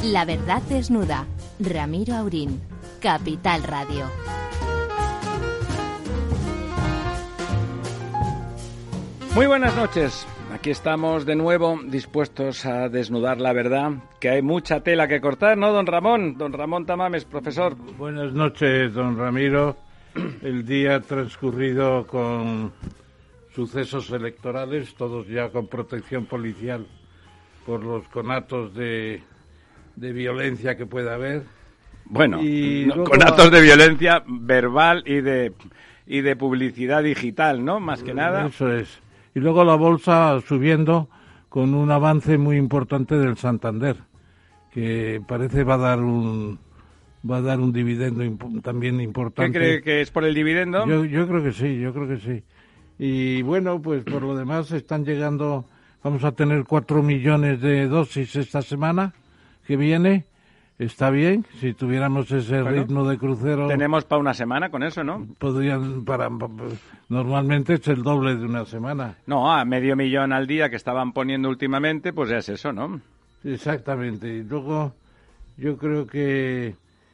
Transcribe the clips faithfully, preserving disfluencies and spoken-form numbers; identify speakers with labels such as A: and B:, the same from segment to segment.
A: La verdad desnuda. Ramiro Aurín, Capital Radio.
B: Muy buenas noches. Aquí estamos de nuevo dispuestos a desnudar la verdad, que hay mucha tela que cortar, ¿no, don Ramón? Don Ramón Tamames, profesor.
C: Buenas noches, don Ramiro. El día transcurrido con sucesos electorales, todos ya con protección policial por los conatos de, de violencia que pueda haber.
B: Bueno,
C: y
B: no,
C: luego...
B: conatos de violencia verbal y de, y de publicidad digital, ¿no? Más que nada.
C: Eso es. Y luego la bolsa subiendo con un avance muy importante del Santander, que parece va a dar un va a dar un dividendo imp- también importante.
B: ¿Qué cree que es por el dividendo?
C: Yo, yo creo que sí, yo creo que sí. Y bueno, pues por lo demás están llegando, vamos a tener cuatro millones de dosis esta semana que viene. Está bien, si tuviéramos ese bueno, ritmo de crucero...
B: Tenemos para una semana con eso, ¿no?
C: Podrían, para, normalmente es el doble de una semana.
B: No, a medio millón al día que estaban poniendo últimamente, pues ya es eso, ¿no?
C: Exactamente. Y luego yo creo que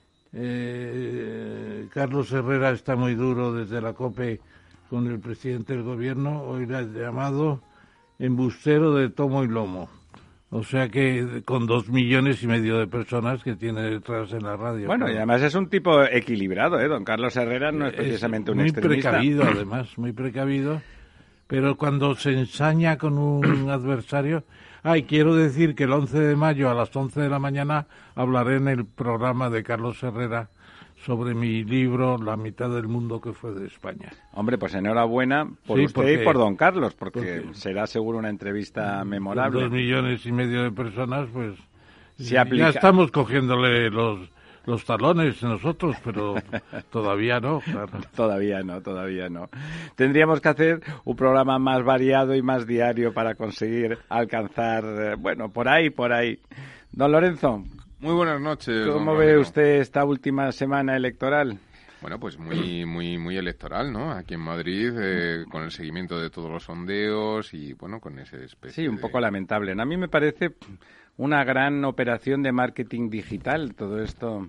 C: eh, Carlos Herrera está muy duro desde la COPE con el presidente del gobierno. Hoy le ha llamado embustero de tomo y lomo. O sea que con dos millones y medio de personas que tiene detrás en la radio.
B: Bueno, claro. Y además es un tipo equilibrado, ¿eh? Don Carlos Herrera no es precisamente
C: es
B: un extremista.
C: Muy precavido, además, muy precavido. Pero cuando se ensaña con un adversario... Ah, y quiero decir que el once de mayo a las once de la mañana hablaré en el programa de Carlos Herrera sobre mi libro La mitad del mundo que fue de España.
B: Hombre, pues enhorabuena por sí, usted porque, y por don Carlos, porque, porque será seguro una entrevista memorable.
C: Dos millones y medio de personas, pues
B: se aplica.
C: Ya estamos cogiéndole los los talones nosotros, pero todavía no, claro.
B: Todavía no, todavía no. Tendríamos que hacer un programa más variado y más diario para conseguir alcanzar, bueno, por ahí, por ahí. Don Lorenzo.
D: Muy buenas noches.
B: ¿Cómo ve usted esta última semana electoral?
D: Bueno, pues muy muy muy electoral, ¿no? Aquí en Madrid, eh, con el seguimiento de todos los sondeos y, bueno, con ese especie
B: Sí, un
D: de...
B: poco lamentable. A mí me parece una gran operación de marketing digital todo esto.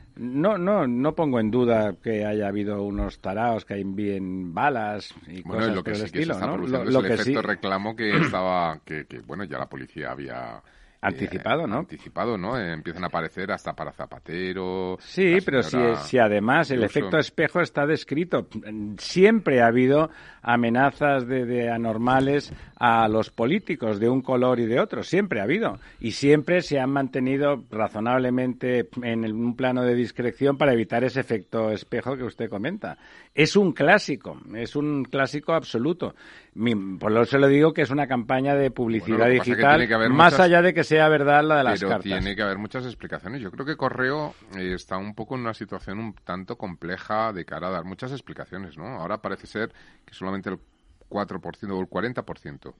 B: No no no pongo en duda que haya habido unos taraos que envíen balas y
D: bueno,
B: cosas
D: y lo que
B: por el
D: sí
B: estilo,
D: que se está
B: ¿no?
D: produciendo
B: Lo,
D: es
B: lo
D: el
B: que
D: efecto
B: sí...
D: reclamo que estaba, que, que bueno, ya la policía había...
B: Anticipado,
D: eh,
B: ¿no?
D: Anticipado, ¿no? Eh, empiezan a aparecer hasta para Zapatero.
B: Sí, pero si, si además el efecto espejo está descrito. Siempre ha habido amenazas de, de anormales a los políticos de un color y de otro. Siempre ha habido. Y siempre se han mantenido razonablemente en un plano de discreción para evitar ese efecto espejo que usted comenta. Es un clásico, es un clásico absoluto. Por eso le digo que es una campaña de publicidad bueno, digital, es que que más muchas... allá de que sea verdad la de las
D: Pero
B: cartas.
D: Pero tiene que haber muchas explicaciones. Yo creo que Correo eh, está un poco en una situación un tanto compleja de cara a dar muchas explicaciones, ¿no? Ahora parece ser que solamente el cuatro por ciento o el cuarenta por ciento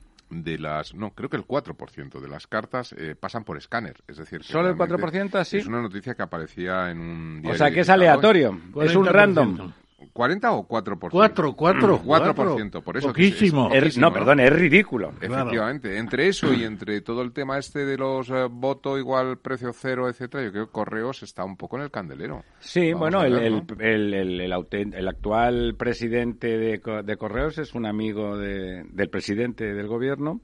D: de las... No, creo que el cuatro por ciento de las cartas eh, pasan por escáner. Es decir, que
B: ¿solo el cuatro por ciento así?
D: Es una noticia que aparecía en un diario.
B: O sea, que es aleatorio, es un random.
D: ¿cuarenta o cuatro por ciento?
C: cuatro, cuatro,
D: cuatro por ciento, por eso.
C: Poquísimo.
D: Que es,
B: es, no, ¿no? Perdón, es ridículo.
D: Efectivamente. Claro. Entre eso y entre todo el tema este de los uh, voto igual precio cero, etcétera, yo creo que Correos está un poco en el candelero.
B: Sí,
D: Vamos
B: bueno,
D: ver,
B: el,
D: ¿no?
B: el, el, el, el, el actual presidente de, de Correos es un amigo de, del presidente del gobierno,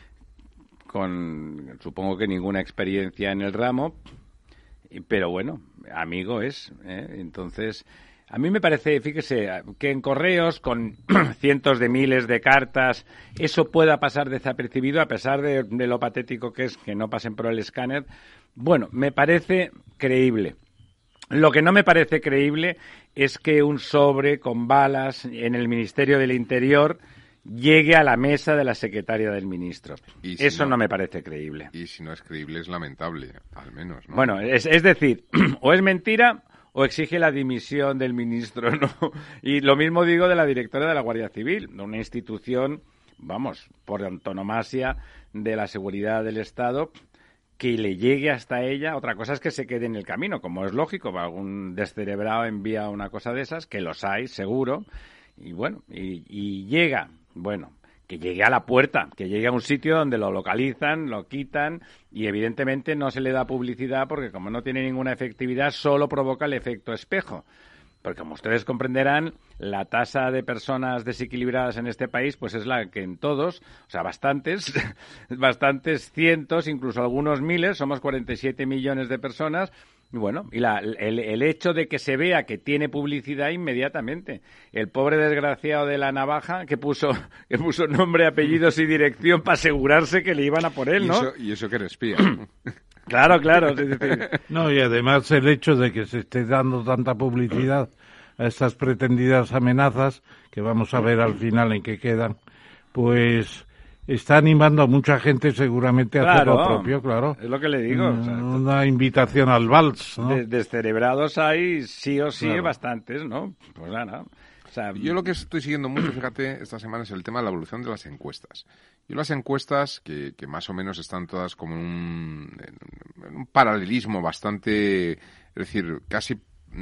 B: con supongo que ninguna experiencia en el ramo, pero bueno, amigo es, ¿eh? Entonces... A mí me parece, fíjese, que en Correos, con cientos de miles de cartas, eso pueda pasar desapercibido, a pesar de, de lo patético que es que no pasen por el escáner. Bueno, me parece creíble. Lo que no me parece creíble es que un sobre con balas en el Ministerio del Interior llegue a la mesa de la secretaria del ministro. Si eso no, no me parece creíble.
D: Y si no es creíble, es lamentable, al menos, ¿no?
B: Bueno, es, es decir, o es mentira... o exige la dimisión del ministro, ¿no? Y lo mismo digo de la directora de la Guardia Civil, de una institución, vamos, por antonomasia de la seguridad del Estado, que le llegue hasta ella. Otra cosa es que se quede en el camino, como es lógico, algún descerebrado envía una cosa de esas, que los hay, seguro, y bueno, y, y llega, bueno, que llegue a la puerta, que llegue a un sitio donde lo localizan, lo quitan y evidentemente no se le da publicidad porque como no tiene ninguna efectividad solo provoca el efecto espejo. Porque como ustedes comprenderán, la tasa de personas desequilibradas en este país pues es la que en todos, o sea, bastantes, bastantes cientos, incluso algunos miles, somos cuarenta y siete millones de personas. Y bueno, y la, el, el hecho de que se vea que tiene publicidad inmediatamente. El pobre desgraciado de la navaja que puso que puso nombre, apellidos y dirección para asegurarse que le iban a por él, ¿no?
D: Y eso, y eso que era espía.
B: Claro, claro. Es decir...
C: No, y además el hecho de que se esté dando tanta publicidad a estas pretendidas amenazas, que vamos a ver al final en qué quedan, pues está animando a mucha gente seguramente a hacer lo propio, claro.
B: Es lo que le digo. O sea,
C: una invitación al vals, ¿no?
B: De, descerebrados hay sí o sí
C: claro.
B: bastantes, ¿no? Pues nada. O sea,
D: yo lo que estoy siguiendo mucho, fíjate, esta semana es el tema de la evolución de las encuestas. Yo las encuestas, que, que más o menos están todas como en un, en un paralelismo bastante, es decir, casi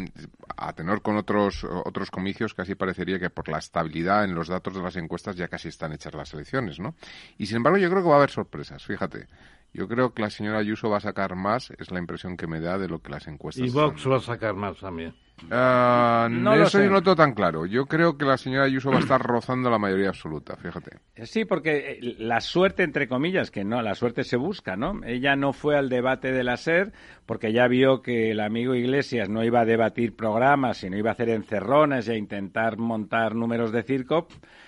D: a tenor con otros otros comicios, casi parecería que por la estabilidad en los datos de las encuestas ya casi están hechas las elecciones, ¿no? Y sin embargo yo creo que va a haber sorpresas, fíjate. Yo creo que la señora Ayuso va a sacar más, es la impresión que me da de lo que las encuestas...
C: Y Vox
D: están...
C: va a sacar más también.
D: Uh,
B: no lo
D: eso
B: sé.
D: yo no lo tengo tan claro. Yo creo que la señora Ayuso va a estar rozando la mayoría absoluta, fíjate.
B: Sí, porque la suerte, entre comillas, que no, la suerte se busca, ¿no? Ella no fue al debate de la SER porque ya vio que el amigo Iglesias no iba a debatir programas, sino iba a hacer encerronas y a intentar montar números de circo.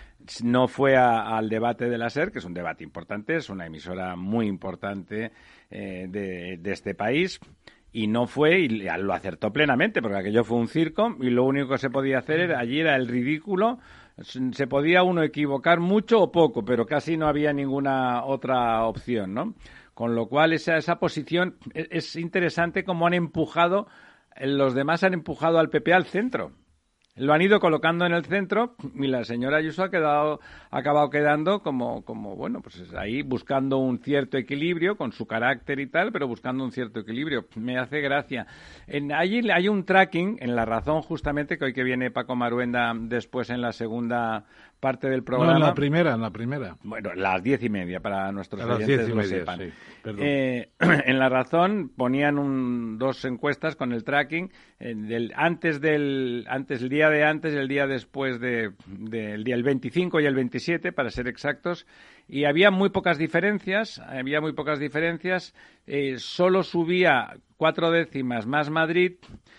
B: No fue a, al debate de la SER, que es un debate importante, es una emisora muy importante eh, de, de este país, y no fue, y lo acertó plenamente, porque aquello fue un circo, y lo único que se podía hacer era, allí era el ridículo. Se podía uno equivocar mucho o poco, pero casi no había ninguna otra opción, ¿no? Con lo cual, esa, esa posición es, es interesante cómo han empujado, los demás han empujado al P P al centro. Lo han ido colocando en el centro y la señora Ayuso ha quedado, ha acabado quedando como, como, bueno, pues ahí buscando un cierto equilibrio con su carácter y tal, pero buscando un cierto equilibrio. Me hace gracia. En, allí hay un tracking en La Razón, justamente, que hoy que viene Paco Maruenda después en la segunda parte del programa.
C: No, en la primera, en la primera.
B: Bueno, las diez y media para nuestros
C: a las
B: oyentes
C: diez y
B: lo
C: media,
B: sepan.
C: Sí,
B: eh, en La Razón ponían un, dos encuestas con el tracking eh, del antes del antes el día de antes y el día después de, de el día el veinticinco y el veintisiete para ser exactos, y había muy pocas diferencias, había muy pocas diferencias, eh, solo subía cuatro décimas más Madrid.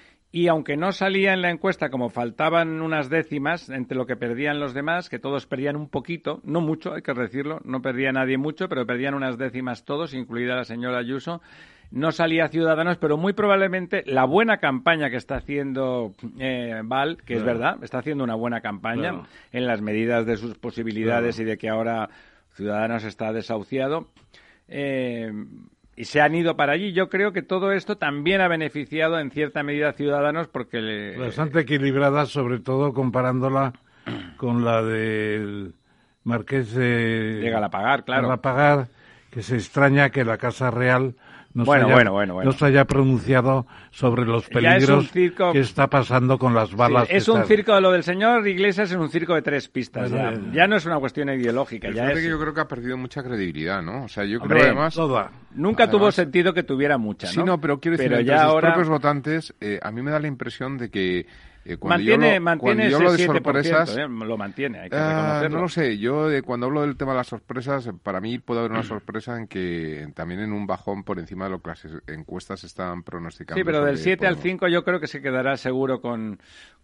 B: Y aunque no salía en la encuesta, como faltaban unas décimas entre lo que perdían los demás, que todos perdían un poquito, no mucho, hay que decirlo, no perdía nadie mucho, pero perdían unas décimas todos, incluida la señora Ayuso, no salía Ciudadanos, pero muy probablemente la buena campaña que está haciendo eh, Val, que claro. es verdad, está haciendo una buena campaña claro. en las medidas de sus posibilidades claro. y de que ahora Ciudadanos está desahuciado, eh, y se han ido para allí. Yo creo que todo esto también ha beneficiado en cierta medida a Ciudadanos porque... Le...
C: Bastante equilibrada, sobre todo comparándola con la del Marqués de...
B: De Galapagar, claro.
C: Galapagar, que se extraña que la Casa Real no,
B: bueno,
C: se, haya,
B: bueno, bueno, bueno.
C: no se haya pronunciado sobre los peligros
B: circo...
C: que está pasando con las balas.
B: Sí, es un
C: están...
B: circo, lo del señor Iglesias es un circo de tres pistas. Bueno, ya. ya no es una cuestión ideológica.
D: Pero
B: ya es...
D: que yo creo que ha perdido mucha credibilidad, ¿no? O sea, yo
B: Hombre,
D: creo además...
C: Toda.
B: Nunca
D: además,
B: tuvo sentido que tuviera mucha, ¿no?
D: Sí, no, pero quiero decir,
B: pero
D: entre
B: ya
D: sus
B: ahora...
D: propios votantes, eh, a mí me da la impresión de que Eh, cuando
B: mantiene
D: yo hablo,
B: mantiene
D: cuando yo hablo de sorpresas,
B: eh, lo mantiene, hay que
D: uh,
B: reconocerlo.
D: No lo sé, yo eh, cuando hablo del tema de las sorpresas, para mí puede haber una sorpresa en que también en un bajón por encima de lo que las encuestas están pronosticando.
B: Sí, pero del siete
D: podemos...
B: al cinco yo creo que se quedará seguro con,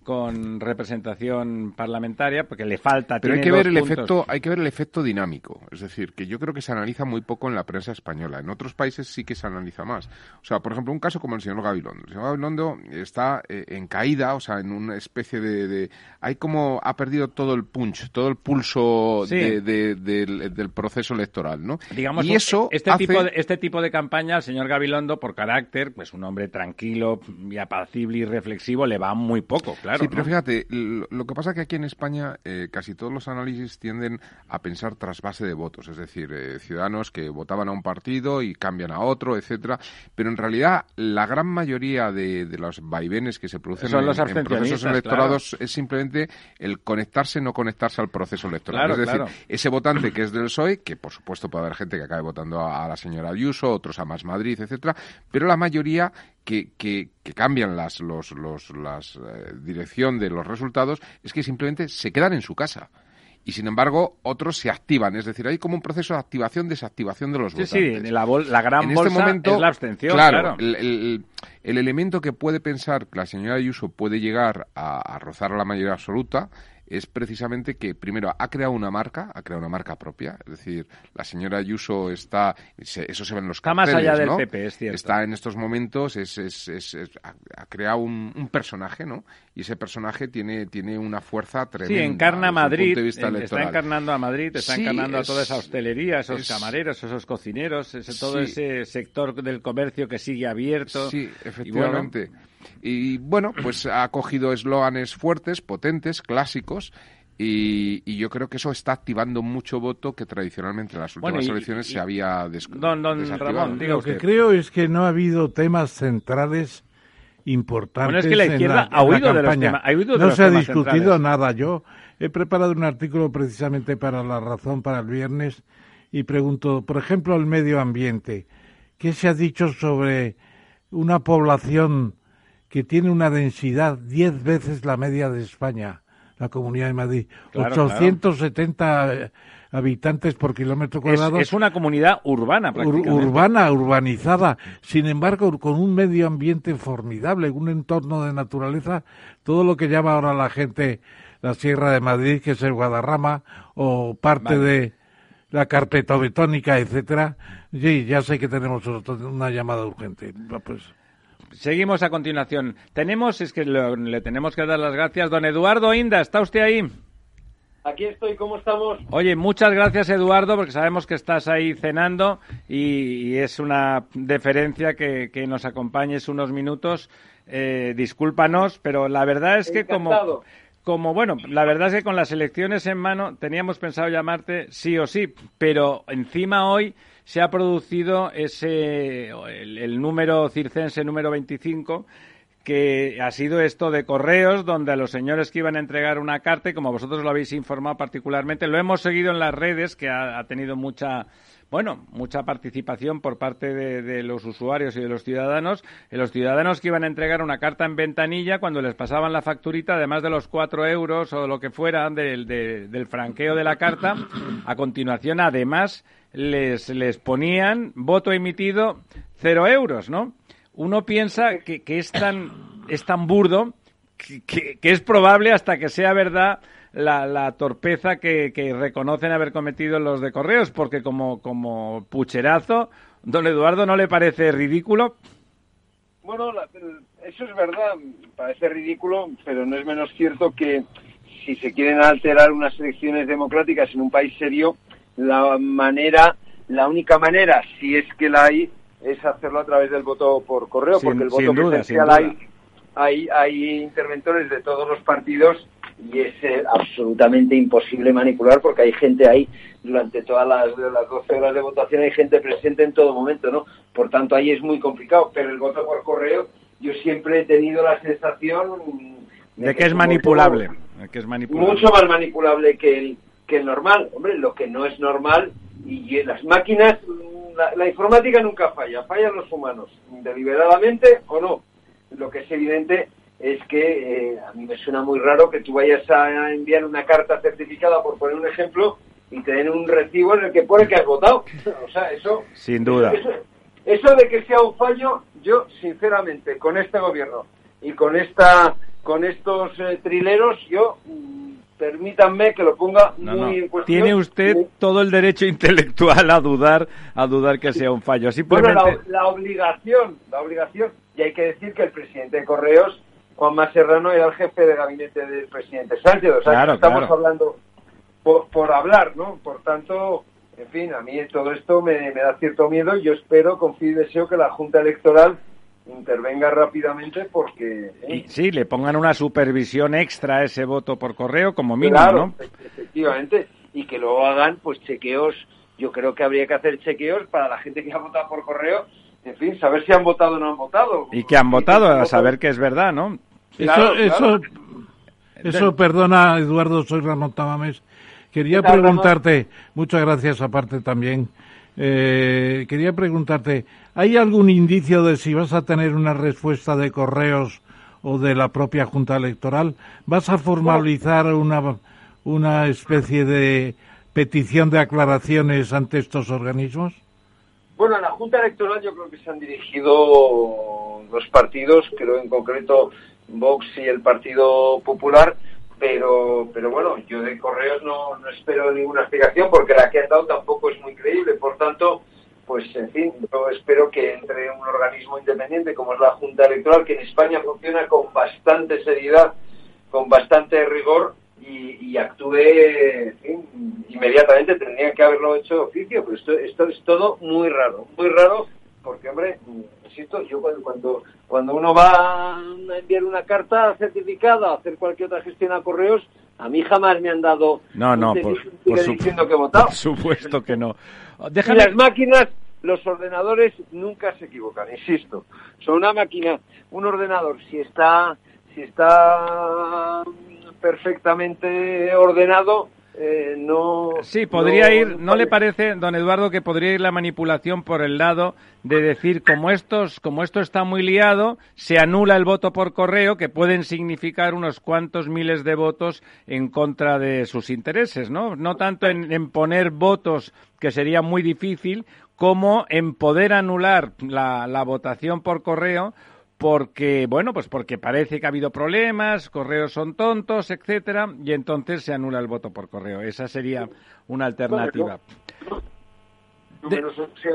B: con representación parlamentaria, porque le falta...
D: Pero
B: tiene
D: hay que ver el
B: puntos.
D: efecto, hay que ver el efecto dinámico, es decir, que yo creo que se analiza muy poco en la prensa española. En otros países sí que se analiza más. O sea, por ejemplo, un caso como el señor Gabilondo. El señor Gabilondo está eh, en caída, o sea, en una especie de De, de, hay como ha perdido todo el punch, todo el pulso
B: sí.
D: de, de, de, del, del proceso electoral, ¿no?
B: Digamos,
D: y eso
B: este
D: hace...
B: tipo de, este tipo de campaña al señor Gabilondo, por carácter, pues un hombre tranquilo y apacible y reflexivo, le va muy poco, claro.
D: Sí, pero
B: ¿no?
D: fíjate, lo, lo que pasa es que aquí en España eh, casi todos los análisis tienden a pensar tras base de votos, es decir, eh, ciudadanos que votaban a un partido y cambian a otro, etcétera. Pero en realidad la gran mayoría de, de los vaivenes que se producen
B: son
D: en,
B: los
D: en
B: abstencionistas,
D: procesos electorales claro. es simplemente el conectarse, no conectarse al proceso electoral. Claro, es decir, claro. ese votante que es del P S O E, que por supuesto puede haber gente que acabe votando a, a la señora Ayuso, otros a Más Madrid, etcétera, pero la mayoría que, que, que cambian las los, los las eh, dirección de los resultados es que simplemente se quedan en su casa. Y, sin embargo, otros se activan. Es decir, hay como un proceso de activación-desactivación de los
B: sí,
D: votantes.
B: Sí, la, bol- la gran
D: en
B: bolsa
D: este momento,
B: es la abstención,
D: claro.
B: claro.
D: El, el, el elemento que puede pensar que la señora Ayuso puede llegar a, a rozar la mayoría absoluta es precisamente que, primero, ha creado una marca, ha creado una marca propia. Es decir, la señora Ayuso está... Eso se ve en los carteles,
B: está más allá del
D: ¿no?
B: P P, es cierto.
D: Está en estos momentos, es, es, es, es ha, ha creado un, un personaje, ¿no? Y ese personaje tiene, tiene una fuerza tremenda.
B: Sí, encarna a Madrid,
D: de vista
B: está encarnando a Madrid, está
D: sí,
B: encarnando
D: es,
B: a toda esa hostelería, esos
D: es,
B: camareros, esos cocineros, ese, todo
D: sí,
B: ese sector del comercio que sigue abierto.
D: Sí, efectivamente. Y bueno, y, bueno pues ha cogido eslóganes fuertes, potentes, clásicos. Y, y yo creo que eso está activando mucho voto que tradicionalmente en las últimas bueno, y, elecciones y, se había des-
B: don, don
D: desactivado.
B: Ramón, diga
C: Lo
B: usted.
C: que creo es que no ha habido temas centrales importantes
B: bueno, es que la izquierda
C: en la,
B: ha huido
C: en la
B: de los
C: campaña.
B: temas, ha huido de
C: no
B: los
C: se ha
B: temas
C: discutido
B: centrales.
C: nada. Yo he preparado un artículo precisamente para La Razón para el viernes y pregunto, por ejemplo, el medio ambiente. ¿Qué se ha dicho sobre una población que tiene una densidad diez veces la media de España? La Comunidad de Madrid,
B: claro,
C: ochocientos setenta claro. habitantes por kilómetro cuadrado.
B: Es, es una comunidad urbana, prácticamente.
C: Ur, urbana, urbanizada. Sin embargo, con un medio ambiente formidable, un entorno de naturaleza, todo lo que llama ahora la gente la Sierra de Madrid, que es el Guadarrama, o parte vale. de la carpetobetónica, etcétera. Sí, ya sé que tenemos una llamada urgente. Pues...
B: Seguimos a continuación. Tenemos, es que lo, le tenemos que dar las gracias. Don Eduardo Inda, ¿está usted ahí?
E: Aquí estoy, ¿cómo estamos?
B: Oye, muchas gracias, Eduardo, porque sabemos que estás ahí cenando y, y es una deferencia que, que nos acompañes unos minutos. Eh, discúlpanos, pero la verdad es que como... Como, bueno, la verdad es que con las elecciones en mano teníamos pensado llamarte sí o sí, pero encima hoy se ha producido ese el, el número circense número veinticinco, que ha sido esto de correos, donde a los señores que iban a entregar una carta, y como vosotros lo habéis informado particularmente, lo hemos seguido en las redes, que ha, ha tenido mucha... Bueno, mucha participación por parte de, de los usuarios y de los ciudadanos. De los ciudadanos que iban a entregar una carta en ventanilla, cuando les pasaban la facturita, además de los cuatro euros o lo que fuera del, de, del franqueo de la carta, a continuación, además, les, les ponían voto emitido cero euros, ¿no? Uno piensa que, que es tan, es tan burdo que, que, que es probable hasta que sea verdad La, la torpeza que, que reconocen haber cometido los de Correos, porque como, como pucherazo, don Eduardo, ¿no le parece ridículo?
E: Bueno, la, eso es verdad, parece ridículo, pero no es menos cierto que si se quieren alterar unas elecciones democráticas en un país serio, la manera, la única manera, si es que la hay, es hacerlo a través del voto por correo, sin, porque el voto presencial hay, hay, hay interventores de todos los partidos y es eh, absolutamente imposible manipular porque hay gente ahí durante todas las, las doce horas de votación, hay gente presente en todo momento, ¿no? Por tanto, ahí es muy complicado, pero el voto por correo, yo siempre he tenido la sensación
B: de, de que, que es manipulable, de que es manipulable.
E: Mucho más manipulable que el, que el normal. Hombre, lo que no es normal, y en las máquinas, la, la informática nunca falla, fallan los humanos, deliberadamente o no. Lo que es evidente es que eh, a mí me suena muy raro que tú vayas a enviar una carta certificada, por poner un ejemplo, y te den un recibo en el que pone que has votado. O sea, eso...
B: Sin duda.
E: Eso, eso de que sea un fallo, yo, sinceramente, con este gobierno y con esta con estos eh, trileros, yo... permítanme que lo ponga
B: no,
E: muy
B: no.
E: en cuestión.
B: Tiene usted
E: muy...
B: todo el derecho intelectual a dudar, a dudar que sea un fallo. Simplemente...
E: Bueno, la, la obligación, la obligación, y hay que decir que el presidente de Correos, Juanma Serrano, era el jefe de gabinete del presidente Sánchez. O sea,
B: claro,
E: estamos
B: claro.
E: hablando por, por hablar, ¿no? Por tanto, en fin, a mí todo esto me, me da cierto miedo. Yo espero, confío y deseo que la Junta Electoral intervenga rápidamente porque... ¿eh?
B: Y, sí, le pongan una supervisión extra a ese voto por correo como mínimo,
E: claro,
B: ¿no?
E: Efectivamente, y que luego hagan pues chequeos. Yo creo que habría que hacer chequeos para la gente que ha votado por correo, en fin, saber si han votado o no han votado.
B: Y que han votado, a saber que es verdad, ¿no?
C: Eso,
E: Claro,
C: eso,
E: claro.
C: eso, perdona, Eduardo, soy Ramón Tamames. Quería
E: ¿Qué tal,
C: preguntarte, muchas gracias aparte también, eh, quería preguntarte, ¿hay algún indicio de si vas a tener una respuesta de Correos o de la propia Junta Electoral? ¿Vas a formalizar una, una especie de petición de aclaraciones ante estos organismos?
E: Bueno, a la Junta Electoral yo creo que se han dirigido dos partidos, creo en concreto Vox y el Partido Popular, pero pero bueno, yo de Correos no, no espero ninguna explicación porque la que han dado tampoco es muy creíble. Por tanto, pues en fin, yo espero que entre un organismo independiente como es la Junta Electoral, que en España funciona con bastante seriedad, con bastante rigor, y, y actúe, en fin, inmediatamente. Tendrían que haberlo hecho de oficio, pero esto, esto es todo muy raro, muy raro, porque, hombre, insisto, yo cuando, cuando cuando uno va a enviar una carta certificada, a hacer cualquier otra gestión a Correos, a mí jamás me han dado
B: no, no,
E: un
B: por,
E: por
B: su,
E: diciendo que he votado.
B: Por supuesto que no.
E: Déjame... Y las máquinas, los ordenadores nunca se equivocan, insisto. Son una máquina, un ordenador, si está, si está perfectamente ordenado, eh, no...
B: Sí, podría
E: no,
B: ir,
E: no,
B: ¿no le parece, don Eduardo, que podría ir la manipulación por el lado de decir, como estos, como esto está muy liado, se anula el voto por correo, que pueden significar unos cuantos miles de votos en contra de sus intereses, ¿no? No tanto en, en poner votos, que sería muy difícil, como en poder anular la, la votación por correo, porque, bueno, pues porque parece que ha habido problemas, correos son tontos, etcétera, y entonces se anula el voto por correo. Esa sería una alternativa.
E: Números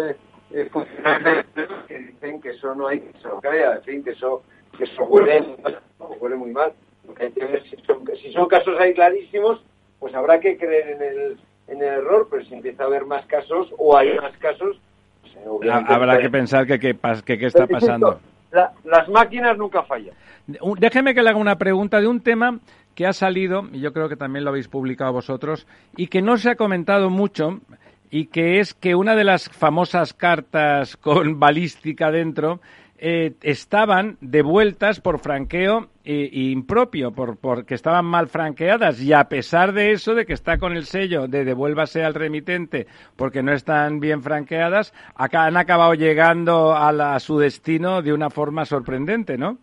E: de funcionarios que dicen que eso no hay que se lo crea, en fin, que eso, que eso huele, huele muy mal. Hay que ver si son, si son casos ahí clarísimos, pues habrá que creer en el, en el error, pero si empieza a haber más casos, o hay más casos, pues,
B: habrá que pensar que qué que, que está pasando.
E: La, las máquinas nunca fallan.
B: Déjeme que le haga una pregunta de un tema que ha salido, y yo creo que también lo habéis publicado vosotros, y que no se ha comentado mucho, y que es que una de las famosas cartas con balística dentro eh, estaban devueltas por franqueo eh, impropio, por porque estaban mal franqueadas, y a pesar de eso, de que está con el sello de devuélvase al remitente porque no están bien franqueadas, acá han acabado llegando a, la, a su destino de una forma sorprendente, ¿no?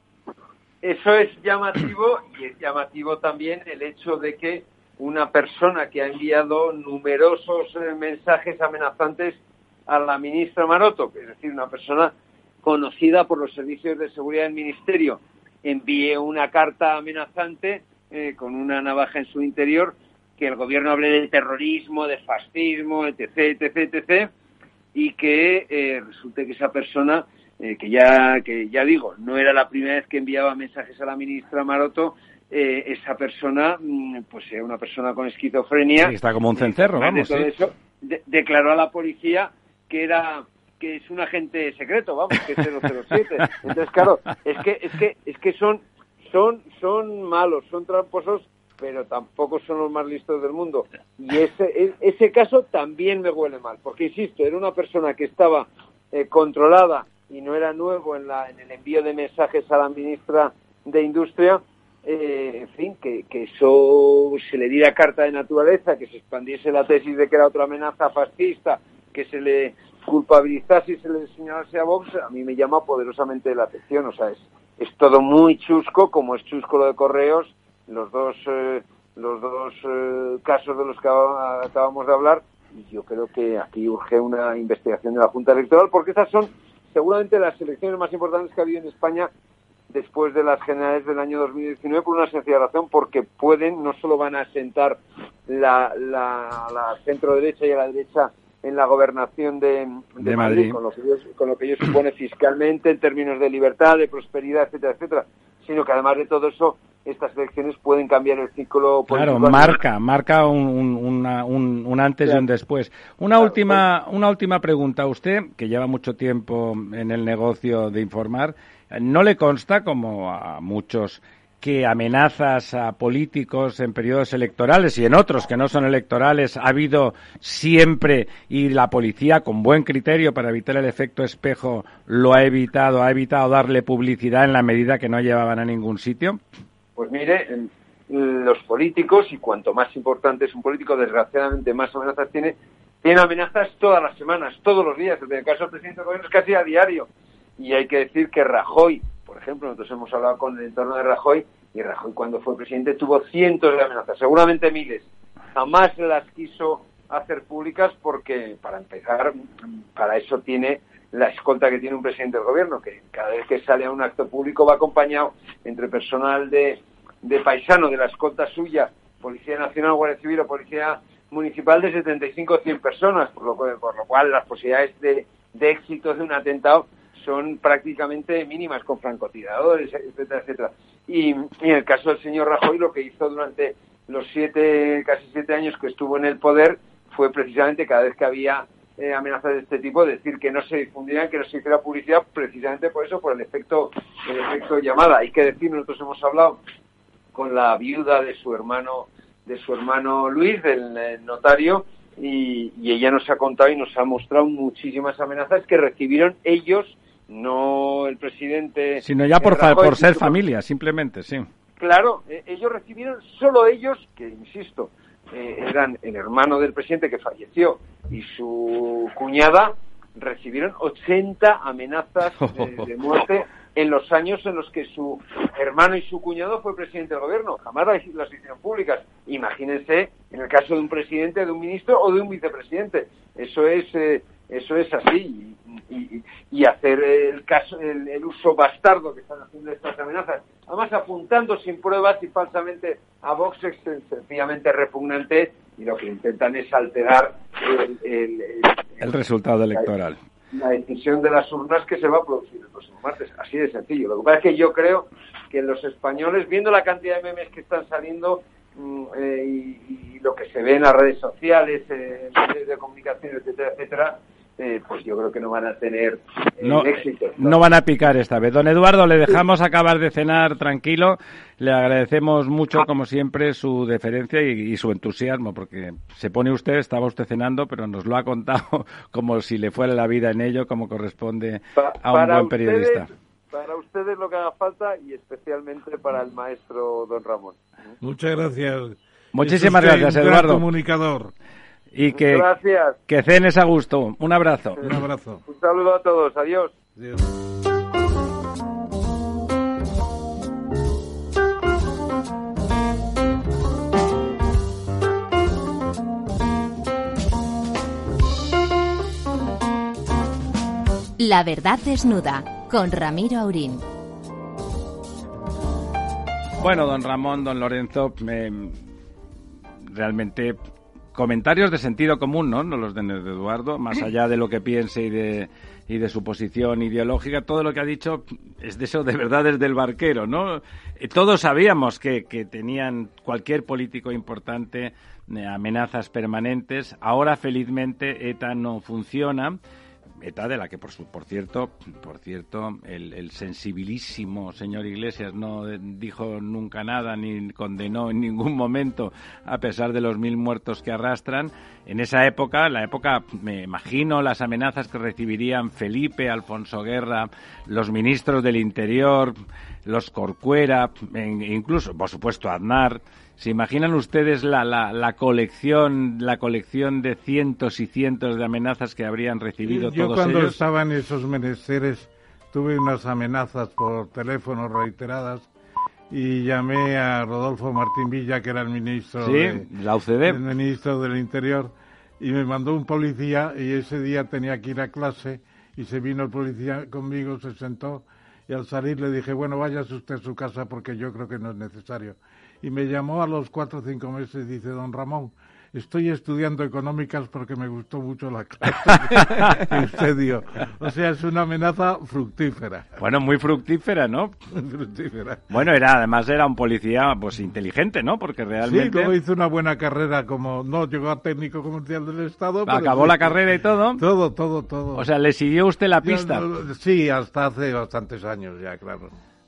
E: Eso es llamativo, y es llamativo también el hecho de que una persona que ha enviado numerosos eh, mensajes amenazantes a la ministra Maroto, es decir, una persona conocida por los servicios de seguridad del Ministerio, envíe una carta amenazante eh, con una navaja en su interior, que el gobierno hable de terrorismo, de fascismo, etc, etc, etc, y que eh, resulte que esa persona, eh, que ya que ya digo, no era la primera vez que enviaba mensajes a la ministra Maroto, eh, esa persona, pues sea una persona con esquizofrenia.
B: Sí, está como un cencerro,
E: eh,
B: vamos.
E: De todo
B: sí.
E: eso, de, declaró a la policía que era que es un agente secreto, vamos, que es cero cero siete. Entonces, claro, es que es que es que son son son malos, son tramposos, pero tampoco son los más listos del mundo. Y ese ese caso también me huele mal, porque insisto, era una persona que estaba eh, controlada y no era nuevo en la en el envío de mensajes a la ministra de Industria. Eh, en fin, que, que eso se le diera carta de naturaleza, que se expandiese la tesis de que era otra amenaza fascista, que se le culpabilizase y se le señalase a Vox, a mí me llama poderosamente la atención. O sea, es, es todo muy chusco, como es chusco lo de Correos, los dos eh, los dos eh, casos de los que acabamos de hablar, y yo creo que aquí urge una investigación de la Junta Electoral, porque estas son seguramente las elecciones más importantes que ha habido en España después de las generales del año dos mil diecinueve, por una sencilla razón, porque pueden, no solo van a asentar la, la, la centro-derecha y a la derecha en la gobernación de, de,
B: de
E: Madrid,
B: Madrid.
E: Con, lo que ello, con lo que ello supone fiscalmente, en términos de libertad, de prosperidad, etcétera, etcétera, sino que además de todo eso, estas elecciones pueden cambiar el ciclo político.
B: Claro, marca, marca un, un, una, un, un antes claro. y un después. Una claro, última, pues... una última pregunta. Usted, que lleva mucho tiempo en el negocio de informar, ¿no le consta, como a muchos, que amenazas a políticos en periodos electorales y en otros que no son electorales ha habido siempre, y la policía, con buen criterio para evitar el efecto espejo, lo ha evitado, ha evitado darle publicidad en la medida que no llevaban a ningún sitio?
E: Pues mire, los políticos, y cuanto más importante es un político, desgraciadamente más amenazas tiene, tiene amenazas todas las semanas, todos los días. En el caso del presidente del gobierno es casi a diario. Y hay que decir que Rajoy, por ejemplo, nosotros hemos hablado con el entorno de Rajoy, y Rajoy cuando fue presidente tuvo cientos de amenazas, seguramente miles. Jamás las quiso hacer públicas porque, para empezar, para eso tiene la escolta que tiene un presidente del gobierno, que cada vez que sale a un acto público va acompañado entre personal de, de paisano de la escolta suya, Policía Nacional, Guardia Civil o Policía Municipal, de setenta y cinco a cien personas, por lo, por lo cual las posibilidades de, de éxito de un atentado son prácticamente mínimas, con francotiradores, etcétera, etcétera. Y, y en el caso del señor Rajoy, lo que hizo durante los siete, casi siete años que estuvo en el poder, fue precisamente cada vez que había eh, amenazas de este tipo, decir que no se difundieran, que no se hiciera publicidad, precisamente por eso, por el efecto, el efecto llamada. Hay que decir, nosotros hemos hablado con la viuda de su hermano, de su hermano Luis, del eh, notario, y, y ella nos ha contado y nos ha mostrado muchísimas amenazas que recibieron ellos, no el presidente,
B: sino ya por,
E: Rajoy,
B: por ser familia, simplemente, sí.
E: Claro, eh, ellos recibieron, solo ellos, que insisto, eh, eran el hermano del presidente que falleció y su cuñada, recibieron ochenta amenazas de, de muerte en los años en los que su hermano y su cuñado fue presidente del gobierno. Jamás las, las hicieron públicas. Imagínense en el caso de un presidente, de un ministro o de un vicepresidente. Eso es eh, eso es así. Y, y, y hacer el caso el, el uso bastardo que están haciendo estas amenazas, además apuntando sin pruebas y falsamente a Vox, es sencillamente repugnante, y lo que intentan es alterar el, el, el,
B: el resultado electoral.
E: La, la decisión de las urnas que se va a producir el próximo martes. Así de sencillo. Lo que pasa es que yo creo que los españoles, viendo la cantidad de memes que están saliendo mm, eh, y, y lo que se ve en las redes sociales, eh, en medios de comunicación, etcétera, etcétera, Eh, pues yo creo que no van a tener eh,
B: no,
E: éxito.
B: No van a picar esta vez. Don Eduardo, le dejamos acabar de cenar tranquilo. Le agradecemos mucho, como siempre, su deferencia y, y su entusiasmo, porque se pone usted, estaba usted cenando, pero nos lo ha contado como si le fuera la vida en ello, como corresponde
E: pa
B: a un buen periodista.
E: Ustedes, para ustedes lo que haga falta, y especialmente para el maestro don Ramón.
C: Muchas gracias.
B: Muchísimas
C: es usted
B: gracias,
C: un gran
B: Eduardo.
C: comunicador.
B: Y que,
E: Gracias.
B: que cenes a gusto. Un abrazo.
C: Un abrazo.
E: Un saludo a todos. Adiós.
C: Adiós.
A: La verdad desnuda, con Ramiro Aurín.
B: Bueno, don Ramón, don Lorenzo, eh, realmente comentarios de sentido común, ¿no? No los de Eduardo, más allá de lo que piense y de y de su posición ideológica, todo lo que ha dicho es de eso, de verdad, desde el barquero, ¿no? Todos sabíamos que, que tenían cualquier político importante eh, amenazas permanentes. Ahora, felizmente, ETA no funciona. ETA, de la que, por, su, por cierto, por cierto el, el sensibilísimo señor Iglesias no dijo nunca nada ni condenó en ningún momento, a pesar de los mil muertos que arrastran. En esa época, la época, me imagino, las amenazas que recibirían Felipe, Alfonso Guerra, los ministros del Interior, los Corcuera, incluso, por supuesto, Aznar. ¿Se imaginan ustedes la, la, la colección la colección de cientos y cientos de amenazas que habrían recibido
C: Yo
B: todos
C: cuando
B: ellos?
C: estaba en esos menesteres tuve unas amenazas por teléfono reiteradas y llamé a Rodolfo Martín Villa, que era el ministro,
B: sí,
C: de,
B: la U C D,
C: el ministro del Interior, y me mandó un policía, y ese día tenía que ir a clase y se vino el policía conmigo, se sentó, y al salir le dije, bueno, váyase usted a su casa porque yo creo que no es necesario. Y me llamó a los cuatro o cinco meses y dice, don Ramón, estoy estudiando económicas porque me gustó mucho la clase que usted dio. O sea, es una amenaza fructífera.
B: Bueno, muy fructífera, ¿no?
C: fructífera.
B: Bueno, era además era un policía pues inteligente, ¿no? Porque realmente...
C: Sí, luego hizo una buena carrera como... No llegó a técnico comercial del Estado, pero
B: acabó
C: sí,
B: la carrera y todo.
C: Todo, todo, todo.
B: O sea, ¿le siguió usted la pista?
C: Yo, sí, hasta hace bastantes años ya, claro.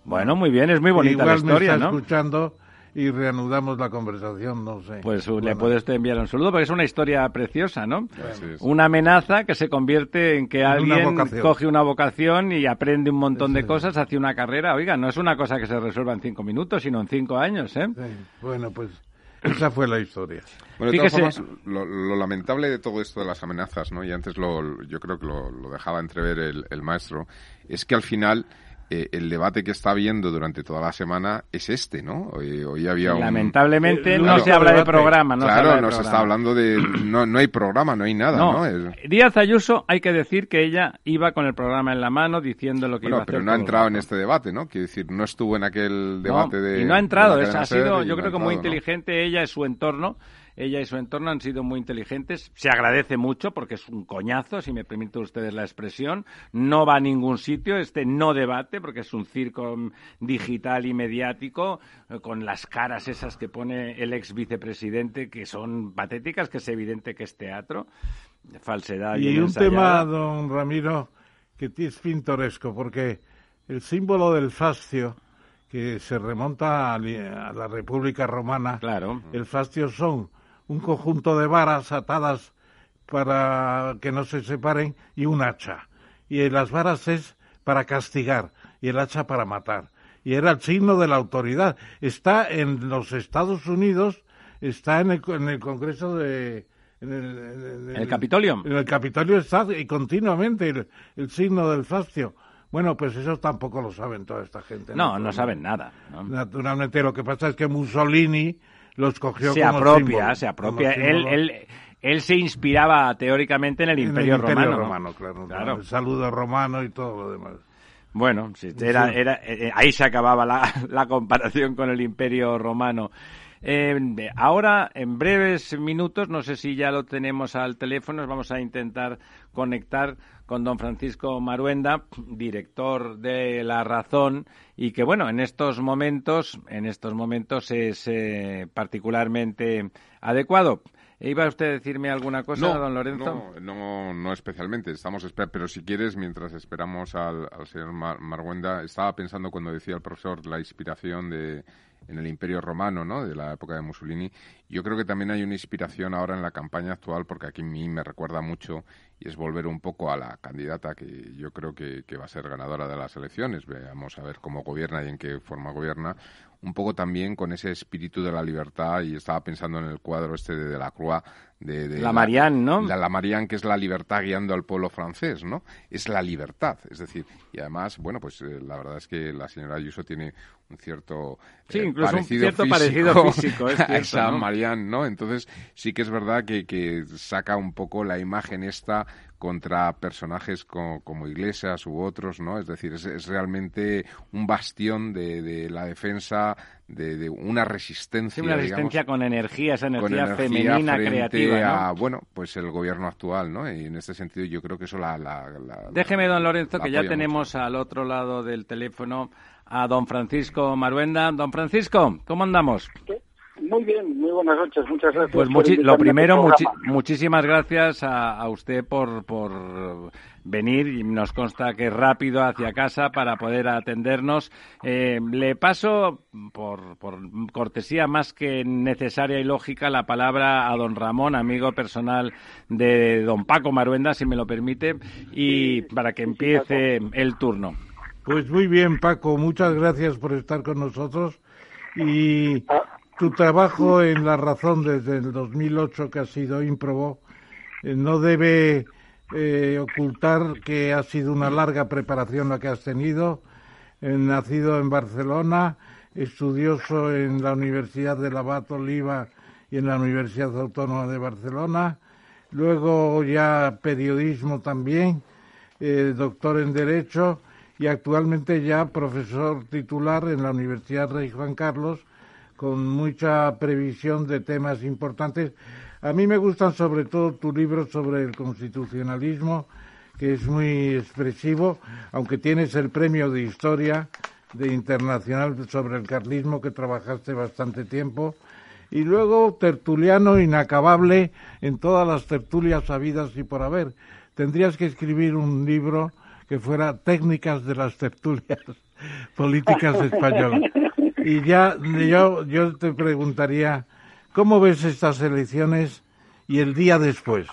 B: Bueno, muy bien, es muy bonita
C: Igual
B: la historia,
C: me está
B: ¿no?
C: escuchando y reanudamos la conversación, no sé.
B: Pues
C: bueno.
B: le puedes enviar un saludo, porque es una historia preciosa, ¿no?
D: Así es.
B: Una amenaza que se convierte en que
C: En una
B: alguien
C: vocación.
B: coge una vocación y aprende un montón
C: Sí,
B: de
C: sí.
B: cosas, hace una carrera. Oiga, no es una cosa que se resuelva en cinco minutos, sino en cinco años, ¿eh?
C: Sí, bueno, pues esa fue la historia.
D: Bueno, de todas
B: Fíjese-
D: formas, lo, lo lamentable de todo esto de las amenazas, ¿no? Y antes lo, yo creo que lo, lo dejaba entrever el, el maestro, es que al final eh, el debate que está habiendo durante toda la semana es este, ¿no? Hoy, hoy había un...
B: Lamentablemente
C: Eh,
B: no
C: claro,
B: se habla de
C: debate.
B: programa, no se habla
D: claro,
B: de
D: no se
B: programa.
D: está hablando de... No, no hay programa, no hay nada, ¿no?
B: No,
D: Es-
B: Díaz Ayuso, hay que decir que ella iba con el programa en la mano diciendo lo que iba
D: Bueno,
B: a hacer.
D: pero no ha
B: todo el
D: entrado en
B: rato.
D: este debate, ¿no? Quiero decir, no estuvo en aquel
B: No,
D: debate de...
B: y no ha entrado,
D: de la
B: es-
D: cadena
B: ha sido,
D: SER y
B: yo
D: no
B: creo
D: ha
B: que muy
D: entrado, ¿no?
B: inteligente ella y su entorno. Ella y su entorno han sido muy inteligentes. Se agradece mucho porque es un coñazo, si me permiten ustedes la expresión. No va a ningún sitio, este no debate, porque es un circo mm, digital y mediático, eh, con las caras esas que pone el ex vicepresidente, que son patéticas, que es evidente que es teatro, falsedad.
C: Y
B: bien
C: un tema,
B: ensayada.
C: don Ramiro, que es pintoresco, porque el símbolo del fascio, que se remonta a, li- a la República Romana,
B: Claro.
C: el fascio son un conjunto de varas atadas para que no se separen y un hacha. Y las varas es para castigar y el hacha para matar. Y era el signo de la autoridad. Está en los Estados Unidos, está en el, en el Congreso de... En el, en el-
B: ¿El Capitolio?
C: En el Capitolio está y continuamente el, el signo del fascio. Bueno, pues eso tampoco lo saben toda esta gente.
B: No, no saben nada, ¿no?
C: Naturalmente, lo que pasa es que Mussolini los cogió
B: Se
C: como
B: apropia,
C: símbolo,
B: se apropia.
C: como
B: Él,
C: símbolo.
B: él, él se inspiraba teóricamente en el
C: En
B: Imperio
C: el Imperio
B: Romano.
C: Romano, claro,
B: Claro.
C: El saludo romano y todo lo demás.
B: Bueno, sí, era,
C: Sí.
B: era, eh, ahí se acababa la, la comparación con el Imperio Romano. Eh, ahora, en breves minutos, no sé si ya lo tenemos al teléfono, vamos a intentar conectar con don Francisco Maruenda, director de La Razón, y que, bueno, en estos momentos, en estos momentos es eh, particularmente adecuado. ¿Iba usted a decirme alguna cosa, don Lorenzo?
D: No, no, no especialmente. Estamos esper- pero si quieres, mientras esperamos al, al señor Mar- Marguenda, estaba pensando cuando decía el profesor la inspiración de en el Imperio Romano, ¿no? De la época de Mussolini. Yo creo que también hay una inspiración ahora en la campaña actual, porque aquí a mí me recuerda mucho y es volver un poco a la candidata que yo creo que, que va a ser ganadora de las elecciones. Veamos a ver cómo gobierna y en qué forma gobierna. Un poco también con ese espíritu de la libertad, y estaba pensando en el cuadro este de Delacroix, de, de
B: La Marianne, ¿no?
D: La, la Marianne, que es la libertad guiando al pueblo francés, ¿no? Es la libertad, es decir, y además, bueno, pues eh, la verdad es que la señora Ayuso tiene un cierto
B: Sí,
D: eh,
B: incluso un
D: parecido
B: cierto
D: físico
B: parecido físico, es
D: a
B: cierto,
D: esa
B: ¿no?
D: Marianne, ¿no? Entonces, sí que es verdad que, que saca un poco la imagen esta contra personajes co- como Iglesias u otros, ¿no? Es decir, es, es realmente un bastión de, de la defensa, de, de una resistencia,
B: Sí, una
D: digamos,
B: resistencia con energía, esa
D: con
B: energía,
D: energía
B: femenina,
D: frente
B: creativa, ¿no?
D: a, bueno, pues el gobierno actual, ¿no? Y en este sentido yo creo que eso la... la, la
B: Déjeme, don Lorenzo,
D: la
B: que ya
D: apoya
B: tenemos al otro lado del teléfono a don Francisco Maruenda. Don Francisco, ¿cómo andamos?
F: Muy bien, muy buenas noches, muchas gracias.
B: Pues
F: por
B: muchi-
F: invitarme
B: lo
F: a tu
B: primero, muchi-
F: programa.
B: muchísimas gracias a, a usted por, por venir, y nos consta que rápido hacia casa para poder atendernos. Eh, le paso, por, por cortesía más que necesaria y lógica, la palabra a don Ramón, amigo personal de don Paco Maruenda, si me lo permite, y para que empiece el turno.
C: Pues muy bien, Paco, muchas gracias por estar con nosotros. Y tu trabajo en La Razón desde el dos mil ocho, que ha sido ímprobo, eh, no debe eh, ocultar que ha sido una larga preparación la que has tenido. Eh, nacido en Barcelona, estudioso en la Universidad de Abat Oliva y en la Universidad Autónoma de Barcelona. Luego ya periodismo también, eh, doctor en Derecho, y actualmente ya profesor titular en la Universidad Rey Juan Carlos, con mucha previsión de temas importantes. A mí me gustan sobre todo tu libro sobre el constitucionalismo, que es muy expresivo, aunque tienes el premio de Historia de Internacional sobre el Carlismo, que trabajaste bastante tiempo, y luego tertuliano inacabable en todas las tertulias habidas y por haber. Tendrías que escribir un libro que fuera Técnicas de las tertulias. políticas españolas. Y ya yo, yo te preguntaría, ¿cómo ves estas elecciones y el día después?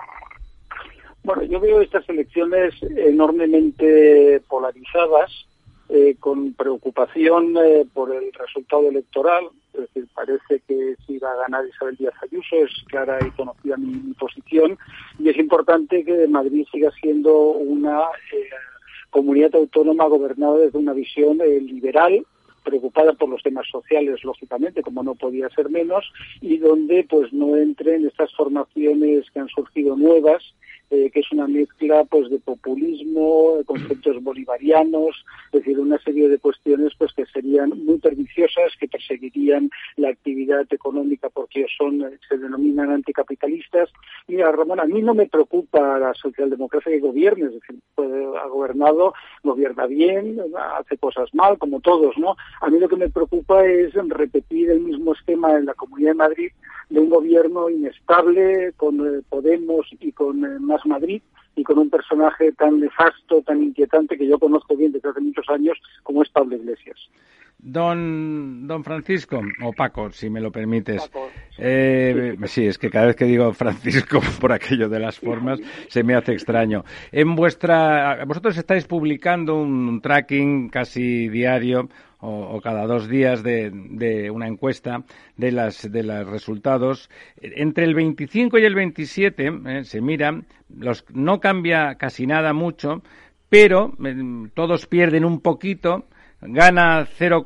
F: Bueno, yo veo estas elecciones enormemente polarizadas, eh, con preocupación eh, por el resultado electoral. Es decir, parece que si va a ganar Isabel Díaz Ayuso, es clara y conocida mi, mi posición, y es importante que Madrid siga siendo una eh, comunidad autónoma gobernada desde una visión eh, liberal, preocupada por los temas sociales, lógicamente, como no podía ser menos, y donde pues no entren estas formaciones que han surgido nuevas, eh, que es una mezcla pues de populismo, de conceptos bolivarianos, es decir, una serie de cuestiones pues que serían muy perniciosas, que perseguirían la actividad económica porque son, se denominan anticapitalistas. Mira, Ramón, a mí no me preocupa la socialdemocracia que gobierne, es decir, puede, ha gobernado, gobierna bien, hace cosas mal, como todos, ¿no? A mí lo que me preocupa es repetir el mismo esquema en la Comunidad de Madrid de un gobierno inestable con eh, Podemos y con eh, Más Madrid y con un personaje tan nefasto, tan inquietante que yo conozco bien desde hace muchos años como es Pablo Iglesias.
B: Don don Francisco, o Paco, si me lo permites.
F: Paco.
B: Eh, sí, es que cada vez que digo Francisco por aquello de las formas se me hace extraño. En vuestra, vosotros estáis publicando un tracking casi diario o, o cada dos días de, de una encuesta de las de los resultados. Entre el veinticinco y el veintisiete eh, se miran, los no cambia casi nada mucho, pero eh, todos pierden un poquito. Gana cero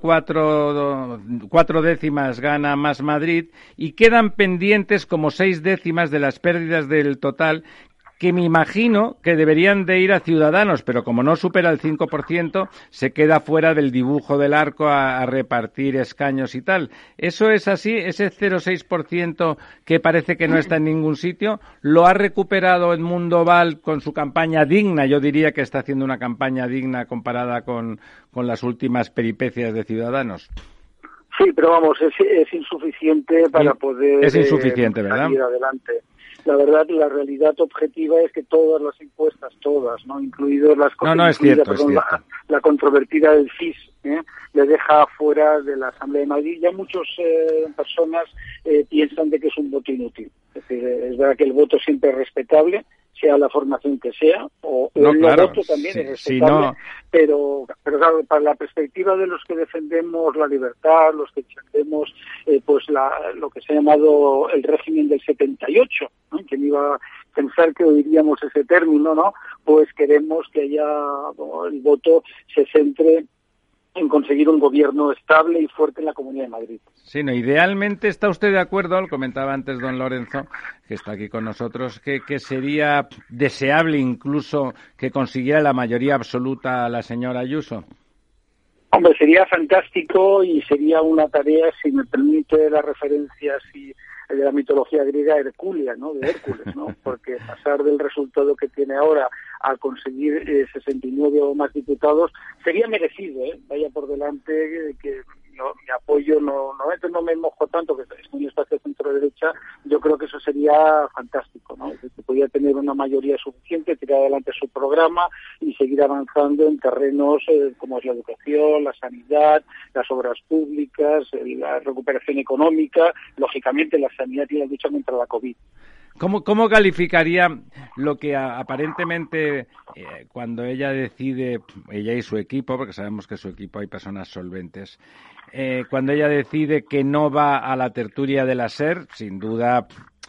B: cuatro cuatro décimas, gana Más Madrid, y quedan pendientes como seis décimas de las pérdidas del total, que me imagino que deberían de ir a Ciudadanos, pero como no supera el cinco por ciento, se queda fuera del dibujo del arco a, a repartir escaños y tal. ¿Eso es así? ¿Ese cero coma seis por ciento que parece que no está en ningún sitio, lo ha recuperado Edmundo Val con su campaña digna? Yo diría que está haciendo una campaña digna comparada con, con las últimas peripecias de Ciudadanos.
F: Sí, pero vamos, es, es insuficiente para poder
B: es insuficiente,
F: eh,
B: ¿verdad?
F: salir adelante. La verdad, la realidad objetiva es que todas las encuestas, todas, no incluidos las
B: no, no, es cierto, perdón, es cierto.
F: La, la controvertida del C I S, ¿eh? le deja fuera de la Asamblea de Madrid. Ya muchas eh, personas eh, piensan de que es un voto inútil. Es decir, es verdad que el voto siempre es respetable, sea la formación que sea, o
B: no,
F: el
B: claro,
F: voto también
B: sí,
F: es respetable,
B: sí, no.
F: pero, pero claro, para la perspectiva de los que defendemos la libertad, los que defendemos eh, pues la, lo que se ha llamado el régimen del setenta y ocho, ¿no? ¿Quién iba a pensar que oiríamos ese término, no? Pues queremos que haya, bueno, el voto se centre en conseguir un gobierno estable y fuerte en la Comunidad de Madrid.
B: Sí, no, idealmente está usted de acuerdo, lo comentaba antes don Lorenzo, que está aquí con nosotros, que, que sería deseable incluso que consiguiera la mayoría absoluta la señora Ayuso.
F: Hombre, sería fantástico y sería una tarea, si me permite la referencia así de la mitología griega, hercúlea, ¿no? De Hércules, ¿no? Porque pasar del resultado que tiene ahora a conseguir eh, sesenta y nueve o más diputados sería merecido, ¿eh? Vaya por delante eh, que no, mi apoyo no, no, no me mojo tanto, que es un espacio centro-derecha, yo creo que eso sería fantástico, ¿no? Que podría tener una mayoría suficiente, tirar adelante su programa y seguir avanzando en terrenos eh, como es la educación, la sanidad, las obras públicas, la recuperación económica, lógicamente la sanidad y la lucha contra la COVID.
B: ¿Cómo, cómo calificaría lo que a, aparentemente eh, cuando ella decide, ella y su equipo, porque sabemos que su equipo hay personas solventes, eh, cuando ella decide que no va a la tertulia de la SER, sin duda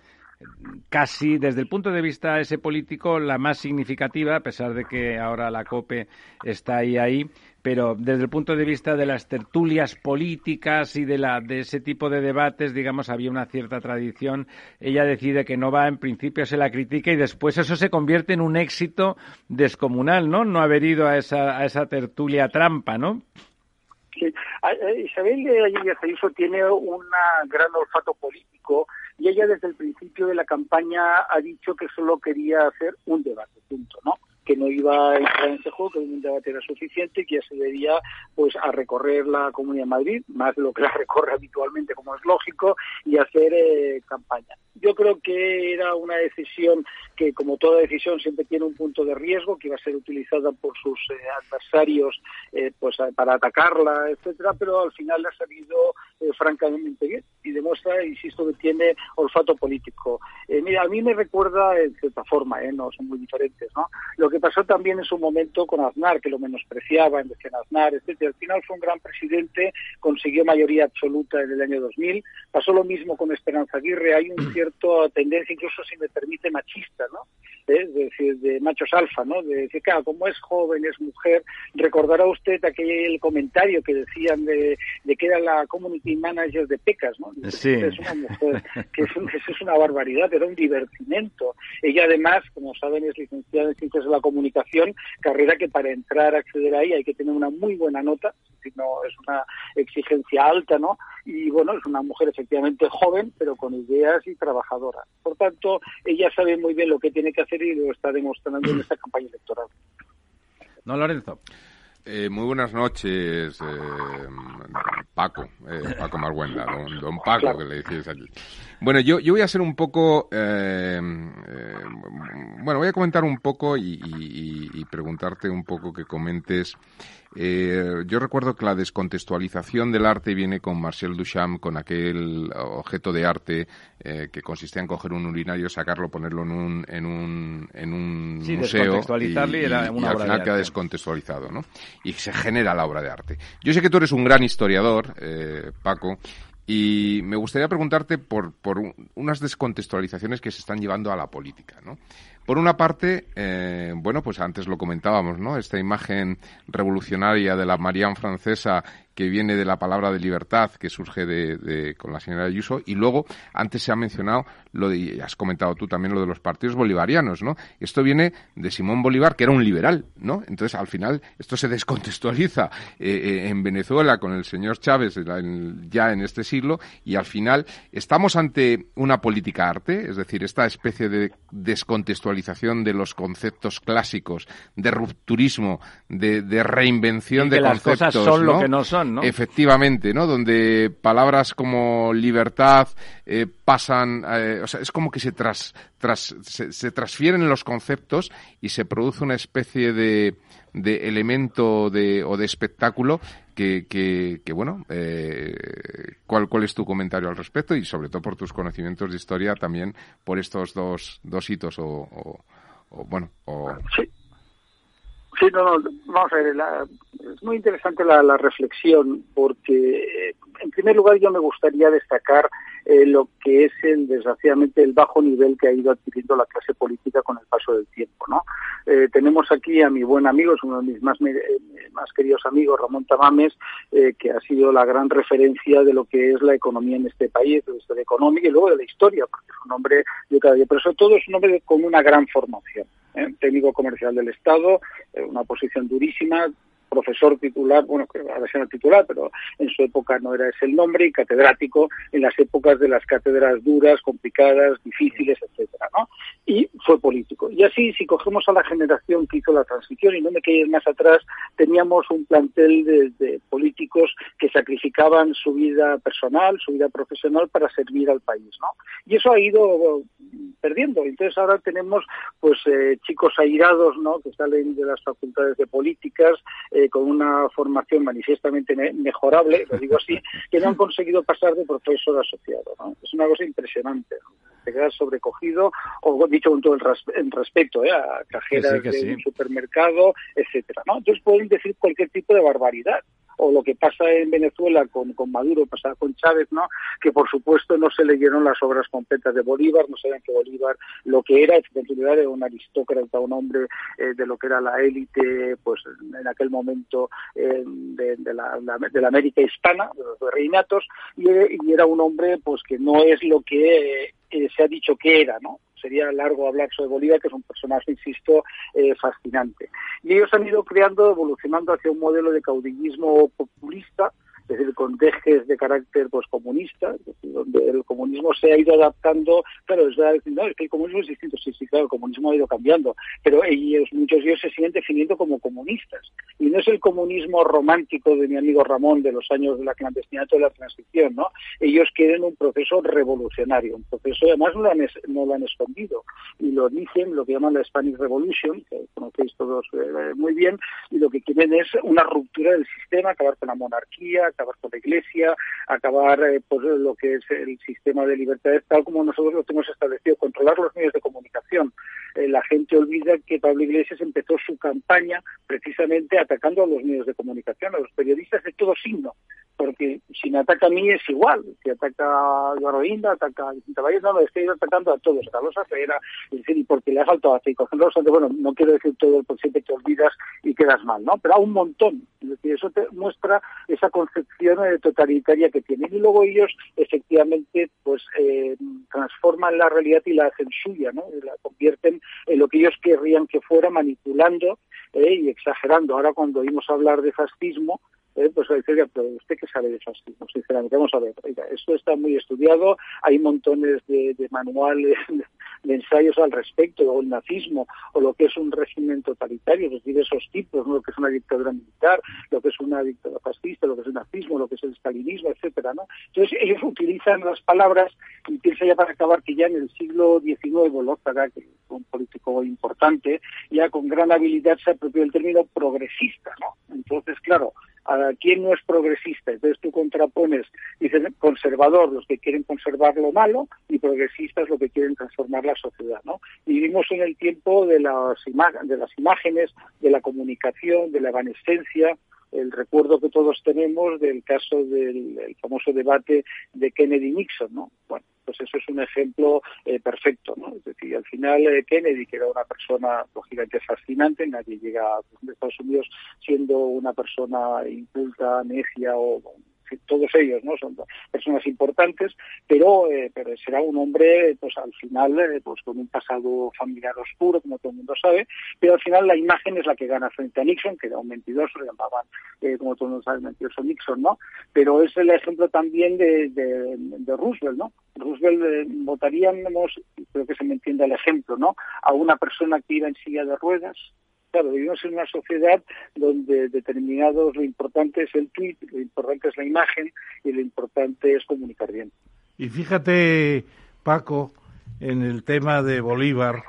B: casi desde el punto de vista ese político la más significativa, a pesar de que ahora la COPE está ahí ahí, pero desde el punto de vista de las tertulias políticas y de la de ese tipo de debates, digamos, había una cierta tradición. Ella decide que no va, en principio se la critica y después eso se convierte en un éxito descomunal, ¿no? No haber ido a esa a esa tertulia trampa, ¿no?
F: Sí. Isabel Díaz Ayuso tiene un gran olfato político y ella desde el principio de la campaña ha dicho que solo quería hacer un debate, punto, ¿no? Que no iba a entrar en ese juego, que un debate era suficiente y que ya se debía pues a recorrer la Comunidad de Madrid, más lo que la recorre habitualmente, como es lógico, y hacer eh, campaña. Yo creo que era una decisión que como toda decisión siempre tiene un punto de riesgo, que iba a ser utilizada por sus eh, adversarios eh, pues para atacarla, etcétera, pero al final le ha salido eh, francamente bien y demuestra, insisto, que tiene olfato político. Eh, mira, a mí me recuerda en cierta forma, eh, no son muy diferentes, ¿no? Lo que pasó también en su momento con Aznar, que lo menospreciaban, decían Aznar, etcétera. Al final fue un gran presidente, consiguió mayoría absoluta en el año dos mil. Pasó lo mismo con Esperanza Aguirre. Hay una cierta tendencia, incluso si me permite, machista, ¿no? ¿Eh? Es decir, de machos alfa, ¿no? De decir, claro, como es joven, es mujer, recordará usted aquel comentario que decían de, de que era la community manager de Pecas, ¿no?
B: Sí.
F: Es una mujer, que es, un, eso es una barbaridad, era un divertimento. Ella además, como saben, es licenciada en Ciencias de la Comunicación, carrera que para entrar a acceder ahí hay que tener una muy buena nota, es decir, no es una exigencia alta, ¿no? Y bueno, es una mujer efectivamente joven, pero con ideas y trabajadora. Por tanto, ella sabe muy bien lo que tiene que hacer y lo está demostrando en esta campaña electoral.
B: No, Lorenzo.
D: Eh, muy buenas noches, eh, Paco, eh, Paco Marguenda, don, don Paco, claro, que le decís aquí. Bueno, yo, yo voy a ser un poco, eh, eh, bueno, voy a comentar un poco y, y, y preguntarte un poco que comentes. Eh, yo recuerdo que la descontextualización del arte viene con Marcel Duchamp, con aquel objeto de arte eh, que consistía en coger un urinario, sacarlo, ponerlo en un en un en un
B: sí,
D: museo
B: y,
D: y,
B: era una
D: y al
B: obra
D: final
B: de
D: queda
B: arte.
D: descontextualizado, ¿no? Y se genera la obra de arte. Yo sé que tú eres un gran historiador, eh, Paco, y me gustaría preguntarte por, por un, unas descontextualizaciones que se están llevando a la política, ¿no? Por una parte, eh, bueno, pues antes lo comentábamos, ¿no? Esta imagen revolucionaria de la Marianne francesa que viene de la palabra de libertad que surge de, de con la señora Ayuso, y luego antes se ha mencionado lo de, y has comentado tú también lo de los partidos bolivarianos, ¿no? Esto viene de Simón Bolívar, que era un liberal, ¿no? Entonces, al final, esto se descontextualiza eh, eh, en Venezuela con el señor Chávez en, ya en este siglo, y al final estamos ante una política arte, es decir, esta especie de descontextualización de los conceptos clásicos, de rupturismo, de, de reinvención
B: y que
D: de
B: las
D: conceptos,
B: cosas son
D: ¿no?
B: lo que no son, ¿no?
D: Efectivamente, ¿no? Donde palabras como libertad eh, pasan, eh, o sea, es como que se, tras, tras, se, se transfieren los conceptos y se produce una especie de, de elemento de, o de espectáculo que, que, que bueno, eh, ¿cuál, ¿cuál es tu comentario al respecto? Y sobre todo por tus conocimientos de historia también por estos dos, dos hitos o, o, o bueno, o...
F: Sí. Sí, no, no, vamos a ver, la, es muy interesante la, la reflexión porque, en primer lugar, yo me gustaría destacar eh, lo que es, el, desgraciadamente, el bajo nivel que ha ido adquiriendo la clase política con el paso del tiempo, ¿no? Eh, tenemos aquí a mi buen amigo, es uno de mis más, eh, más queridos amigos, Ramón Tamames, eh, que ha sido la gran referencia de lo que es la economía en este país, de la historia económica y luego de la historia, porque es un hombre de cada día, pero sobre todo es un hombre con una gran formación. ¿Eh? Técnico comercial del Estado, eh, una posición durísima, profesor titular, bueno, que ahora sea titular, pero en su época no era ese el nombre, y catedrático en las épocas de las cátedras duras, complicadas, difíciles, etcétera, ¿no? Y fue político. Y así, si cogemos a la generación que hizo la transición, y no me quedé más atrás, teníamos un plantel de, de políticos que sacrificaban su vida personal, su vida profesional para servir al país, ¿no? Y eso ha ido perdiendo. Entonces ahora tenemos pues eh, chicos airados, ¿no?, que salen de las facultades de políticas eh, con una formación manifiestamente me mejorable, lo digo así, que no han conseguido pasar de profesor asociado, ¿no? Es una cosa impresionante, ¿no? Te quedas sobrecogido, o dicho con todo el, res el respeto, ¿eh?, a cajeras que sí, que sí. de un supermercado, etcétera, ¿no? Entonces pueden decir cualquier tipo de barbaridad. O lo que pasa en Venezuela con, con Maduro, pasaba con Chávez, ¿no?, que por supuesto no se leyeron las obras completas de Bolívar, no sabían que Bolívar lo que era, efectivamente era un aristócrata, un hombre eh, de lo que era la élite, pues en aquel momento eh, de, de, la, de la América hispana, de los reinatos, y, y era un hombre pues que no es lo que eh, se ha dicho que era, ¿no? Sería largo hablar sobre Bolívar, que es un personaje, insisto, eh, fascinante. Y ellos han ido creando, evolucionando hacia un modelo de caudillismo populista, es decir, con dejes de carácter pues comunista, es decir, donde el comunismo se ha ido adaptando. Claro, es verdad, no, es que el comunismo es distinto, sí, sí, claro, el comunismo ha ido cambiando, pero ellos, muchos de ellos se siguen definiendo como comunistas, y no es el comunismo romántico de mi amigo Ramón de los años de la clandestinidad de la transición, ¿no? Ellos quieren un proceso revolucionario, un proceso, además no lo han, no lo han escondido, y lo dicen, lo que llaman la Spanish Revolution, que conocéis todos eh, muy bien, y lo que quieren es una ruptura del sistema, acabar con la monarquía, acabar con la Iglesia, acabar eh, por lo que es el sistema de libertades tal como nosotros lo tenemos establecido, controlar los medios de comunicación. Eh, la gente olvida que Pablo Iglesias empezó su campaña precisamente atacando a los medios de comunicación, a los periodistas de todo signo, porque si me ataca a mí es igual, si ataca a Eduardo Inda, ataca a Vicente Valles, no, no, estoy atacando a todos, a Carlos Herrera, es decir, y porque le ha faltado a Feijóo. Bueno, no quiero decir todo, porque siempre te olvidas y quedas mal, ¿no? Pero a un montón, es decir, eso te muestra esa concepción eh, totalitaria que tienen, y luego ellos efectivamente pues eh, transforman la realidad y la hacen suya, ¿no? Y la convierten en lo que ellos querrían que fuera, manipulando eh, y exagerando. Ahora cuando oímos hablar de fascismo, Eh, pues decir, pero ¿usted qué sabe de fascismo? Sinceramente, vamos a ver, oiga, esto está muy estudiado, hay montones de, de manuales, de, de ensayos al respecto, o el nazismo, o lo que es un régimen totalitario, es decir, esos tipos, ¿no? Lo que es una dictadura militar, lo que es una dictadura fascista, lo que es el nazismo, lo que es el stalinismo, etcétera, ¿no? Entonces ellos utilizan las palabras, y piensa ya para acabar que ya en el siglo diecinueve, Lózaga, que fue un político importante, ya con gran habilidad se apropió el término progresista, ¿no? Entonces, claro, ¿a quién no es progresista? Entonces tú contrapones, dicen conservador, los que quieren conservar lo malo, y progresistas, los que quieren transformar la sociedad, ¿no? Y vivimos en el tiempo de las, ima- de las imágenes, de la comunicación, de la evanescencia, el recuerdo que todos tenemos del caso del el famoso debate de Kennedy-Nixon, ¿no? Bueno, pues eso es un ejemplo eh, perfecto, ¿no? Es decir, al final eh, Kennedy, que era una persona lógicamente fascinante, nadie llega a Estados Unidos siendo una persona inculta, necia o todos ellos, ¿no? Son personas importantes, pero eh, pero será un hombre, pues al final, eh, pues con un pasado familiar oscuro, como todo el mundo sabe, pero al final la imagen es la que gana frente a Nixon, que era un mentiroso, le llamaban, eh, como todo el mundo sabe, mentiroso Nixon, ¿no? Pero es el ejemplo también de, de, de Roosevelt, ¿no? Roosevelt eh, votaríamos, creo que se me entiende el ejemplo, ¿no? A una persona que iba en silla de ruedas. Claro, vivimos en una sociedad donde determinados, lo importante es el tuit, lo importante es la imagen y lo importante es comunicar bien.
C: Y fíjate, Paco, en el tema de Bolívar,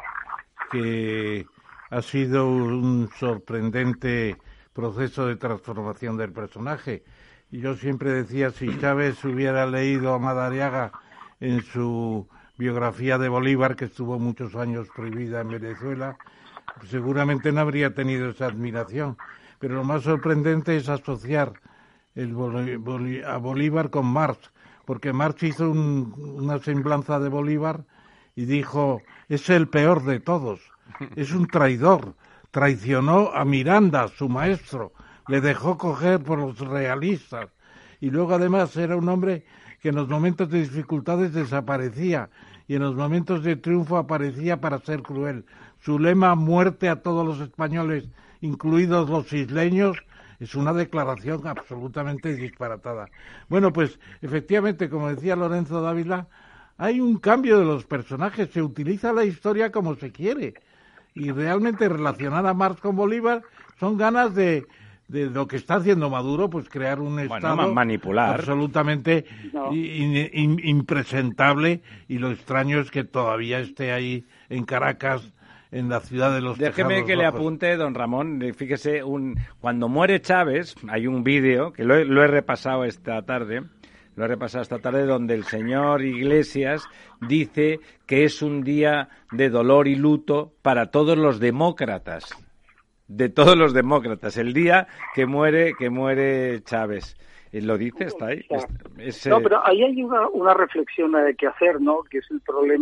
C: que ha sido un sorprendente proceso de transformación del personaje. Y yo siempre decía, si Chávez hubiera leído a Madariaga en su biografía de Bolívar, que estuvo muchos años prohibida en Venezuela, seguramente no habría tenido esa admiración, pero lo más sorprendente es asociar el Bol- Bol- a Bolívar con Marx, porque Marx hizo un, una semblanza de Bolívar y dijo, es el peor de todos, es un traidor, traicionó a Miranda, su maestro, le dejó coger por los realistas, y luego además era un hombre que en los momentos de dificultades desaparecía, y en los momentos de triunfo aparecía para ser cruel. Su lema, muerte a todos los españoles, incluidos los isleños, es una declaración absolutamente disparatada. Bueno, pues efectivamente, como decía Lorenzo Dávila, hay un cambio de los personajes, se utiliza la historia como se quiere, y realmente relacionar a Marx con Bolívar son ganas de, de lo que está haciendo Maduro, pues crear un
B: bueno,
C: Estado
B: manipular.
C: absolutamente
F: no.
C: in, in, impresentable, y lo extraño es que todavía esté ahí en Caracas, en la ciudad de los
B: Déjeme
C: tejados
B: que le
C: rojos.
B: apunte, don Ramón, fíjese, un, cuando muere Chávez, hay un vídeo, que lo he, lo he repasado esta tarde, lo he repasado esta tarde, donde el señor Iglesias dice que es un día de dolor y luto para todos los demócratas, de todos los demócratas, el día que muere, que muere Chávez. Lo dice, está ahí. Es, es,
F: no, pero ahí hay una, una reflexión eh, que hacer, ¿no? Que es el problema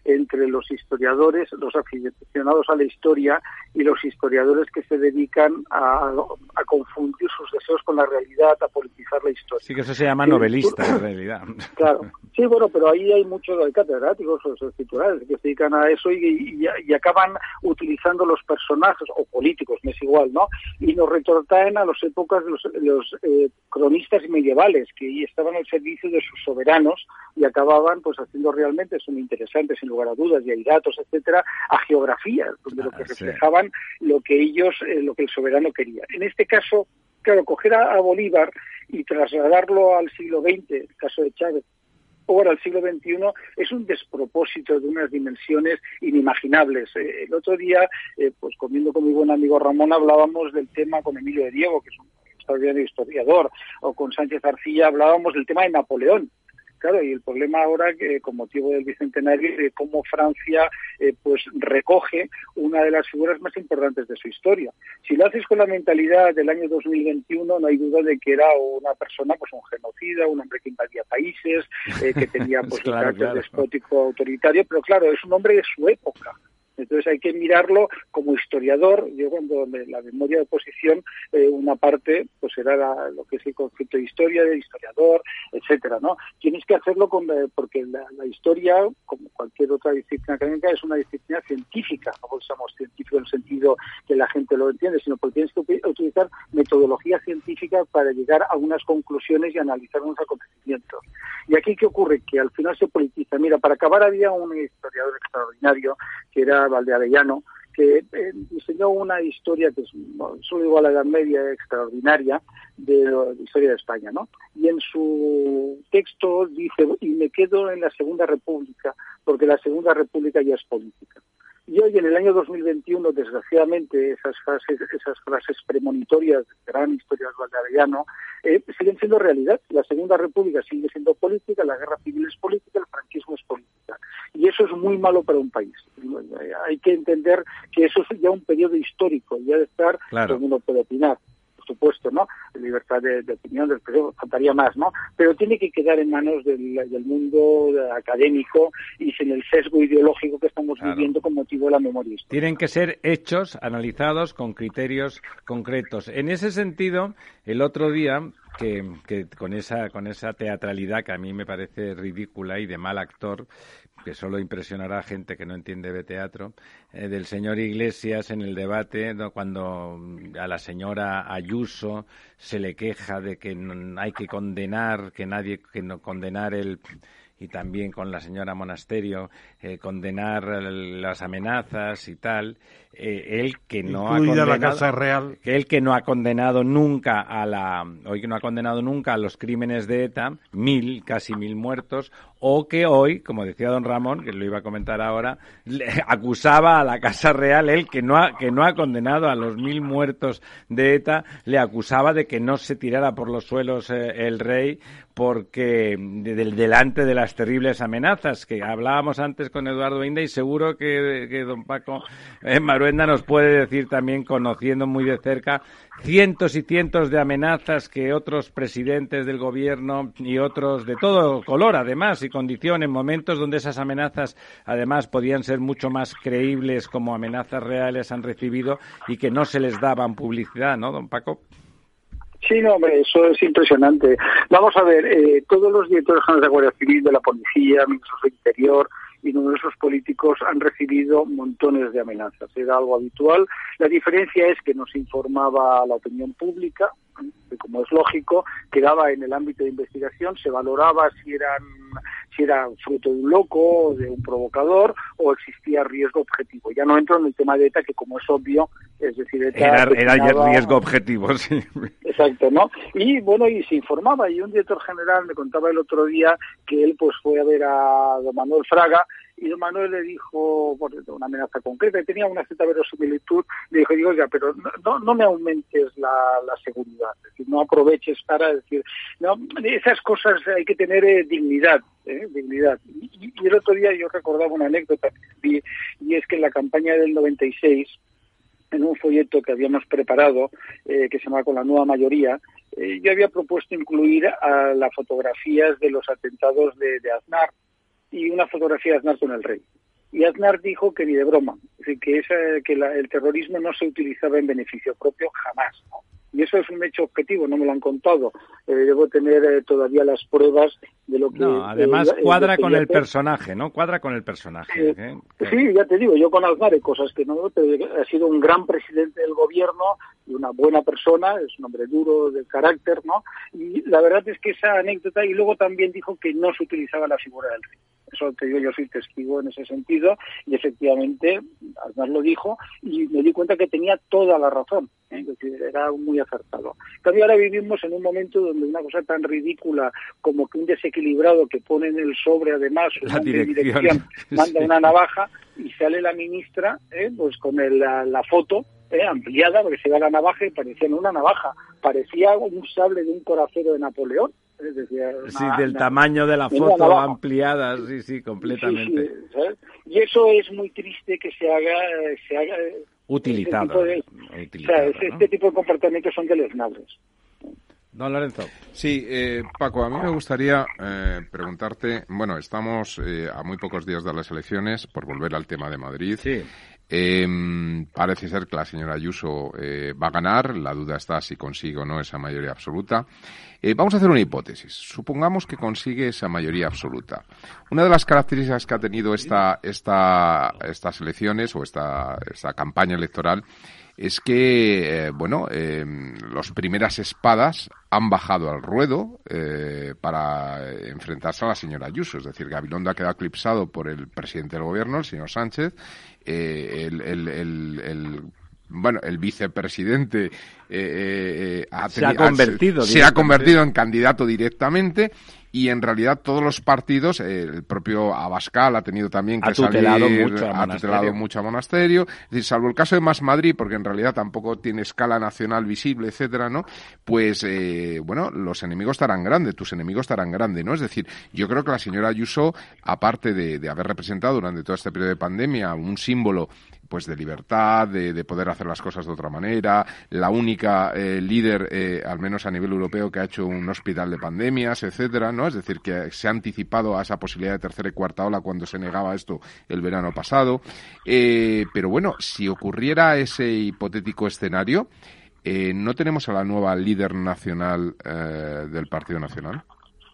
F: entre los historiadores, los aficionados a la historia y los historiadores que se dedican a, a confundir sus deseos con la realidad, a politizar la historia.
B: Sí, que eso se llama novelista, en realidad.
F: Claro. Sí, bueno, pero ahí hay muchos hay catedráticos o escritores que se dedican a eso y, y, y acaban utilizando los personajes, o políticos, me es igual, ¿no? Y nos retrotraen a las épocas de los, los eh, cronistas medievales, que estaban al servicio de sus soberanos y acababan pues haciendo realmente, son interesantes sin lugar a dudas, y hay datos, etcétera, a geografías, donde ah, lo que reflejaban sí. lo que ellos, eh, lo que el soberano quería. En este caso, claro, coger a, a Bolívar y trasladarlo al siglo veinte, el caso de Chávez, ahora al siglo veintiuno, es un despropósito de unas dimensiones inimaginables. Eh, el otro día, eh, pues comiendo con mi buen amigo Ramón, hablábamos del tema con Emilio de Diego, que es un extraordinario historiador, o con Sánchez Arcilla hablábamos del tema de Napoleón. Claro, y el problema ahora, que con motivo del bicentenario, de cómo Francia eh, pues recoge una de las figuras más importantes de su historia. Si lo haces con la mentalidad del año dos mil veintiuno, no hay duda de que era una persona, pues un genocida, un hombre que invadía países, eh, que tenía pues claro, un carácter claro. despótico, autoritario, pero claro, es un hombre de su época. Entonces hay que mirarlo como historiador. Yo cuando me, la memoria de oposición, eh, una parte pues era la, lo que es el concepto de historia, de historiador, etcétera, ¿no? Tienes que hacerlo con, eh, porque la, la historia, como cualquier otra disciplina académica, es una disciplina científica. No usamos científico en el sentido que la gente lo entiende, sino porque tienes que utilizar metodología científica para llegar a unas conclusiones y analizar unos acontecimientos. Y aquí, ¿qué ocurre? Que al final se politiza. Mira, para acabar había un historiador extraordinario que era Valdeavellano, que eh, diseñó una historia que es solo igual a la Edad Media, extraordinaria, de la historia de España, ¿no? Y en su texto dice, y me quedo en la Segunda República, porque la Segunda República ya es política. Y hoy, en el año dos mil veintiuno, desgraciadamente, esas frases, esas frases premonitorias del gran historiador Valdeavellano eh, siguen siendo realidad. La Segunda República sigue siendo política, la guerra civil es política, el franquismo es política. Y eso es muy malo para un país. Hay que entender que eso es ya un periodo histórico, ya de estar, claro. Todo uno puede opinar, por supuesto, ¿no? Libertad de, de opinión, del precio, faltaría más, ¿no? Pero tiene que quedar en manos del, del mundo académico y sin el sesgo ideológico que estamos claro. viviendo con motivo de la memoria histórica.
B: Tienen que ser hechos analizados con criterios concretos. En ese sentido, el otro día, que, que con esa con esa teatralidad que a mí me parece ridícula y de mal actor, que solo impresionará a gente que no entiende de teatro, eh, del señor Iglesias en el debate, ¿no? Cuando a la señora Ayuso se le queja de que no, hay que condenar, que nadie, que no condenar el... y también con la señora Monasterio, eh, condenar las amenazas y tal, eh, él que no ha condenado,
C: la Casa Real.
B: que él que no ha condenado nunca a la, hoy que no ha condenado nunca a los crímenes de ETA, mil, casi mil muertos, o que hoy, como decía don Ramón, que lo iba a comentar ahora, le acusaba a la Casa Real, él que no ha, que no ha condenado a los mil muertos de ETA, le acusaba de que no se tirara por los suelos eh, el rey, porque de, de, delante de las terribles amenazas que hablábamos antes con Eduardo Inda, y seguro que, que don Paco eh, Maruenda nos puede decir también, conociendo muy de cerca, cientos y cientos de amenazas que otros presidentes del gobierno y otros de todo color, además, y condición, en momentos donde esas amenazas, además, podían ser mucho más creíbles como amenazas reales, han recibido y que no se les daban publicidad, ¿no, don Paco?
F: Sí, no, hombre, eso es impresionante. Vamos a ver, eh, todos los directores generales de la Guardia Civil, de la Policía, ministros de Interior y numerosos políticos han recibido montones de amenazas. Era algo habitual. La diferencia es que nos informaba la opinión pública, que, como es lógico, quedaba en el ámbito de investigación, se valoraba si eran si era fruto de un loco, de un provocador, o existía riesgo objetivo. Ya no entro en el tema de ETA, que como es obvio, es decir, ETA...
B: Era, era ya riesgo objetivo, sí.
F: Exacto, ¿no? Y bueno, y se informaba, y un director general me contaba el otro día que él pues fue a ver a don Manuel Fraga, y don Manuel le dijo, por una amenaza concreta, y tenía una cierta verosimilitud, le dijo, digo, oiga, pero no, no me aumentes la, la seguridad, es decir, no aproveches para decir, no, esas cosas hay que tener eh, dignidad, eh, dignidad. Y, y el otro día yo recordaba una anécdota, y, y es que en la campaña del noventa y seis, en un folleto que habíamos preparado, eh, que se llama Con la nueva mayoría, eh, yo había propuesto incluir a las fotografías de los atentados de, de Aznar, y una fotografía de Aznar con el rey. y Aznar dijo que ni de broma, es decir, que, esa, que la, el terrorismo no se utilizaba en beneficio propio jamás, ¿no? Y eso es un hecho objetivo, no me lo han contado. Eh, debo tener eh, todavía las pruebas de lo que...
B: No, además
F: eh,
B: cuadra
F: que
B: con el
F: hacer.
B: personaje, ¿no? Cuadra con el personaje.
F: Eh,
B: ¿eh?
F: Sí, ya te digo, yo con Aznar hay cosas que no, pero ha sido un gran presidente del gobierno y una buena persona, es un hombre duro de carácter, ¿no? Y la verdad es que esa anécdota, y luego también dijo que no se utilizaba la figura del rey. Eso te digo, yo soy testigo en ese sentido, y efectivamente Aznar lo dijo, y me di cuenta que tenía toda la razón, ¿eh? Es decir, era muy acertado. En cambio, ahora vivimos en un momento donde una cosa tan ridícula como que un desequilibrado que pone en el sobre, además,
B: La dirección,
F: dirección manda
B: sí.
F: una navaja, y sale la ministra, ¿eh? pues con el, la, la foto ¿eh? ampliada, porque se ve la navaja y parecía no una navaja, parecía un sable de un coracero de Napoleón. Es decir, una,
B: sí, del
F: una,
B: tamaño de la foto ampliada, sí, sí, completamente.
F: Sí, sí, ¿sabes? Y eso es muy triste que se haga, se haga
B: utilizado.
F: Este tipo de,
B: utilizado,
F: o sea,
B: ¿no?
F: Este tipo de comportamientos son deleznables.
B: Don Lorenzo.
D: Sí, eh, Paco, a mí me gustaría eh, preguntarte, bueno, estamos eh, a muy pocos días de las elecciones, por volver al tema de Madrid.
B: Sí.
D: Eh, parece ser que la señora Ayuso eh, va a ganar, la duda está si consigue o no esa mayoría absoluta. Eh, vamos a hacer una hipótesis. Supongamos que consigue esa mayoría absoluta. Una de las características que ha tenido esta, esta, estas elecciones o esta, esta campaña electoral es que, eh, bueno, eh, las primeras espadas han bajado al ruedo eh, para enfrentarse a la señora Ayuso. Es decir, Gabilondo ha quedado eclipsado por el presidente del gobierno, el señor Sánchez, eh, el, el, el, el bueno, el vicepresidente eh, eh, ha
B: se ha convertido,
D: ha, se ha convertido en candidato directamente. Y en realidad todos los partidos, eh, el propio Abascal ha tenido también que
B: ha tutelado
D: salir,
B: mucho
D: ha tutelado mucho a Monasterio, es decir, salvo el caso de Más Madrid, porque en realidad tampoco tiene escala nacional visible, etcétera, ¿no? Pues, eh, bueno, los enemigos estarán grandes, tus enemigos estarán grandes, ¿no? Es decir, yo creo que la señora Ayuso, aparte de, de haber representado durante todo este periodo de pandemia un símbolo pues de libertad, de, de poder hacer las cosas de otra manera, la única eh, líder, eh, al menos a nivel europeo, que ha hecho un hospital de pandemias, etcétera, ¿no? Es decir, que se ha anticipado a esa posibilidad de tercera y cuarta ola cuando se negaba esto el verano pasado. Eh, pero bueno, si ocurriera ese hipotético escenario, eh, ¿no tenemos a la nueva líder nacional eh, del Partido Nacional?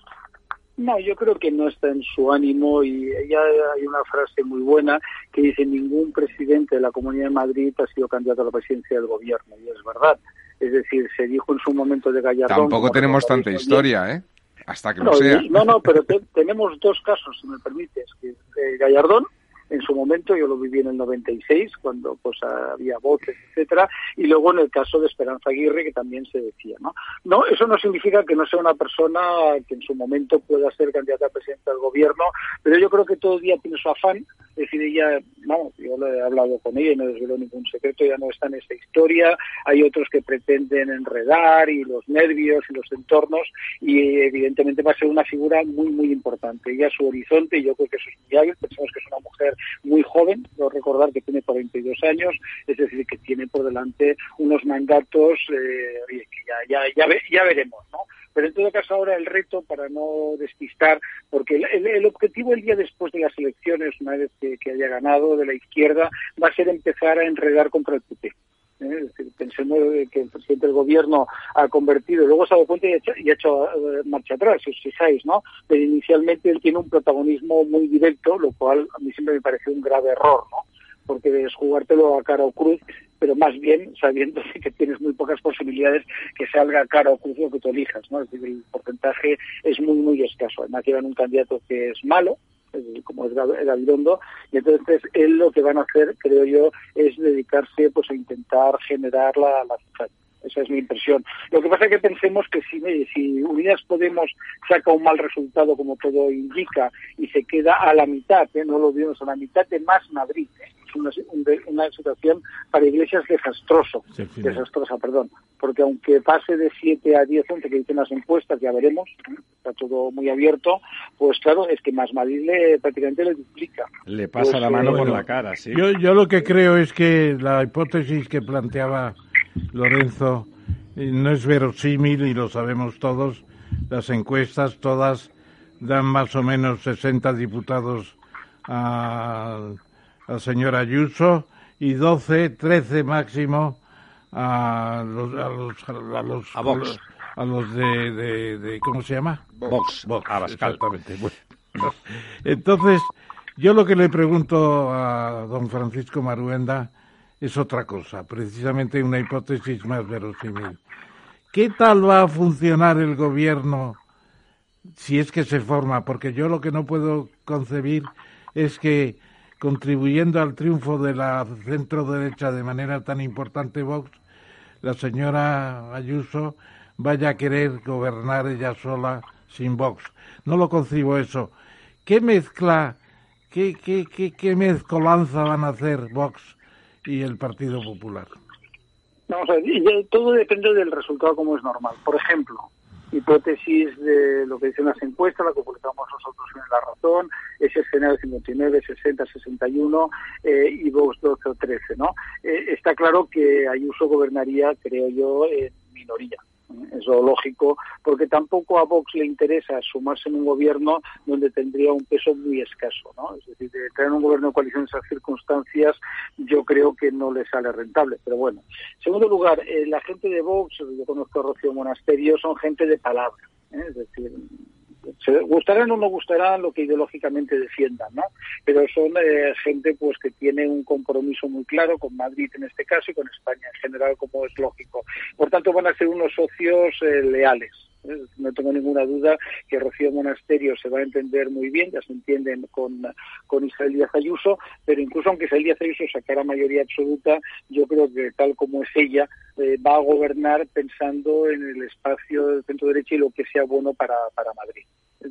F: No, yo creo que no está en su ánimo, y ella hay una frase muy buena que dice: ningún presidente de la Comunidad de Madrid ha sido candidato a la presidencia del gobierno, y es verdad. Es decir, se dijo en su momento de Gallardón...
D: Tampoco tenemos tanta historia, bien. ¿eh? Hasta que
F: no,
D: lo sea.
F: No, no, pero te, tenemos dos casos, si me permites. Que, eh, Gallardón, en su momento, yo lo viví en el noventa y seis, cuando pues había voces, etcétera, y luego en el caso de Esperanza Aguirre, que también se decía, ¿no? No, eso no significa que no sea una persona que en su momento pueda ser candidata a presidenta del gobierno, pero yo creo que todo día tiene su afán. Es decir, ella, vamos, yo le he hablado con ella y no desveló ningún secreto, ya no está en esa historia. Hay otros que pretenden enredar, y los nervios y los entornos, y evidentemente va a ser una figura muy, muy importante. Ella, su horizonte, y yo creo que eso es muy hábil, pensamos que es una mujer muy joven, debo recordar que tiene cuarenta y dos años, es decir, que tiene por delante unos mandatos eh, que ya, ya, ya, ve, ya veremos, ¿no? Pero en todo caso ahora el reto, para no despistar, porque el, el, el objetivo el día después de las elecciones, una vez que, que haya ganado de la izquierda, va a ser empezar a enredar contra el P P. ¿Eh? Es decir, pensemos que el presidente del gobierno ha convertido, luego se ha dado cuenta y ha hecho, y ha hecho uh, marcha atrás, si os fijáis, ¿no? Pero inicialmente él tiene un protagonismo muy directo, lo cual a mí siempre me pareció un grave error, ¿no? Porque es jugártelo a cara o cruz, pero más bien sabiendo que tienes muy pocas posibilidades que salga a cara o cruz lo que tú elijas, ¿no? Es decir, el porcentaje es muy, muy escaso. Además, llevan un candidato que es malo, como es Gabilondo, y entonces él lo que van a hacer, creo yo, es dedicarse pues a intentar generar la, la cizaña. Esa es mi impresión. Lo que pasa es que pensemos que si, si Unidas Podemos saca un mal resultado, como todo indica, y se queda a la mitad, ¿eh? no lo vimos, a la mitad de Más Madrid, ¿eh? es una, una situación para Iglesias desastroso, sí, sí, desastrosa, perdón, porque aunque pase de siete a diez, once, que dicen las encuestas, ya veremos, ¿eh? está todo muy abierto, pues claro, es que Más Madrid le, prácticamente le duplica.
B: Le pasa
F: pues,
B: la mano
F: eh,
B: por
F: bueno,
B: la cara, sí.
C: Yo, yo lo que creo es que la hipótesis que planteaba Lorenzo no es verosímil, y lo sabemos todos. Las encuestas todas dan más o menos sesenta diputados a, a la señora Ayuso y doce, trece máximo a los a los a los
B: a Vox,
C: a los de, de, de ¿cómo se llama?
B: Vox,
C: Vox,
B: Abascal.
C: Exactamente. Bueno. Entonces, yo lo que le pregunto a don Francisco Maruenda es otra cosa, precisamente una hipótesis más verosímil. ¿Qué tal va a funcionar el gobierno si es que se forma? Porque yo lo que no puedo concebir es que, contribuyendo al triunfo de la centro-derecha de manera tan importante Vox, la señora Ayuso vaya a querer gobernar ella sola sin Vox. No lo concibo eso. ¿Qué mezcla, qué, qué, qué, qué mezcolanza van a hacer Vox y el Partido Popular?
F: Vamos a ver, todo depende del resultado, como es normal. Por ejemplo, hipótesis de lo que dicen las encuestas, la que publicamos nosotros en La Razón, ese escenario cincuenta y nueve, sesenta, sesenta y uno eh, y Vox doce o trece, ¿no? Eh, está claro que Ayuso gobernaría, creo yo, en minoría. Eso lógico, porque tampoco a Vox le interesa sumarse en un gobierno donde tendría un peso muy escaso, ¿no? Es decir, de traer un gobierno de coalición en esas circunstancias, yo creo que no le sale rentable, pero bueno. En segundo lugar, eh, la gente de Vox, yo conozco a Rocío Monasterio, son gente de palabra, ¿eh? Es decir, se gustarán o no gustarán lo que ideológicamente defiendan, ¿no? Pero son eh, gente pues que tiene un compromiso muy claro con Madrid en este caso y con España en general, como es lógico. Por tanto, van a ser unos socios eh, leales. ¿eh? No tengo ninguna duda que Rocío Monasterio se va a entender muy bien, ya se entienden con, con Isabel Díaz Ayuso, pero incluso aunque Isabel Díaz Ayuso sacara mayoría absoluta, yo creo que tal como es ella, eh, va a gobernar pensando en el espacio del centro derecha y lo que sea bueno para, para Madrid.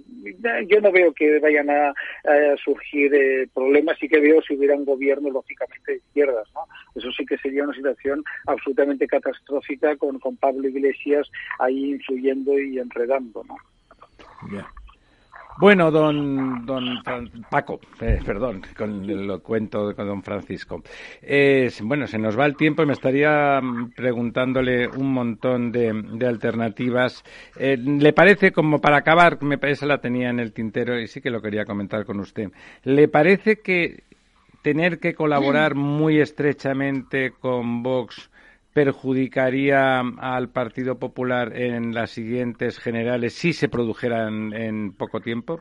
F: Yo no veo que vayan a, a surgir eh, problemas, sí que veo si hubiera un gobierno lógicamente de izquierdas, ¿no? Eso sí que sería una situación absolutamente catastrófica con, con Pablo Iglesias ahí influyendo y enredando, ¿no?
B: Yeah. Bueno, don don Paco, eh, perdón, con el lo cuento con don Francisco. Eh, bueno, se nos va el tiempo y me estaría preguntándole un montón de, de alternativas. Eh, ¿Le parece, como para acabar, me parece la tenía en el tintero y sí que lo quería comentar con usted, ¿le parece que tener que colaborar muy estrechamente con Vox perjudicaría al Partido Popular en las siguientes generales si se produjeran en poco tiempo?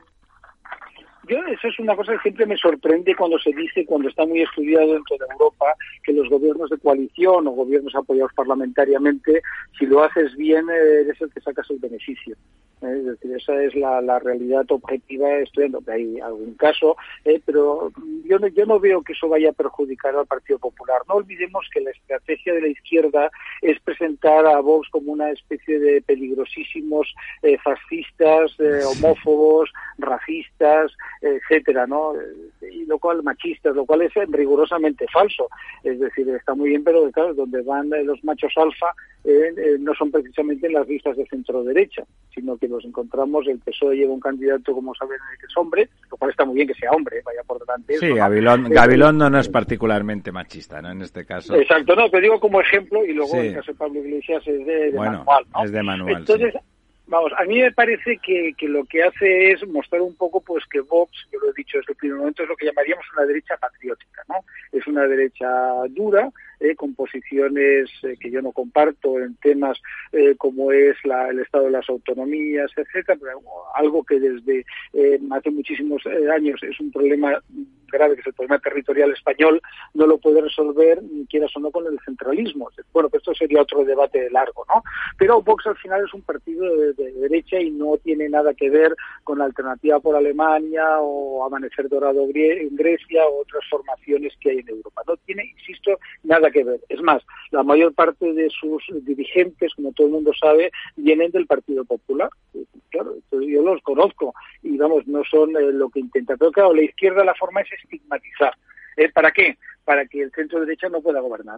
F: Yo, eso es una cosa que siempre me sorprende cuando se dice, cuando está muy estudiado dentro de Europa, que los gobiernos de coalición o gobiernos apoyados parlamentariamente, si lo haces bien, eres el que sacas el beneficio. Es decir, esa es la, la realidad objetiva, estudiando que hay algún caso, eh, pero yo no, yo no veo que eso vaya a perjudicar al Partido Popular. No olvidemos que la estrategia de la izquierda es presentar a Vox como una especie de peligrosísimos eh, fascistas, eh, homófobos, racistas, etcétera, ¿no? Y lo cual machistas, lo cual es rigurosamente falso. Es decir, está muy bien, pero claro, donde van los machos alfa eh, eh, no son precisamente en las listas de centro derecha, sino que los encontramos, el P S O E lleva un candidato, como saben, que es hombre, lo cual está muy bien que sea hombre, vaya por delante.
B: Sí,
F: eso, ¿no?
B: Gabilondo, Gabilondo no es particularmente machista, ¿no? En este caso.
F: Exacto, no, te digo como ejemplo, y luego
B: sí.
F: el caso de Pablo Iglesias es de, de
B: bueno,
F: manual, ¿no?
B: es de manual,
F: Entonces,
B: sí.
F: Vamos, a mí me parece que, que lo que hace es mostrar un poco, pues, que Vox, yo lo he dicho desde el primer momento, es lo que llamaríamos una derecha patriótica, ¿no? Es una derecha dura, eh, con posiciones eh, que yo no comparto en temas eh, como es la, el estado de las autonomías, etcétera, pero algo que desde eh, hace muchísimos eh, años es un problema grave, que es el problema territorial español, no lo puede resolver, quieras o no, con el centralismo. Bueno, pues esto sería otro debate largo, ¿no? Pero Vox al final es un partido de, de derecha y no tiene nada que ver con la Alternativa por Alemania o Amanecer Dorado en Grecia o otras formaciones que hay en Europa. No tiene, insisto, nada que ver. Es más, la mayor parte de sus dirigentes, como todo el mundo sabe, vienen del Partido Popular. Claro, yo los conozco y, vamos, no son eh, lo que intenta. Pero claro, la izquierda, la forma es estigmatizar. ¿Eh? ¿Para qué? Para que el centro derecha no pueda gobernar.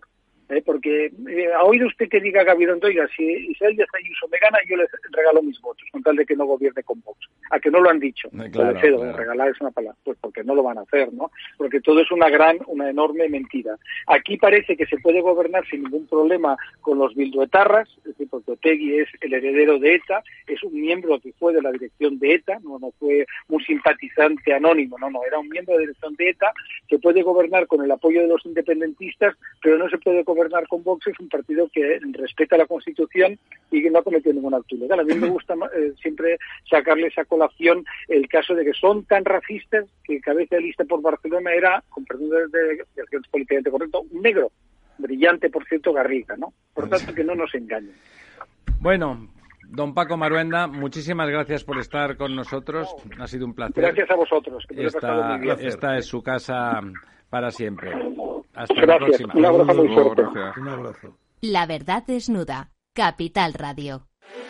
F: ¿eh? Porque eh, ¿ha oído usted que diga Gabilondo, oiga, si Isabel Díaz Ayuso me gana, yo les regalo mis votos, con tal de que no gobierne con Vox? ¿A que no lo han dicho?
B: Claro,
F: cedo,
B: claro.
F: Regalar es una palabra. Pues porque no lo van a hacer, ¿no? Porque todo es una gran, una enorme mentira. Aquí parece que se puede gobernar sin ningún problema con los bilduetarras, es decir, porque Otegi es el heredero de ETA, es un miembro que fue de la dirección de ETA, no, no fue un simpatizante anónimo, no, no, era un miembro de la dirección de ETA, que puede gobernar con el apoyo de los independentistas, pero no se puede gobernar con Vox, es un partido que respeta la Constitución y que no ha cometido ningún acto ilegal. A mí me gusta eh, siempre sacarles a colación el caso de que son tan racistas que cabeza de lista por Barcelona era, con perdón de, de, de, de políticamente correcto, un negro, brillante, por cierto, Garriga, ¿no? Por lo tanto, que no nos engañen.
B: Bueno, don Paco Maruenda, muchísimas gracias por estar con nosotros. Ha sido un placer.
F: Gracias a vosotros. Que
B: esta,
F: muy bien.
B: esta es su casa para siempre. Hasta
F: gracias.
B: la próxima.
F: Un abrazo muy fuerte.
D: Gracias.
C: Un abrazo.
A: La verdad desnuda. Capital Radio.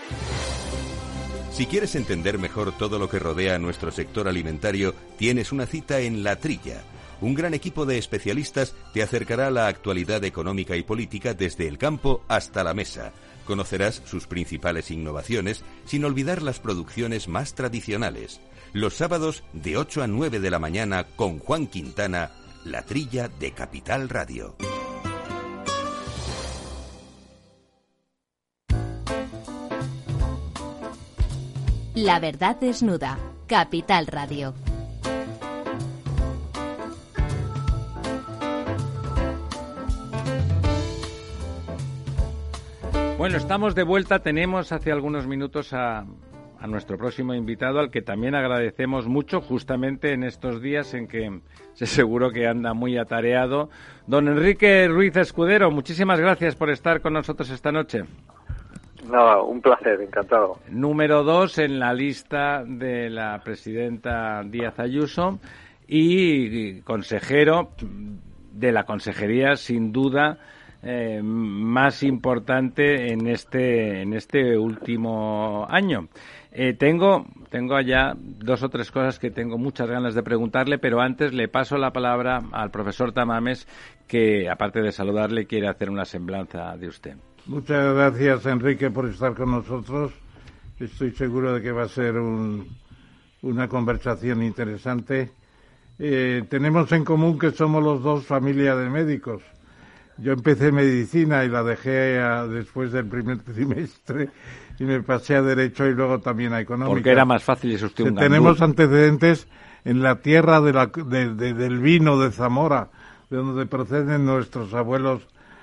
G: Si quieres entender mejor todo lo que rodea a nuestro sector alimentario, tienes una cita en La Trilla. Un gran equipo de especialistas te acercará a la actualidad económica y política desde el campo hasta la mesa. Conocerás sus principales innovaciones sin olvidar las producciones más tradicionales. Los sábados de ocho a nueve de la mañana con Juan Quintana, La Trilla de Capital Radio.
A: La verdad desnuda. Capital Radio.
B: Bueno, estamos de vuelta. Tenemos hace algunos minutos a, a nuestro próximo invitado, al que también agradecemos mucho, justamente en estos días en que se seguro que anda muy atareado. Don Enrique Ruiz Escudero, muchísimas gracias por estar con nosotros esta noche.
H: No, un placer, encantado.
B: Número dos en la lista de la presidenta Díaz Ayuso y consejero de la consejería, sin duda, eh, más importante en este en este último año. Eh, tengo tengo allá dos o tres cosas que tengo muchas ganas de preguntarle, pero antes le paso la palabra al profesor Tamames, que aparte de saludarle quiere hacer una semblanza de usted.
C: Muchas gracias, Enrique, por estar con nosotros. Estoy seguro de que va a ser un, una conversación interesante. Eh, tenemos en común que somos los dos familia de médicos. Yo empecé medicina y la dejé a, después del primer trimestre y me pasé a Derecho y luego también a Económica.
B: Porque era más fácil, es usted un gandul.
C: Tenemos antecedentes en la tierra de la, de, de, del vino de Zamora, de donde proceden nuestros abuelos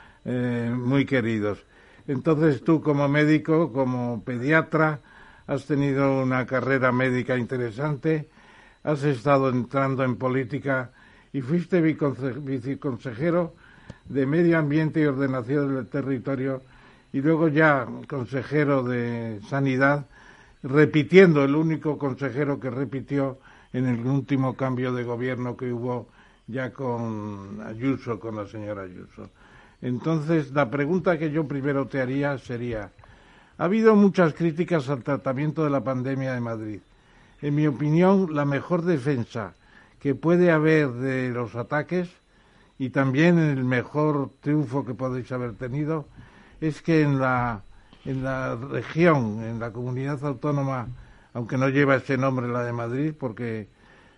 C: eh, muy queridos. Entonces tú, como médico, como pediatra, has tenido una carrera médica interesante, has estado entrando en política y fuiste viconse- viceconsejero de Medio Ambiente y Ordenación del Territorio y luego ya consejero de Sanidad, repitiendo, el único consejero que repitió en el último cambio de gobierno que hubo ya con Ayuso, con la señora Ayuso. Entonces, la pregunta que yo primero te haría sería, ha habido muchas críticas al tratamiento de la pandemia de Madrid. En mi opinión, la mejor defensa que puede haber de los ataques y también el mejor triunfo que podéis haber tenido es que en la, en la región, en la comunidad autónoma, aunque no lleva ese nombre la de Madrid, porque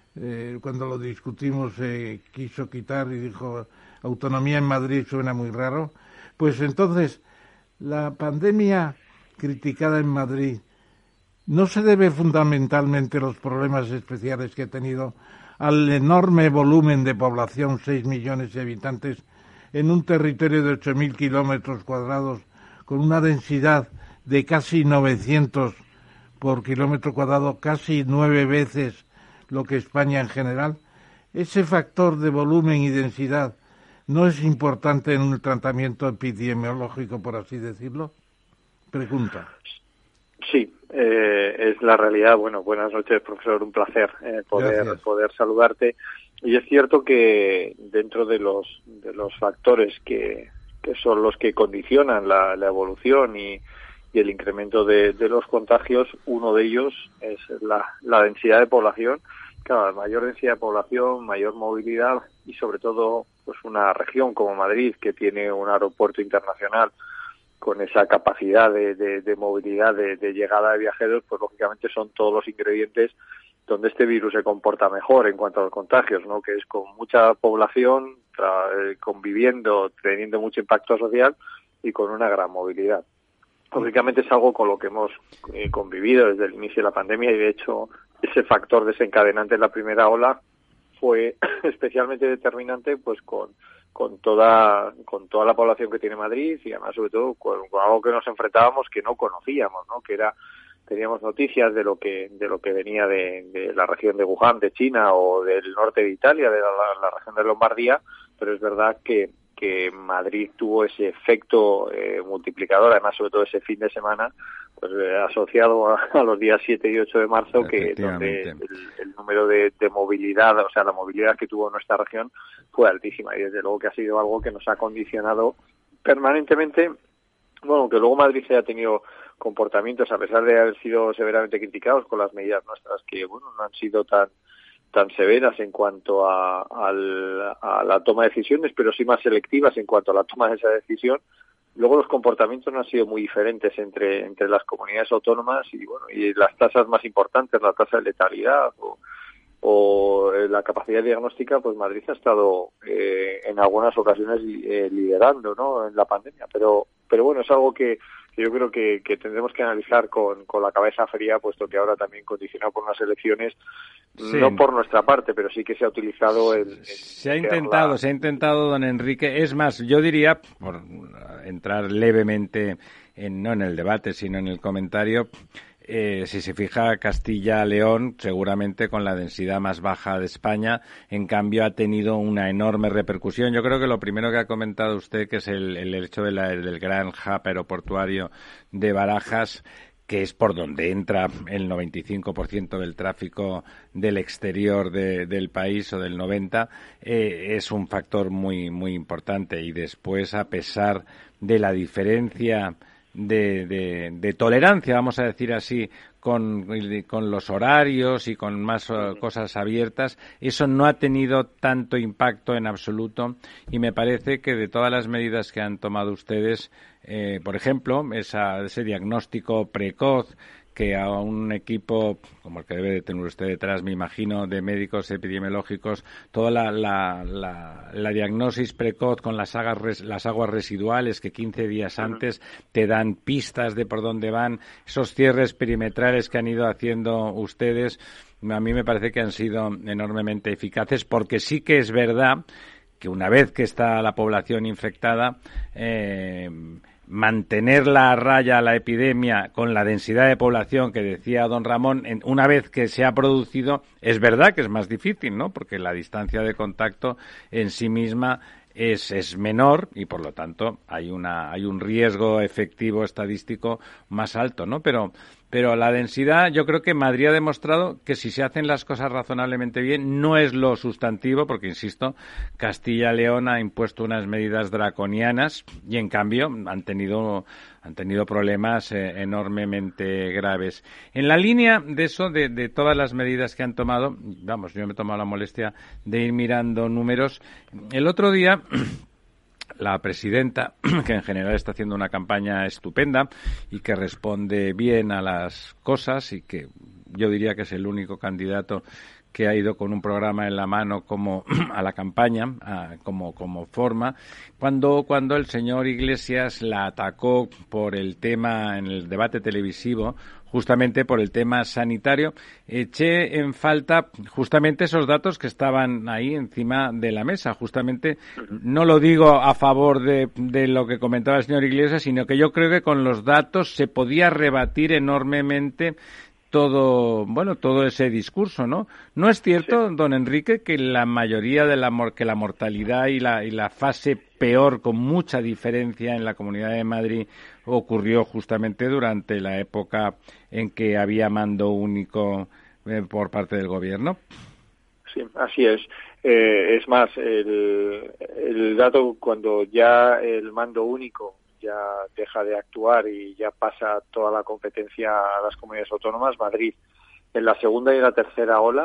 C: eh, cuando lo discutimos se eh, quiso quitar y dijo autonomía en Madrid suena muy raro, pues entonces la pandemia criticada en Madrid no se debe fundamentalmente a los problemas especiales que ha tenido al enorme volumen de población, seis millones de habitantes, en un territorio de ocho mil kilómetros cuadrados, con una densidad de casi novecientos por kilómetro cuadrado, casi nueve veces lo que España en general. Ese factor de volumen y densidad no es importante en un tratamiento epidemiológico, por así decirlo. Pregunta.
H: Sí, eh, es la realidad. Bueno, buenas noches, profesor. Un placer eh, poder poder saludarte. Y es cierto que dentro de los de los factores que, que son los que condicionan la, la evolución y, y el incremento de, de los contagios, uno de ellos es la, la densidad de población claro, mayor densidad de población, mayor movilidad y sobre todo pues una región como Madrid, que tiene un aeropuerto internacional con esa capacidad de, de, de movilidad, de, de llegada de viajeros, pues lógicamente son todos los ingredientes donde este virus se comporta mejor en cuanto a los contagios, ¿no? Que es con mucha población, tra- eh, conviviendo, teniendo mucho impacto social y con una gran movilidad. Lógicamente es algo con lo que hemos eh, convivido desde el inicio de la pandemia y de hecho ese factor desencadenante en la primera ola fue especialmente determinante pues con con toda con toda la población que tiene Madrid y además sobre todo con, con algo que nos enfrentábamos que no conocíamos, ¿no? Que era teníamos noticias de lo que de lo que venía de, de la región de Wuhan, de China o del norte de Italia, de la, la región de Lombardía, pero es verdad que que Madrid tuvo ese efecto eh, multiplicador, además sobre todo ese fin de semana, pues eh, asociado a, a los días siete y ocho de marzo, que donde el, el número de, de movilidad, o sea, la movilidad que tuvo nuestra región fue altísima y desde luego que ha sido algo que nos ha condicionado permanentemente. Bueno, que luego Madrid se haya tenido comportamientos, a pesar de haber sido severamente criticados con las medidas nuestras, que bueno, no han sido tan tan severas en cuanto a, a, a la toma de decisiones, pero sí más selectivas en cuanto a la toma de esa decisión. Luego los comportamientos no han sido muy diferentes entre entre las comunidades autónomas y bueno y las tasas más importantes, la tasa de letalidad o, o la capacidad diagnóstica, pues Madrid ha estado eh, en algunas ocasiones eh, liderando, ¿no? En la pandemia, pero pero bueno, es algo que yo creo que, que tendremos que analizar con, con la cabeza fría, puesto que ahora también condicionado por unas elecciones, sí. No por nuestra parte, pero sí que se ha utilizado el... el
B: se ha intentado, la... se ha intentado, don Enrique. Es más, yo diría, por entrar levemente, en, no en el debate, sino en el comentario, Eh, si se fija, Castilla-León, seguramente con la densidad más baja de España, en cambio ha tenido una enorme repercusión. Yo creo que lo primero que ha comentado usted, que es el, el hecho de la, del gran hub aeroportuario de Barajas, que es por donde entra el noventa y cinco por ciento del tráfico del exterior de, del país o del noventa por ciento, eh, es un factor muy, muy importante. Y después, a pesar de la diferencia De, de, de tolerancia, vamos a decir así, con, con los horarios y con más uh, cosas abiertas, eso no ha tenido tanto impacto en absoluto y me parece que de todas las medidas que han tomado ustedes, eh, por ejemplo, esa, ese diagnóstico precoz que a un equipo como el que debe de tener usted detrás, me imagino, de médicos epidemiológicos, toda la, la, la, la diagnosis precoz con las aguas, las aguas residuales que quince días antes te dan pistas de por dónde van, esos cierres perimetrales que han ido haciendo ustedes, a mí me parece que han sido enormemente eficaces, porque sí que es verdad que una vez que está la población infectada, eh, mantenerla a raya la epidemia con la densidad de población que decía don Ramón, en, una vez que se ha producido, es verdad que es más difícil, ¿no? Porque la distancia de contacto en sí misma es, es menor y por lo tanto hay una hay un riesgo efectivo estadístico más alto, ¿no? Pero pero la densidad, yo creo que Madrid ha demostrado que si se hacen las cosas razonablemente bien, no es lo sustantivo, porque, insisto, Castilla-León ha impuesto unas medidas draconianas y, en cambio, han tenido han tenido problemas eh, enormemente graves. En la línea de eso, de, de todas las medidas que han tomado, vamos, yo me he tomado la molestia de ir mirando números. El otro día la presidenta, que en general está haciendo una campaña estupenda y que responde bien a las cosas y que yo diría que es el único candidato que ha ido con un programa en la mano como a la campaña, a, como como forma, cuando cuando el señor Iglesias la atacó por el tema en el debate televisivo, justamente por el tema sanitario, eché en falta justamente esos datos que estaban ahí encima de la mesa. Justamente no lo digo a favor de, de lo que comentaba el señor Iglesias, sino que yo creo que con los datos se podía rebatir enormemente todo, bueno, todo ese discurso, ¿no? ¿No es cierto, sí, don Enrique, que la mayoría de la que la mortalidad y la y la fase peor, con mucha diferencia en la Comunidad de Madrid, ocurrió justamente durante la época en que había mando único eh, por parte del gobierno?
H: Sí, así es. Eh, es más, el, el dato cuando ya el mando único ya deja de actuar y ya pasa toda la competencia a las comunidades autónomas, Madrid en la segunda y en la tercera ola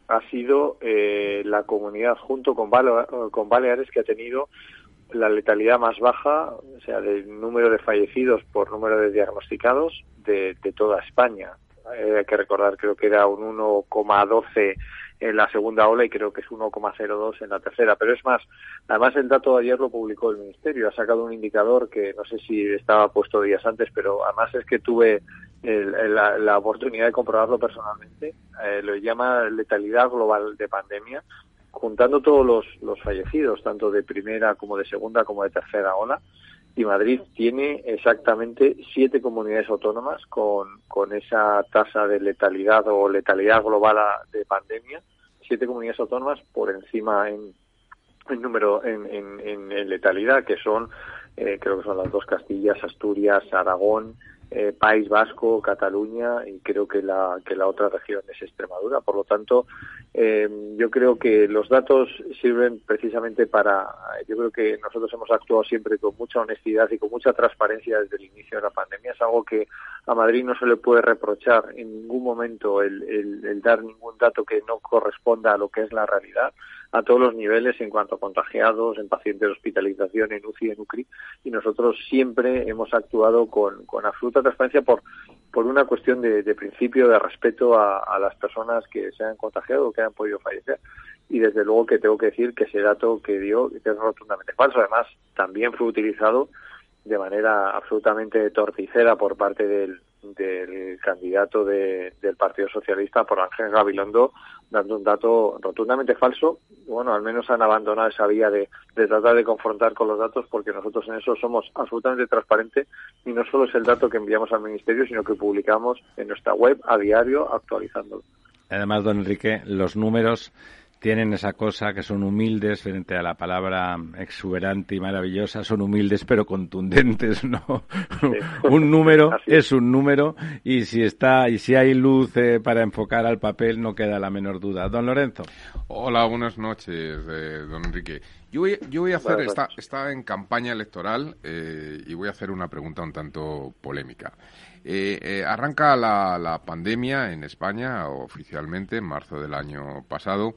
H: ha sido eh, la comunidad junto con, Bale- con Baleares que ha tenido la letalidad más baja, o sea, del número de fallecidos por número de diagnosticados de, de toda España. Eh, hay que recordar, creo que era un uno coma doce en la segunda ola y creo que es uno coma cero dos en la tercera. Pero es más, además el dato de ayer lo publicó el Ministerio, ha sacado un indicador que no sé si estaba puesto días antes, pero además es que tuve el, el, la, la oportunidad de comprobarlo personalmente. Eh, lo llama letalidad global de pandemia, juntando todos los, los fallecidos, tanto de primera como de segunda como de tercera ola. Y Madrid tiene exactamente siete comunidades autónomas con, con esa tasa de letalidad o letalidad global de pandemia, siete comunidades autónomas por encima en, en número en, en, en, en letalidad, que son, eh, creo que son las dos Castillas, Asturias, Aragón, eh, País Vasco, Cataluña y creo que la que la otra región es Extremadura. Por lo tanto, eh, yo creo que los datos sirven precisamente para, yo creo que nosotros hemos actuado siempre con mucha honestidad y con mucha transparencia desde el inicio de la pandemia. Es algo que a Madrid no se le puede reprochar en ningún momento el, el, el dar ningún dato que no corresponda a lo que es la realidad, a todos los niveles en cuanto a contagiados, en pacientes de hospitalización, en U C I, en U C R I, y nosotros siempre hemos actuado con, con absoluta transparencia por por una cuestión de, de principio, de respeto a, a las personas que se han contagiado o que han podido fallecer. Y desde luego que tengo que decir que ese dato que dio que es rotundamente falso. Además, también fue utilizado de manera absolutamente torticera por parte del, del candidato de, del Partido Socialista, por Ángel Gabilondo, dando un dato rotundamente falso. Bueno, al menos han abandonado esa vía de, de tratar de confrontar con los datos, porque nosotros en eso somos absolutamente transparentes y no solo es el dato que enviamos al Ministerio, sino que publicamos en nuestra web a diario actualizándolo.
B: Además, don Enrique, los números tienen esa cosa que son humildes frente a la palabra exuberante y maravillosa, son humildes pero contundentes, ¿no? Sí. Un número es un número y si está y si hay luz eh, para enfocar al papel no queda la menor duda. Don Lorenzo.
D: Hola, buenas noches, eh, don Enrique. Yo voy, yo voy a hacer, está, está en campaña electoral eh, y voy a hacer una pregunta un tanto polémica. Eh, eh, arranca la, la pandemia en España oficialmente en marzo del año pasado.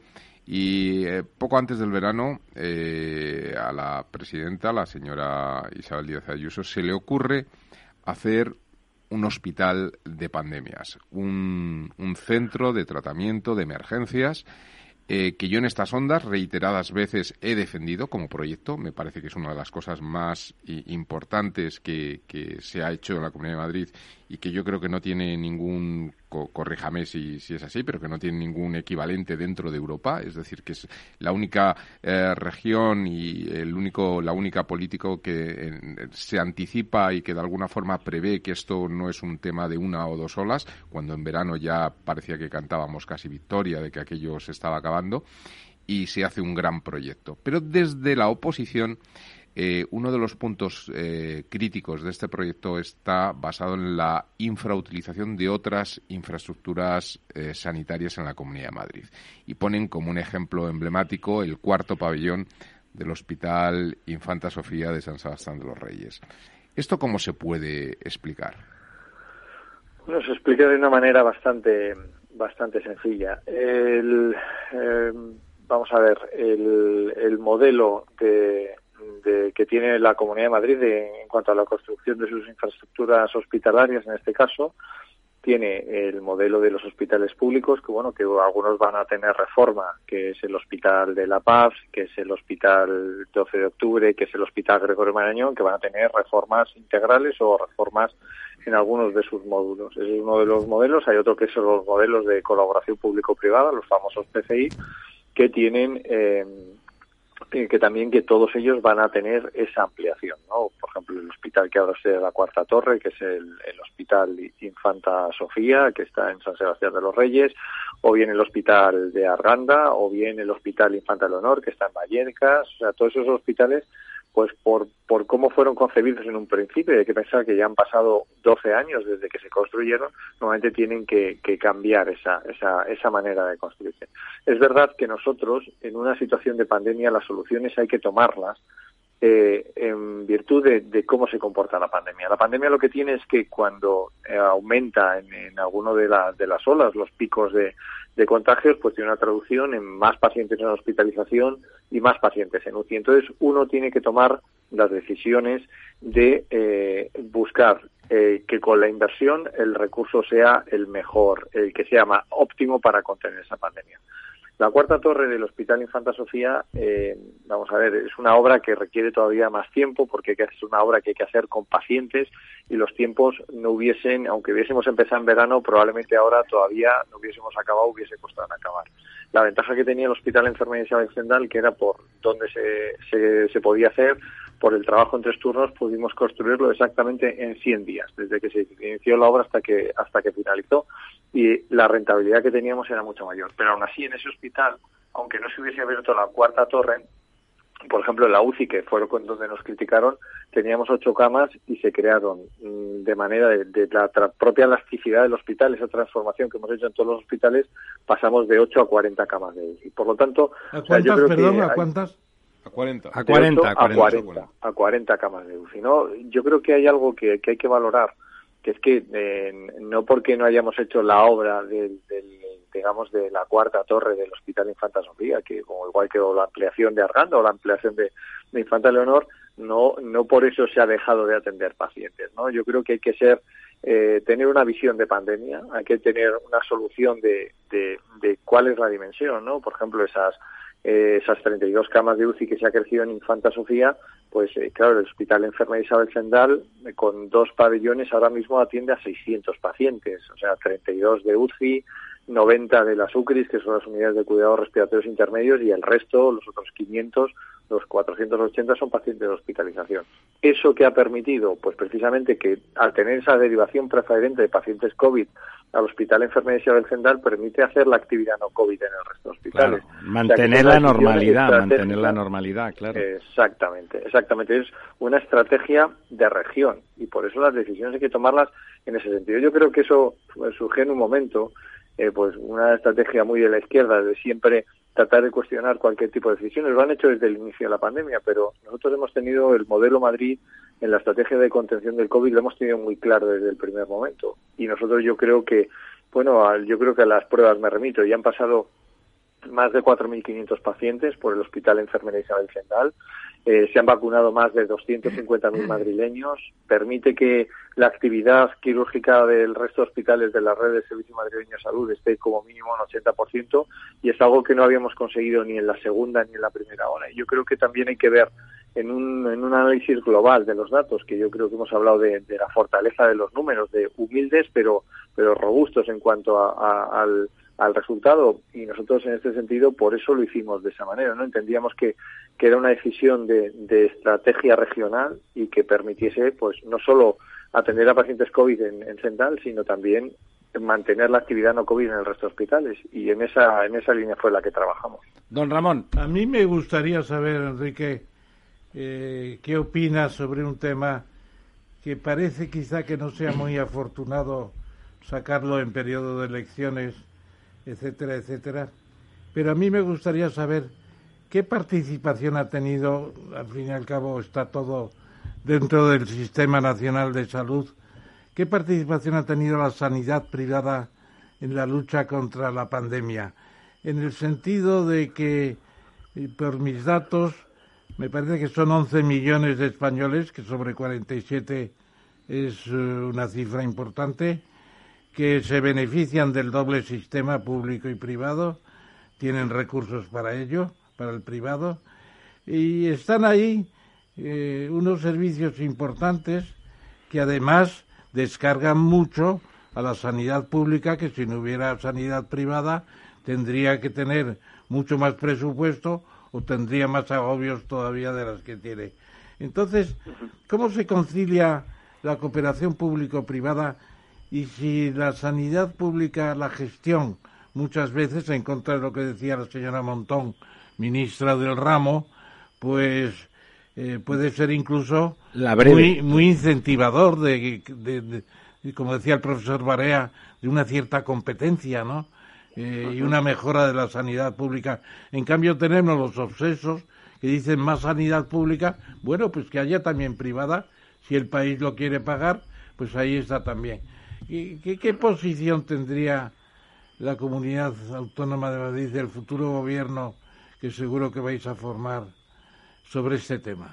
D: Y eh, poco antes del verano, eh, a la presidenta, la señora Isabel Díaz Ayuso, se le ocurre hacer un hospital de pandemias, un, un centro de tratamiento de emergencias eh, que yo en estas ondas reiteradas veces he defendido como proyecto. Me parece que es una de las cosas más i- importantes que, que se ha hecho en la Comunidad de Madrid y que yo creo que no tiene ningún, co- corríjame si, si es así, pero que no tiene ningún equivalente dentro de Europa. Es decir, que es la única eh, región y el único, la única político que eh, se anticipa y que de alguna forma prevé que esto no es un tema de una o dos olas, cuando en verano ya parecía que cantábamos casi victoria de que aquello se estaba acabando, y se hace un gran proyecto. Pero desde la oposición, Eh, uno de los puntos eh, críticos de este proyecto está basado en la infrautilización de otras infraestructuras eh, sanitarias en la Comunidad de Madrid. Y ponen como un ejemplo emblemático el cuarto pabellón del Hospital Infanta Sofía de San Sebastián de los Reyes. ¿Esto cómo se puede explicar?
H: Bueno, se explica de una manera bastante, bastante sencilla. El, eh, vamos a ver, el, el modelo de... De, que tiene la Comunidad de Madrid de, en cuanto a la construcción de sus infraestructuras hospitalarias, en este caso, tiene el modelo de los hospitales públicos, que bueno, que algunos van a tener reforma, que es el Hospital de la Paz, que es el Hospital doce de octubre, que es el Hospital Gregorio Marañón, que van a tener reformas integrales o reformas en algunos de sus módulos. Ese es uno de los modelos. Hay otro que son los modelos de colaboración público-privada, los famosos P C I, que tienen... Eh, que también que todos ellos van a tener esa ampliación, ¿no? Por ejemplo, el hospital que ahora es de la Cuarta Torre, que es el, el Hospital Infanta Sofía, que está en San Sebastián de los Reyes, o bien el Hospital de Arganda, o bien el Hospital Infanta Leonor, que está en Vallecas. O sea, todos esos hospitales, pues por, por cómo fueron concebidos en un principio, y hay que pensar que ya han pasado doce años desde que se construyeron, normalmente tienen que, que cambiar esa, esa, esa manera de construirse. Es verdad que nosotros, en una situación de pandemia, las soluciones hay que tomarlas eh, en virtud de, de cómo se comporta la pandemia. La pandemia lo que tiene es que cuando eh, aumenta en, en alguno de, la, de las olas los picos de, de contagios, pues tiene una traducción en más pacientes en hospitalización y más pacientes en U C I. Entonces uno tiene que tomar las decisiones de eh, buscar eh, que con la inversión el recurso sea el mejor, el que sea más óptimo para contener esa pandemia. La cuarta torre del Hospital Infanta Sofía, eh, vamos a ver, es una obra que requiere todavía más tiempo porque es una obra que hay que hacer con pacientes y los tiempos no hubiesen, aunque hubiésemos empezado en verano, probablemente ahora todavía no hubiésemos acabado, hubiese costado en acabar. La ventaja que tenía el Hospital Enfermería Isabel Zendal, que era por donde se, se, se podía hacer, por el trabajo en tres turnos, pudimos construirlo exactamente en cien días, desde que se inició la obra hasta que hasta que finalizó, y la rentabilidad que teníamos era mucho mayor. Pero aún así, en ese hospital, aunque no se hubiese abierto la cuarta torre, por ejemplo, en la U C I, que fue donde nos criticaron, teníamos ocho camas y se crearon mmm, de manera de, de la tra- propia elasticidad del hospital, esa transformación que hemos hecho en todos los hospitales, pasamos de ocho a cuarenta camas de U C I. Por lo tanto,
C: ¿a cuántas, o sea, yo creo perdón, que ¿a cuántas?
D: A cuarenta.
B: A cuarenta,
H: a cuarenta, a cuarenta camas de U C I, ¿no? Yo creo que hay algo que, que hay que valorar, que es que eh, no porque no hayamos hecho la obra del, del, digamos, de la cuarta torre del Hospital Infanta Sofía, que como igual que la ampliación de Arganda o la ampliación de, de Infanta Leonor, no, no por eso se ha dejado de atender pacientes, ¿no? Yo creo que hay que ser, eh, tener una visión de pandemia, hay que tener una solución de, de, de cuál es la dimensión, ¿no? Por ejemplo, esas Eh, esas treinta y dos camas de U C I que se ha crecido en Infanta Sofía, pues eh, claro, el Hospital Enfermería Isabel Zendal, eh, con dos pabellones, ahora mismo atiende a seiscientos pacientes, o sea, treinta y dos de U C I, noventa de las U C R I s, que son las unidades de cuidados respiratorios intermedios, y el resto, los otros quinientos, los cuatrocientos ochenta son pacientes de hospitalización. ¿Eso qué ha permitido? Pues precisamente que al tener esa derivación preferente de pacientes COVID al Hospital Enfermería Isabel Zendal, permite hacer la actividad no COVID en el resto de hospitales.
B: Claro, mantener o sea, la normalidad, mantener la normalidad, claro.
H: Exactamente, exactamente. Es una estrategia de región y por eso las decisiones hay que tomarlas en ese sentido. Yo creo que eso surgió en un momento, eh, pues una estrategia muy de la izquierda, de siempre tratar de cuestionar cualquier tipo de decisiones. Lo han hecho desde el inicio de la pandemia, pero nosotros hemos tenido el modelo Madrid en la estrategia de contención del COVID, lo hemos tenido muy claro desde el primer momento. Y nosotros yo creo que, bueno, yo creo que a las pruebas me remito, ya han pasado más de cuatro mil quinientos pacientes por el Hospital Enfermería Isabel Zendal. Eh, se han vacunado más de doscientos cincuenta mil madrileños. Permite que la actividad quirúrgica del resto de hospitales de la red de Servicio Madrileño de Salud esté como mínimo en ochenta por ciento, y es algo que no habíamos conseguido ni en la segunda ni en la primera ola. Y yo creo que también hay que ver en un, en un análisis global de los datos, que yo creo que hemos hablado de, de la fortaleza de los números, de humildes pero, pero robustos en cuanto a, a, al al resultado, y nosotros en este sentido por eso lo hicimos de esa manera, ¿no? Entendíamos que, que era una decisión de, de estrategia regional y que permitiese pues no solo atender a pacientes COVID en, en Zendal, sino también mantener la actividad no COVID en el resto de hospitales, y en esa en esa línea fue la que trabajamos.
B: Don Ramón.
C: A mí me gustaría saber, Enrique, eh, qué opinas sobre un tema que parece quizá que no sea muy afortunado sacarlo en periodo de elecciones, etcétera, etcétera, pero a mí me gustaría saber qué participación ha tenido, al fin y al cabo está todo dentro del Sistema Nacional de Salud, qué participación ha tenido la sanidad privada en la lucha contra la pandemia, en el sentido de que, por mis datos, me parece que son once millones de españoles, que sobre cuarenta y siete es una cifra importante, que se benefician del doble sistema público y privado, tienen recursos para ello, para el privado, y están ahí eh, unos servicios importantes que además descargan mucho a la sanidad pública, que si no hubiera sanidad privada tendría que tener mucho más presupuesto o tendría más agobios todavía de las que tiene. Entonces, ¿cómo se concilia la cooperación público-privada? Y si la sanidad pública, la gestión, muchas veces, en contra de lo que decía la señora Montón, ministra del ramo, pues eh, puede ser incluso muy, muy incentivador de, de, de, de, como decía el profesor Barea, de una cierta competencia, ¿no? Eh, y una mejora de la sanidad pública. En cambio tenemos los obsesos que dicen más sanidad pública, bueno, pues que haya también privada, si el país lo quiere pagar, pues ahí está también. ¿Y qué, qué posición tendría la Comunidad Autónoma de Madrid del futuro gobierno que seguro que vais a formar sobre este tema?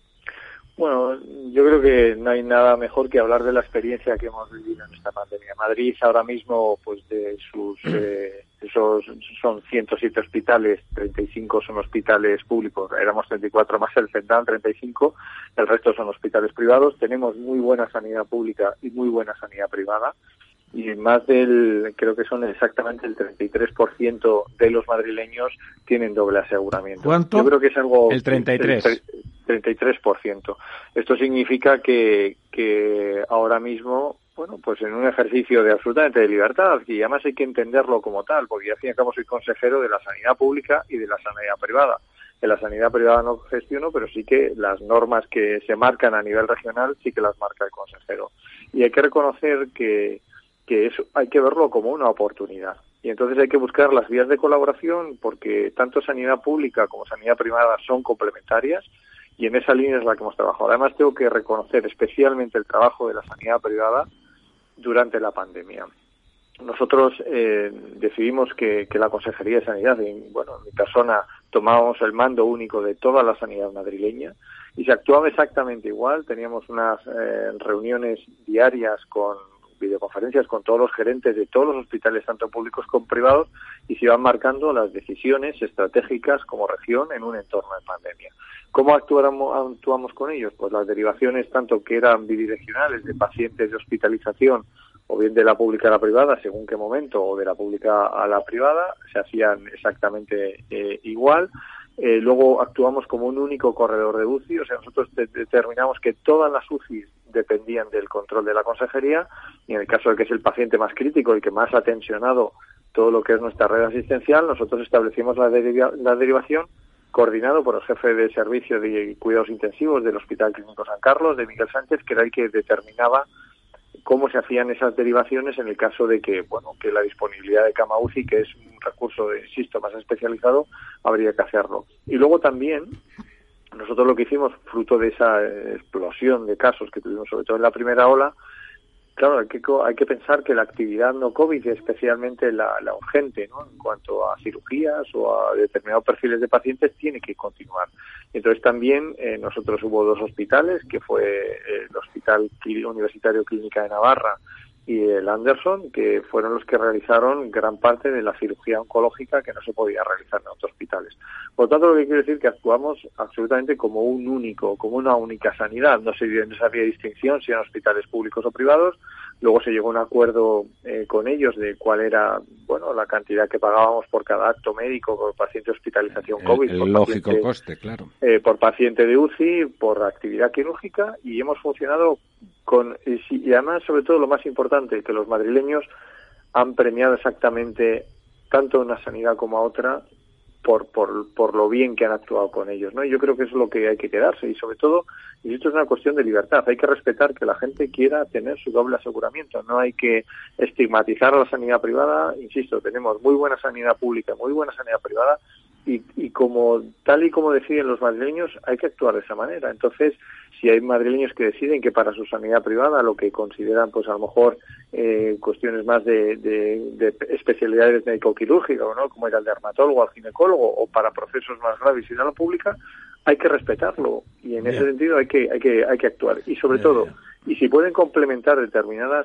H: Bueno, yo creo que no hay nada mejor que hablar de la experiencia que hemos vivido en esta pandemia. Madrid ahora mismo, pues de sus, eh, esos son ciento siete hospitales, treinta y cinco son hospitales públicos, éramos treinta y cuatro más el CENDAN, treinta y cinco, el resto son hospitales privados. Tenemos muy buena sanidad pública y muy buena sanidad privada. Y más del, creo que son exactamente el treinta y tres por ciento de los madrileños tienen doble aseguramiento.
C: ¿Cuánto?
H: Yo creo que es algo...
B: El treinta y tres.
H: El, treinta y tres por ciento. Esto significa que, que ahora mismo, bueno, pues en un ejercicio de absolutamente de libertad, y además hay que entenderlo como tal, porque al fin y al cabo soy consejero de la sanidad pública y de la sanidad privada. En la sanidad privada no gestiono, pero sí que las normas que se marcan a nivel regional sí que las marca el consejero. Y hay que reconocer que que eso hay que verlo como una oportunidad. Y entonces hay que buscar las vías de colaboración porque tanto sanidad pública como sanidad privada son complementarias y en esa línea es la que hemos trabajado. Además tengo que reconocer especialmente el trabajo de la sanidad privada durante la pandemia. Nosotros eh, decidimos que, que la Consejería de Sanidad, y, bueno, en mi persona, tomábamos el mando único de toda la sanidad madrileña y se actuaba exactamente igual. Teníamos unas eh, reuniones diarias con videoconferencias con todos los gerentes de todos los hospitales, tanto públicos como privados, y se iban marcando las decisiones estratégicas como región en un entorno de pandemia. ¿Cómo actuamos, actuamos con ellos? Pues las derivaciones, tanto que eran bidireccionales de pacientes de hospitalización o bien de la pública a la privada, según qué momento, o de la pública a la privada, se hacían exactamente eh, igual. Eh, luego actuamos como un único corredor de U C I, o sea, nosotros de- determinamos que todas las U C Is dependían del control de la consejería y en el caso de que es el paciente más crítico, el que más ha tensionado todo lo que es nuestra red asistencial, nosotros establecimos la, deriva- la derivación coordinado por el jefe de servicio de cuidados intensivos del Hospital Clínico San Carlos, de Miguel Sánchez, que era el que determinaba cómo se hacían esas derivaciones en el caso de que, bueno, que la disponibilidad de cama U C I, que es un recurso, insisto, más especializado, habría que hacerlo. Y luego también, nosotros lo que hicimos, fruto de esa explosión de casos que tuvimos, sobre todo en la primera ola, claro, hay que, hay que pensar que la actividad no COVID, especialmente la, la urgente, ¿no?, en cuanto a cirugías o a determinados perfiles de pacientes, tiene que continuar. Entonces también eh, nosotros hubo dos hospitales, que fue el Hospital Universitario Clínica de Navarra y el Anderson, que fueron los que realizaron gran parte de la cirugía oncológica que no se podía realizar en otros hospitales. Por lo tanto, lo que quiero decir es que actuamos absolutamente como un único, como una única sanidad. No se, no se había distinción si eran hospitales públicos o privados. Luego se llegó a un acuerdo eh, con ellos de cuál era, bueno, la cantidad que pagábamos por cada acto médico, por paciente de hospitalización COVID.
B: El, el
H: por
B: lógico
H: paciente,
B: coste, claro.
H: Eh, por paciente de U C I, por actividad quirúrgica, y hemos funcionado con, y, si, y además, sobre todo, lo más importante, que los madrileños han premiado exactamente tanto a una sanidad como a otra por, por, por lo bien que han actuado con ellos, ¿no? Y yo creo que eso es lo que hay que quedarse, y sobre todo, y esto es una cuestión de libertad, hay que respetar que la gente quiera tener su doble aseguramiento, no hay que estigmatizar a la sanidad privada. Insisto, tenemos muy buena sanidad pública, muy buena sanidad privada, y, y como tal y como deciden los madrileños, hay que actuar de esa manera. Entonces, si hay madrileños que deciden que para su sanidad privada, lo que consideran, pues a lo mejor eh, cuestiones más de, de, de especialidades médico-quirúrgicas, ¿no?, como ir al dermatólogo, al ginecólogo, o para procesos más graves ir a la pública, hay que respetarlo, y en yeah. ese sentido hay que hay que hay que actuar. Y sobre yeah, todo, yeah. y si pueden complementar determinadas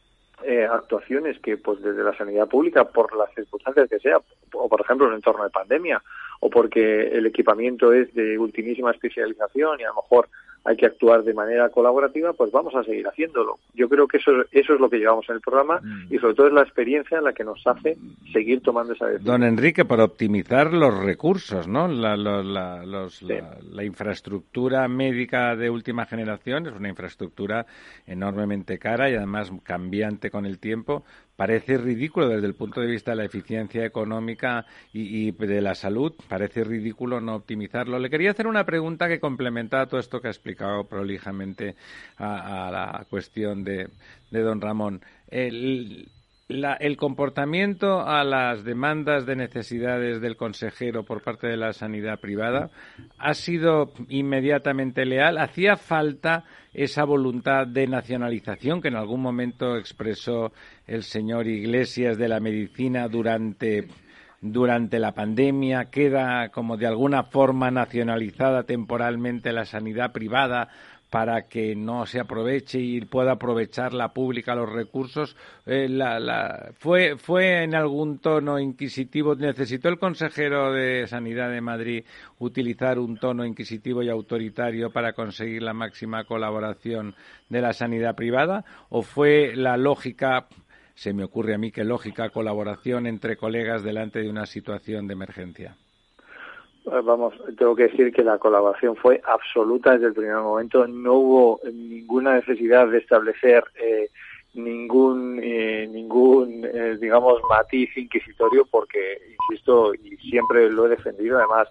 H: eh, actuaciones que, pues desde la sanidad pública, por las circunstancias que sea, o por ejemplo en un entorno de pandemia, o porque el equipamiento es de ultimísima especialización y a lo mejor hay que actuar de manera colaborativa, pues vamos a seguir haciéndolo. Yo creo que eso, eso es lo que llevamos en el programa, y sobre todo es la experiencia la que nos hace seguir tomando esa decisión.
B: Don Enrique, para optimizar los recursos, ¿no? La, la, la, los, sí. la, la infraestructura médica de última generación es una infraestructura enormemente cara y además cambiante con el tiempo. Parece ridículo desde el punto de vista de la eficiencia económica y, y de la salud, parece ridículo no optimizarlo. Le quería hacer una pregunta que complementa todo esto que ha explicado prolijamente a, a la cuestión de, de don Ramón. El, La, el comportamiento a las demandas de necesidades del consejero por parte de la sanidad privada ha sido inmediatamente leal. ¿Hacía falta esa voluntad de nacionalización que en algún momento expresó el señor Iglesias de la medicina durante, durante la pandemia? ¿Queda como de alguna forma nacionalizada temporalmente la sanidad privada para que no se aproveche y pueda aprovechar la pública los recursos? Eh, la, la, fue, ¿Fue en algún tono inquisitivo? ¿Necesitó el consejero de Sanidad de Madrid utilizar un tono inquisitivo y autoritario para conseguir la máxima colaboración de la sanidad privada? ¿O fue la lógica, se me ocurre a mí que lógica colaboración entre colegas delante de una situación de emergencia?
H: Vamos, tengo que decir que la colaboración fue absoluta desde el primer momento. No hubo ninguna necesidad de establecer eh, ningún, eh, ningún eh, digamos, matiz inquisitorio, porque, insisto, y siempre lo he defendido, además,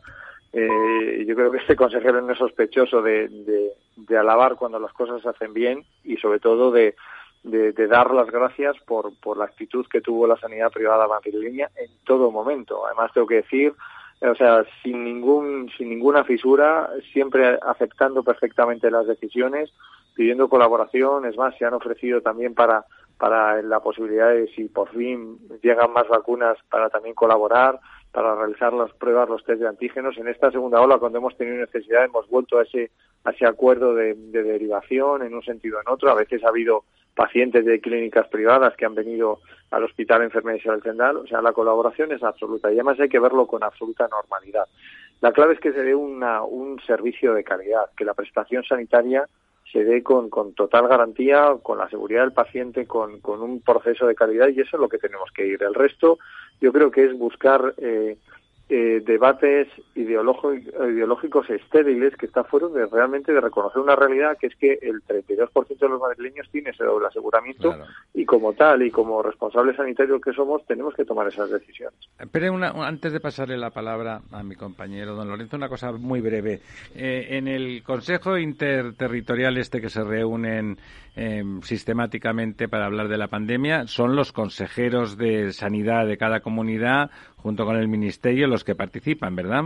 H: eh, yo creo que este consejero no es sospechoso de, de, de alabar cuando las cosas se hacen bien y, sobre todo, de, de, de dar las gracias por, por la actitud que tuvo la sanidad privada madrileña en todo momento. Además, tengo que decir, o sea, sin ningún sin ninguna fisura, siempre aceptando perfectamente las decisiones, pidiendo colaboración. Es más, se han ofrecido también para para la posibilidad de, si por fin llegan más vacunas, para también colaborar, para realizar las pruebas, los test de antígenos. En esta segunda ola, cuando hemos tenido necesidad, hemos vuelto a ese a ese acuerdo de, de derivación en un sentido o en otro. A veces ha habido pacientes de clínicas privadas que han venido al Hospital Enfermería Isabel Zendal. O sea, la colaboración es absoluta y además hay que verlo con absoluta normalidad. La clave es que se dé una, un servicio de calidad, que la prestación sanitaria se dé con, con total garantía, con la seguridad del paciente, con, con un proceso de calidad, y eso es lo que tenemos que ir. El resto yo creo que es buscar eh, eh, debates ideológicos estériles que están fuera de realmente de reconocer una realidad, que es que el treinta y dos por ciento de los madrileños tiene ese doble aseguramiento, claro. Y como tal, y como responsables sanitarios que somos, tenemos que tomar esas decisiones.
B: Pero una, antes de pasarle la palabra a mi compañero don Lorenzo, una cosa muy breve. Eh, en el Consejo Interterritorial este que se reúnen eh, sistemáticamente para hablar de la pandemia, son los consejeros de sanidad de cada comunidad, junto con el Ministerio, los que participan, ¿verdad?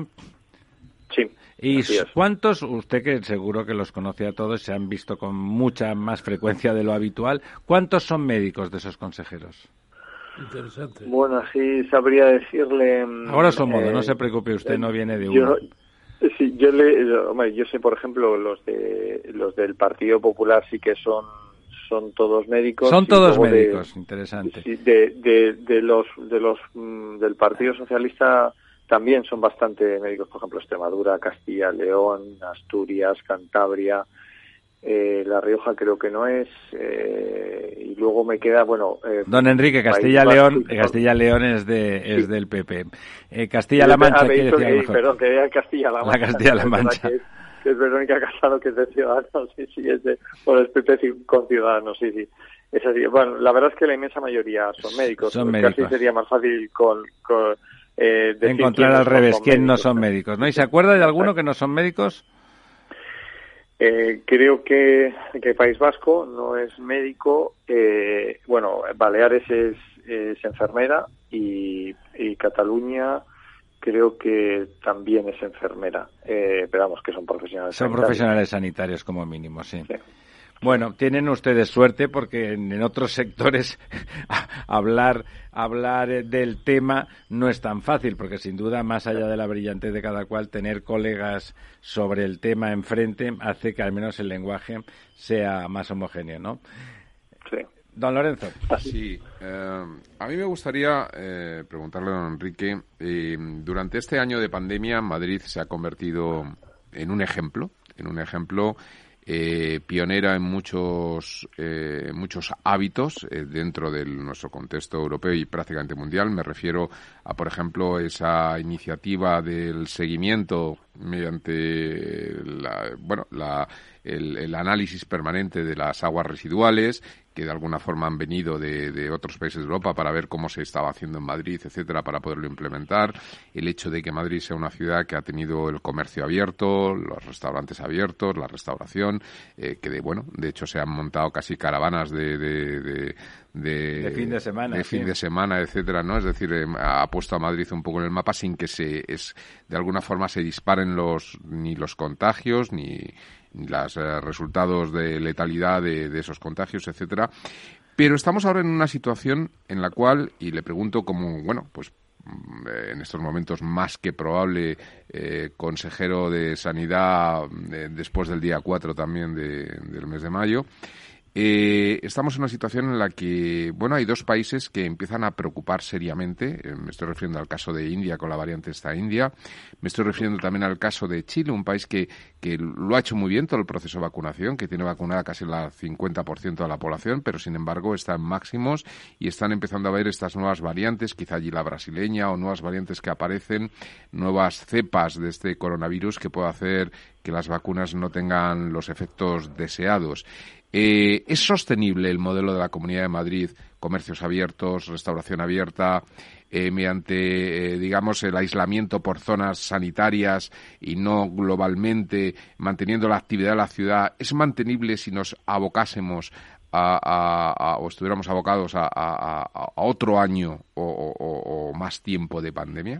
H: Sí.
B: ¿Y cuántos, usted que seguro que los conoce a todos, se han visto con mucha más frecuencia de lo habitual, cuántos son médicos de esos consejeros?
C: Interesante.
H: Bueno, así sabría decirle...
B: Ahora son modo,
H: eh,
B: no se preocupe, usted eh, no viene de
H: yo,
B: uno.
H: Sí, yo le, yo, hombre, yo sé, por ejemplo, los de los del Partido Popular sí que son son todos médicos.
B: Son todos médicos,
H: de,
B: interesante.
H: Sí, de, de, de los de los mm, del Partido Socialista también son bastante médicos, por ejemplo, Extremadura, Castilla, León, Asturias, Cantabria, eh, La Rioja creo que no es, eh, y luego me queda, bueno... Eh,
B: Don Enrique, Castilla-León Castilla-León es de es sí. del P P. Eh, Castilla-La Mancha,
H: ah,
B: ¿qué decía?
H: Que, perdón, que era Castilla-La Mancha.
B: La Castilla-La Mancha.
H: Que es, que es Verónica Casado, que es de Ciudadanos, sí, sí, es de... Bueno, es P P con Ciudadanos, sí, sí. Es así. Bueno, la verdad es que la inmensa mayoría son médicos.
B: Son médicos.
H: Casi sería más fácil con... con Eh,
B: encontrar al revés quién no son médicos, ¿no? ¿Y se acuerda de alguno que no son médicos?
H: Eh, creo que, que País Vasco no es médico, eh, bueno, Baleares es, es enfermera y, y Cataluña creo que también es enfermera, eh, pero vamos, que son profesionales
B: son
H: sanitarios.
B: profesionales sanitarios como mínimo, sí.
H: Sí.
B: Bueno, tienen ustedes suerte porque en, en otros sectores hablar hablar del tema no es tan fácil, porque sin duda, más allá de la brillantez de cada cual, tener colegas sobre el tema enfrente hace que al menos el lenguaje sea más homogéneo, ¿no?
H: Sí.
B: Don Lorenzo.
D: Sí, eh, a mí me gustaría eh, preguntarle a don Enrique, eh, durante este año de pandemia Madrid se ha convertido en un ejemplo, en un ejemplo Eh, pionera en muchos eh, muchos hábitos eh, dentro de nuestro contexto europeo y prácticamente mundial. Me refiero a, por ejemplo, esa iniciativa del seguimiento mediante la, bueno, la, el, el análisis permanente de las aguas residuales, que de alguna forma han venido de, de otros países de Europa para ver cómo se estaba haciendo en Madrid, etcétera, para poderlo implementar. El hecho de que Madrid sea una ciudad que ha tenido el comercio abierto, los restaurantes abiertos, la restauración, eh, que de bueno, de hecho se han montado casi caravanas de, de, de, de,
B: de fin de semana,
D: de fin
B: sí.
D: de semana, etcétera, ¿no? Es decir, eh, ha puesto a Madrid un poco en el mapa sin que se es, de alguna forma se disparen los ni los contagios ni, ni los eh, resultados de letalidad de, de esos contagios, etcétera. Pero estamos ahora en una situación en la cual, y le pregunto como, bueno, pues en estos momentos más que probable eh, consejero de Sanidad eh, después del día cuatro también de, del mes de mayo, Eh, estamos en una situación en la que, bueno, hay dos países que empiezan a preocupar seriamente. Eh, me estoy refiriendo al caso de India con la variante esta India. Me estoy refiriendo también al caso de Chile, un país que, que lo ha hecho muy bien todo el proceso de vacunación, que tiene vacunada casi el cincuenta por ciento de la población, pero sin embargo está en máximos y están empezando a ver estas nuevas variantes, quizá allí la brasileña o nuevas variantes que aparecen, nuevas cepas de este coronavirus que puede hacer que las vacunas no tengan los efectos deseados. Eh, ¿Es sostenible el modelo de la Comunidad de Madrid, comercios abiertos, restauración abierta, eh, mediante, eh, digamos, el aislamiento por zonas sanitarias y no globalmente, manteniendo la actividad de la ciudad? ¿Es mantenible si nos abocásemos a, a, a, o estuviéramos abocados a, a, a otro año o, o, o más tiempo de pandemia?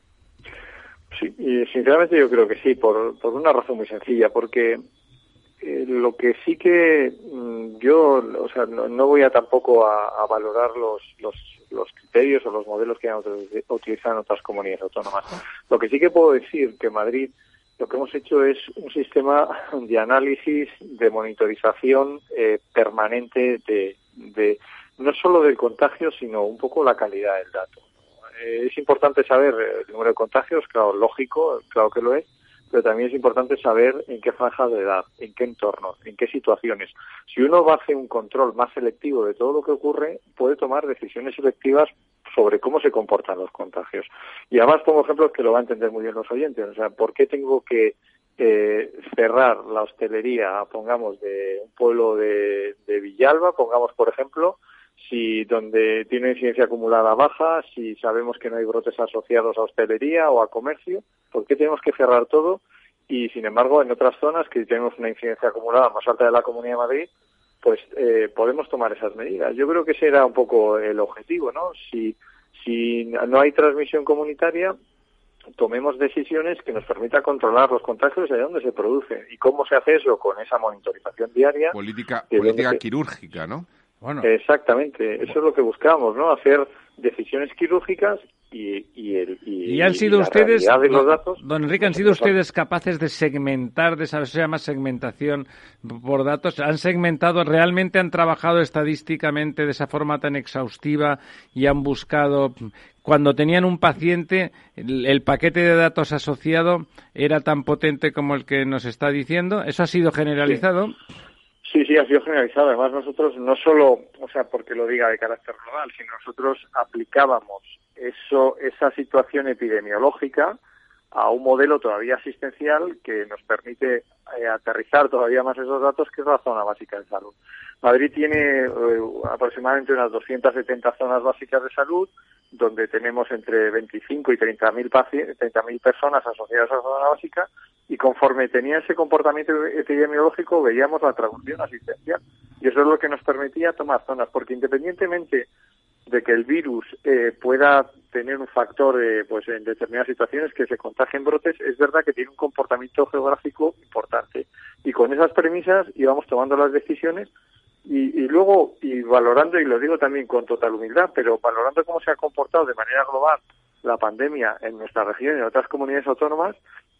H: Sí, y sinceramente yo creo que sí, por, por una razón muy sencilla, porque Eh, lo que sí que mm, yo, o sea, no, no voy a tampoco a, a valorar los, los, los criterios o los modelos que han utilizado en otras comunidades autónomas. Lo que sí que puedo decir que Madrid lo que hemos hecho es un sistema de análisis, de monitorización eh, permanente de, de no solo del contagio, sino un poco la calidad del dato. Eh, es importante saber el número de contagios, claro, lógico, claro que lo es, pero también es importante saber en qué franja de edad, en qué entorno, en qué situaciones. Si uno va a hacer un control más selectivo de todo lo que ocurre, puede tomar decisiones selectivas sobre cómo se comportan los contagios. Y además pongo ejemplos que lo van a entender muy bien los oyentes. O sea, ¿por qué tengo que eh, cerrar la hostelería, pongamos, de un pueblo de, de Villalba, pongamos por ejemplo, si donde tiene incidencia acumulada baja, si sabemos que no hay brotes asociados a hostelería o a comercio? ¿Por qué tenemos que cerrar todo? Y, sin embargo, en otras zonas que tenemos una incidencia acumulada más alta de la Comunidad de Madrid, pues eh, podemos tomar esas medidas. Yo creo que ese era un poco el objetivo, ¿no? Si, si no hay transmisión comunitaria, tomemos decisiones que nos permitan controlar los contagios y de dónde se producen. ¿Y cómo se hace eso? Con esa monitorización diaria.
D: Política, política quirúrgica, ¿no?
B: Bueno.
H: Exactamente, eso es lo que buscamos, ¿no? Hacer decisiones quirúrgicas y, y, el, y,
B: y han sido
H: y
B: ustedes,
H: de los
B: don,
H: datos,
B: don Enrique, han sido ustedes capaces de segmentar, de esa, se llama segmentación por datos, han segmentado, realmente han trabajado estadísticamente de esa forma tan exhaustiva y han buscado, cuando tenían un paciente, el, el paquete de datos asociado era tan potente como el que nos está diciendo. ¿Eso ha sido generalizado?
H: Sí. Sí, sí, ha sido generalizado. Además, nosotros no solo, o sea, porque lo diga de carácter global, sino nosotros aplicábamos eso, esa situación epidemiológica a un modelo todavía asistencial que nos permite eh, aterrizar todavía más esos datos, que es la zona básica de salud. Madrid tiene eh, aproximadamente unas doscientas setenta zonas básicas de salud, donde tenemos entre veinticinco y treinta mil personas asociadas a la zona básica, y conforme tenía ese comportamiento epidemiológico veíamos la traducción asistencial. Y eso es lo que nos permitía tomar zonas, porque independientemente de que el virus eh, pueda tener un factor eh, pues en determinadas situaciones que se contagien brotes, es verdad que tiene un comportamiento geográfico importante. Y con esas premisas íbamos tomando las decisiones y, y luego, y valorando, y lo digo también con total humildad, pero valorando cómo se ha comportado de manera global la pandemia en nuestra región y en otras comunidades autónomas,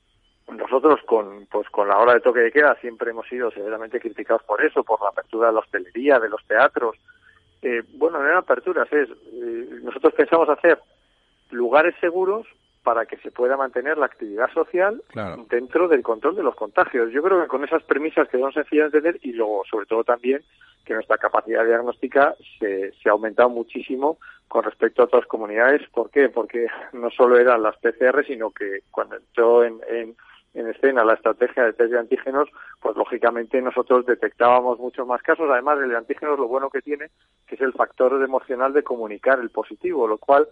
H: nosotros con pues con la hora de toque de queda siempre hemos sido severamente criticados por eso, por la apertura de la hostelería, de los teatros. Eh, bueno, no eran aperturas, es eh, nosotros pensamos hacer lugares seguros para que se pueda mantener la actividad social, claro, dentro del control de los contagios. Yo creo que con esas premisas que son sencillas de entender, y luego, sobre todo también, que nuestra capacidad diagnóstica se, se ha aumentado muchísimo con respecto a otras comunidades. ¿Por qué? Porque no solo eran las P C R, sino que cuando entró en, en en escena la estrategia de test de antígenos, pues lógicamente nosotros detectábamos muchos más casos. Además, el de antígenos lo bueno que tiene, que es el factor emocional de comunicar el positivo, lo cual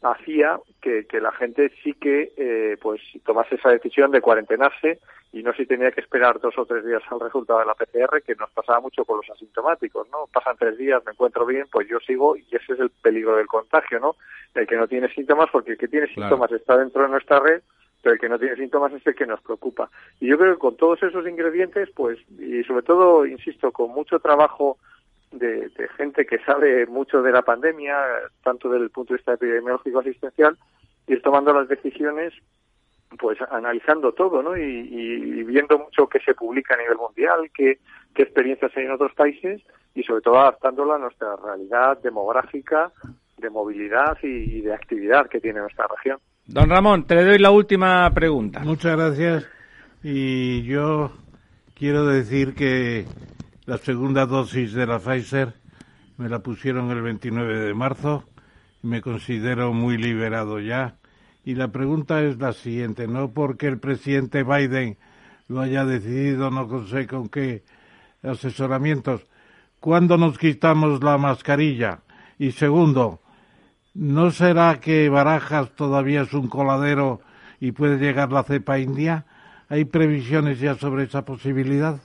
H: hacía que, que la gente sí que eh, pues tomase esa decisión de cuarentenarse y no si tenía que esperar dos o tres días al resultado de la P C R, que nos pasaba mucho con los asintomáticos, ¿no? Pasan tres días, me encuentro bien, pues yo sigo, y ese es el peligro del contagio, ¿no? El que no tiene síntomas, porque el que tiene síntomas claro. está dentro de nuestra red, pero el que no tiene síntomas es el que nos preocupa. Y yo creo que con todos esos ingredientes, pues, y sobre todo, insisto, con mucho trabajo de, de gente que sabe mucho de la pandemia, tanto desde el punto de vista epidemiológico asistencial, ir tomando las decisiones, pues analizando todo, ¿no? Y, y viendo mucho qué se publica a nivel mundial, qué, qué experiencias hay en otros países y sobre todo adaptándola a nuestra realidad demográfica, de movilidad y, y de actividad que tiene nuestra región.
B: Don Ramón, te doy la última pregunta.
C: Muchas gracias. Y yo quiero decir que la segunda dosis de la Pfizer me la pusieron el veintinueve de marzo y me considero muy liberado ya. Y la pregunta es la siguiente, no porque el presidente Biden lo haya decidido, no sé con qué asesoramientos. ¿Cuándo nos quitamos la mascarilla? Y segundo, ¿no será que Barajas todavía es un coladero y puede llegar la cepa india? ¿Hay previsiones ya sobre esa posibilidad?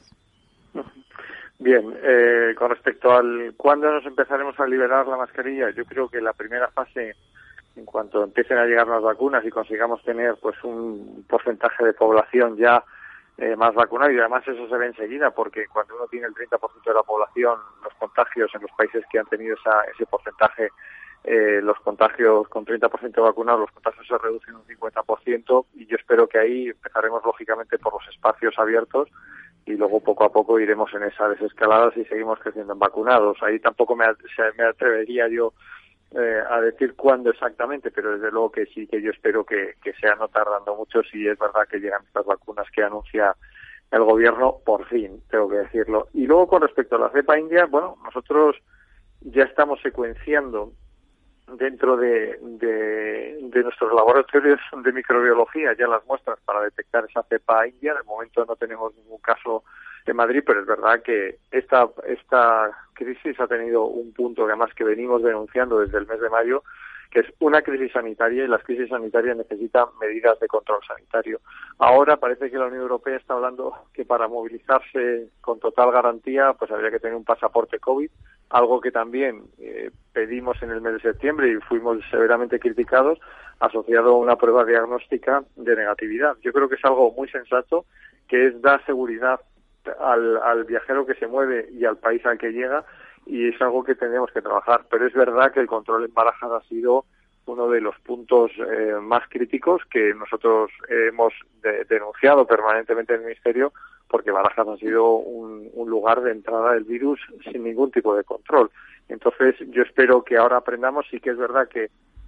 H: Bien, eh, con respecto al cuándo nos empezaremos a liberar la mascarilla, yo creo que la primera fase, en cuanto empiecen a llegar las vacunas y consigamos tener pues un porcentaje de población ya eh, más vacunado, y además eso se ve enseguida, porque cuando uno tiene el treinta por ciento de la población, los contagios en los países que han tenido esa, ese porcentaje, eh, los contagios con treinta por ciento vacunados, los contagios se reducen un cincuenta por ciento, y yo espero que ahí empezaremos lógicamente por los espacios abiertos y luego poco a poco iremos en esa desescalada si seguimos creciendo en vacunados. Ahí tampoco me, me atrevería yo Eh, a decir cuándo exactamente, pero desde luego que sí, que yo espero que, que sea no tardando mucho, si es verdad que llegan estas vacunas que anuncia el gobierno, por fin, tengo que decirlo. Y luego con respecto a la cepa india, bueno, nosotros ya estamos secuenciando dentro de, de, de nuestros laboratorios de microbiología ya las muestras para detectar esa cepa india. De momento no tenemos ningún caso en Madrid, pero es verdad que esta esta crisis ha tenido un punto que además que venimos denunciando desde el mes de mayo, que es una crisis sanitaria, y las crisis sanitarias necesitan medidas de control sanitario. Ahora parece que la Unión Europea está hablando que para movilizarse con total garantía pues habría que tener un pasaporte COVID, algo que también eh, pedimos en el mes de septiembre y fuimos severamente criticados, asociado a una prueba diagnóstica de negatividad. Yo creo que es algo muy sensato, que es dar seguridad al, al viajero que se mueve y al país al que llega, y es algo que tenemos que trabajar. Pero es verdad que el control en Barajas ha sido uno de los puntos eh, más críticos que nosotros hemos de, denunciado permanentemente en el Ministerio, porque Barajas ha sido un, un lugar de entrada del virus sin ningún tipo de control. Entonces yo espero que ahora aprendamos. Sí que es verdad que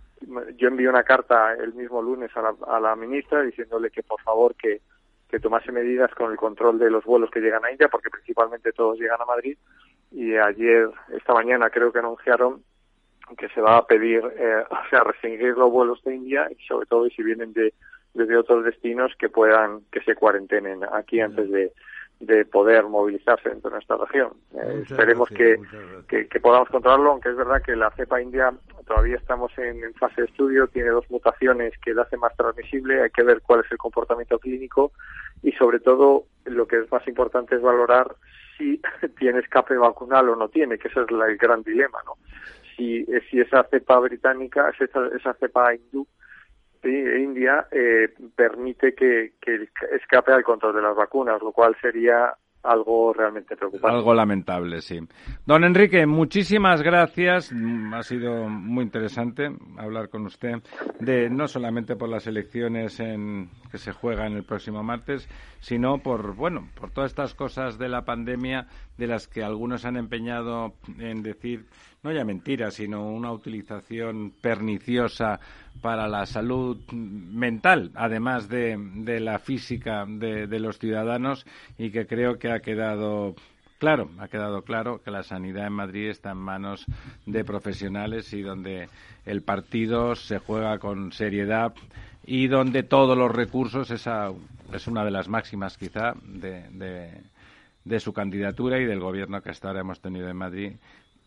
H: yo envié una carta el mismo lunes a la, a la ministra diciéndole que por favor que que tomase medidas con el control de los vuelos que llegan a India, porque principalmente todos llegan a Madrid, y ayer, esta mañana creo que anunciaron que se va a pedir, eh, o sea, restringir los vuelos de India, y sobre todo si vienen de desde otros destinos que puedan, que se cuarentenen aquí antes de, de poder movilizarse dentro de nuestra región. Eh, esperemos gracias, que, que, que podamos controlarlo, aunque es verdad que la cepa india todavía estamos en, en fase de estudio, tiene dos mutaciones que la hacen más transmisible, hay que ver cuál es el comportamiento clínico, y sobre todo lo que es más importante es valorar si tiene escape vacunal o no tiene, que ese es la, el gran dilema, ¿no? Si, si esa cepa británica, esa, esa cepa hindú, sí, India, eh, permite que, que escape al control de las vacunas, lo cual sería algo realmente preocupante.
B: Algo lamentable, sí. Don Enrique, muchísimas gracias. Ha sido muy interesante hablar con usted, de no solamente por las elecciones en, que se juegan el próximo martes, sino por, bueno, por todas estas cosas de la pandemia, de las que algunos han empeñado en decir, no ya mentiras, sino una utilización perniciosa para la salud mental, además de, de la física de, de los ciudadanos, y que creo que ha quedado claro, ha quedado claro que la sanidad en Madrid está en manos de profesionales y donde el partido se juega con seriedad y donde todos los recursos, esa es una de las máximas quizá de, de, de su candidatura y del gobierno que hasta ahora hemos tenido en Madrid,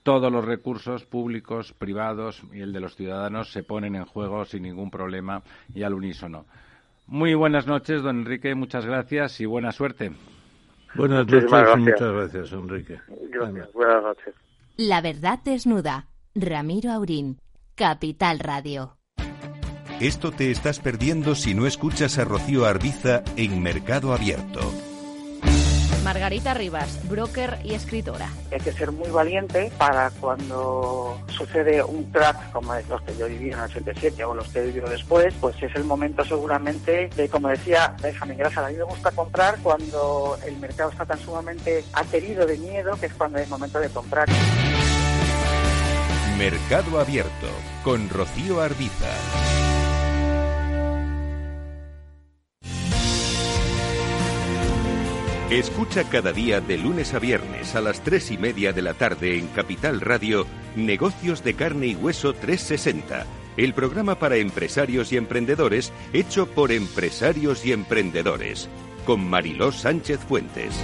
B: todos los recursos públicos, privados y el de los ciudadanos se ponen en juego sin ningún problema y al unísono. Muy buenas noches, don Enrique, muchas gracias y buena suerte.
C: Buenas noches y muchas gracias, Enrique.
H: Gracias, buenas noches.
A: La verdad desnuda. Ramiro Aurín, Capital Radio.
G: Esto te estás perdiendo si no escuchas a Rocío Arbiza en Mercado Abierto.
I: Margarita Rivas, broker y escritora.
F: Hay que ser muy valiente para cuando sucede un crack como los que yo viví en el ochenta y siete o los que he vivido después, pues es el momento seguramente de, como decía Benjamin Graham, a mí me gusta comprar cuando el mercado está tan sumamente aterido de miedo que es cuando es momento de comprar.
G: Mercado Abierto con Rocío Arbiza. Escucha cada día de lunes a viernes a las tres y media de la tarde en Capital Radio Negocios de Carne y Hueso trescientos sesenta, el programa para empresarios y emprendedores hecho por empresarios y emprendedores, con Mariló Sánchez Fuentes.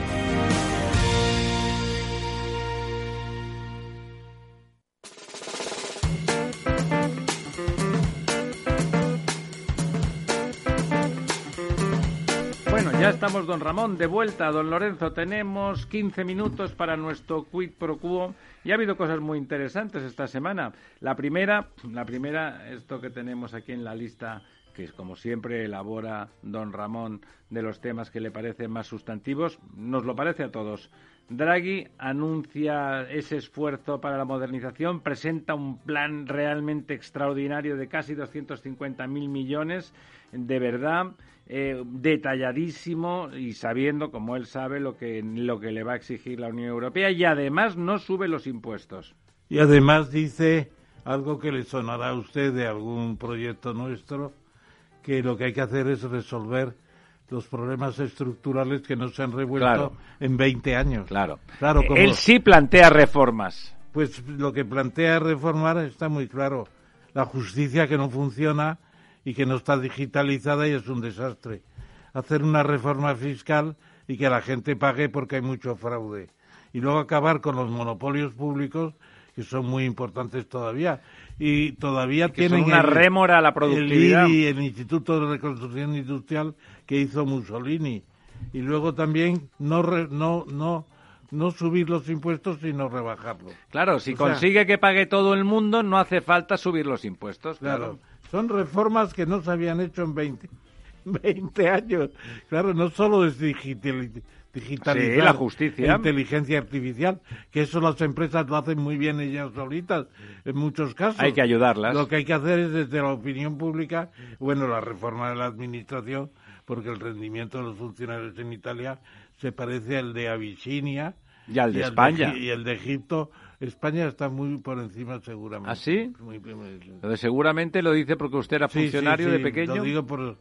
B: Ya estamos, don Ramón, de vuelta. Don Lorenzo, tenemos quince minutos para nuestro quid pro quo y ha habido cosas muy interesantes esta semana. La primera, la primera, esto que tenemos aquí en la lista, que es como siempre elabora don Ramón de los temas que le parecen más sustantivos, nos lo parece a todos. Draghi anuncia ese esfuerzo para la modernización, presenta un plan realmente extraordinario de casi doscientos cincuenta mil millones, de verdad, eh, detalladísimo y sabiendo, como él sabe, lo que, lo que le va a exigir la Unión Europea, y además no sube los impuestos.
C: Y además dice algo que le sonará a usted de algún proyecto nuestro, que lo que hay que hacer es resolver los problemas estructurales que no se han revuelto
B: claro.
C: en veinte años.
B: Claro.
C: claro como,
B: Él sí plantea reformas.
C: Pues lo que plantea reformar está muy claro. La justicia que no funciona y que no está digitalizada y es un desastre. Hacer una reforma fiscal y que la gente pague porque hay mucho fraude. Y luego acabar con los monopolios públicos, que son muy importantes todavía. Y todavía
B: y que
C: tienen
B: son una
C: el,
B: rémora a la productividad.
C: El I R I, el Instituto de Reconstrucción Industrial que hizo Mussolini. Y luego también no re, no no no subir los impuestos, sino rebajarlos.
B: Claro, si
C: o sea,
B: consigue que pague todo el mundo, no hace falta subir los impuestos. Claro.
C: claro. Son reformas que no se habían hecho en veinte, veinte años. Claro, no solo es digital, digitalizar
B: sí, la justicia,
C: inteligencia artificial, que eso las empresas lo hacen muy bien ellas solitas, en muchos casos.
B: Hay que ayudarlas.
C: Lo que hay que hacer es desde la opinión pública, bueno, la reforma de la administración, porque el rendimiento de los funcionarios en Italia se parece al de Abisinia.
B: Y al de
C: y
B: España.
C: Al de, y el de Egipto. España está muy por encima seguramente.
B: ¿Ah, sí?
C: Muy, muy, muy...
B: Lo de seguramente lo dice porque usted era funcionario
C: sí, sí, sí,
B: de pequeño.
C: Lo digo por,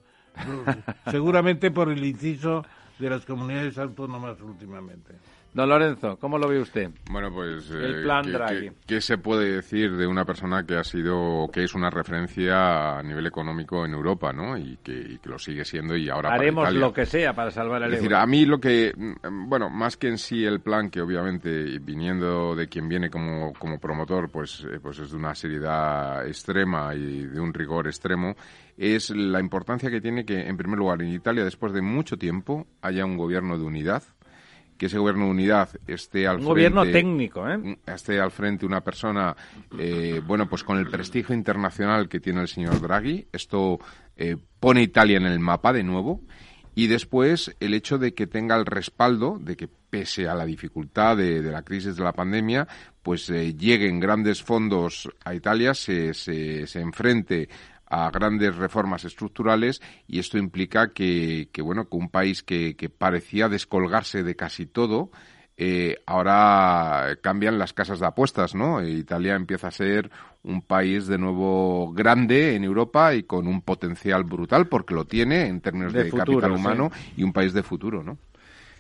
C: por, seguramente por el inciso de las comunidades autónomas últimamente.
B: Don Lorenzo, ¿cómo lo ve usted?
D: Bueno, pues
B: el plan
D: eh,
B: Draghi.
D: ¿qué, qué se puede decir de una persona que ha sido, que es una referencia a nivel económico en Europa, ¿no? Y que, y que lo sigue siendo y ahora
B: haremos
D: para Italia.
B: lo que sea para salvar el
D: es decir,
B: euro.
D: A mí lo que, bueno, más que en sí el plan, que obviamente viniendo de quien viene como, como promotor, pues, eh, pues es de una seriedad extrema y de un rigor extremo, es la importancia que tiene que, en primer lugar, en Italia, después de mucho tiempo, haya un gobierno de unidad, que ese gobierno de unidad esté al
B: un
D: frente...
B: Un gobierno técnico, ¿eh?
D: Esté al frente una persona, eh, bueno, pues con el prestigio internacional que tiene el señor Draghi. Esto eh, pone Italia en el mapa de nuevo. Y después el hecho de que tenga el respaldo, de que pese a la dificultad de, de la crisis de la pandemia, pues eh, lleguen grandes fondos a Italia, se, se, se enfrente a grandes reformas estructurales, y esto implica que, que bueno, que un país que, que parecía descolgarse de casi todo, eh, ahora cambian las casas de apuestas, ¿no? Italia empieza a ser un país de nuevo grande en Europa y con un potencial brutal, porque lo tiene en términos de,
B: de futuro,
D: capital humano,
B: sí.
D: y un país de futuro, ¿no?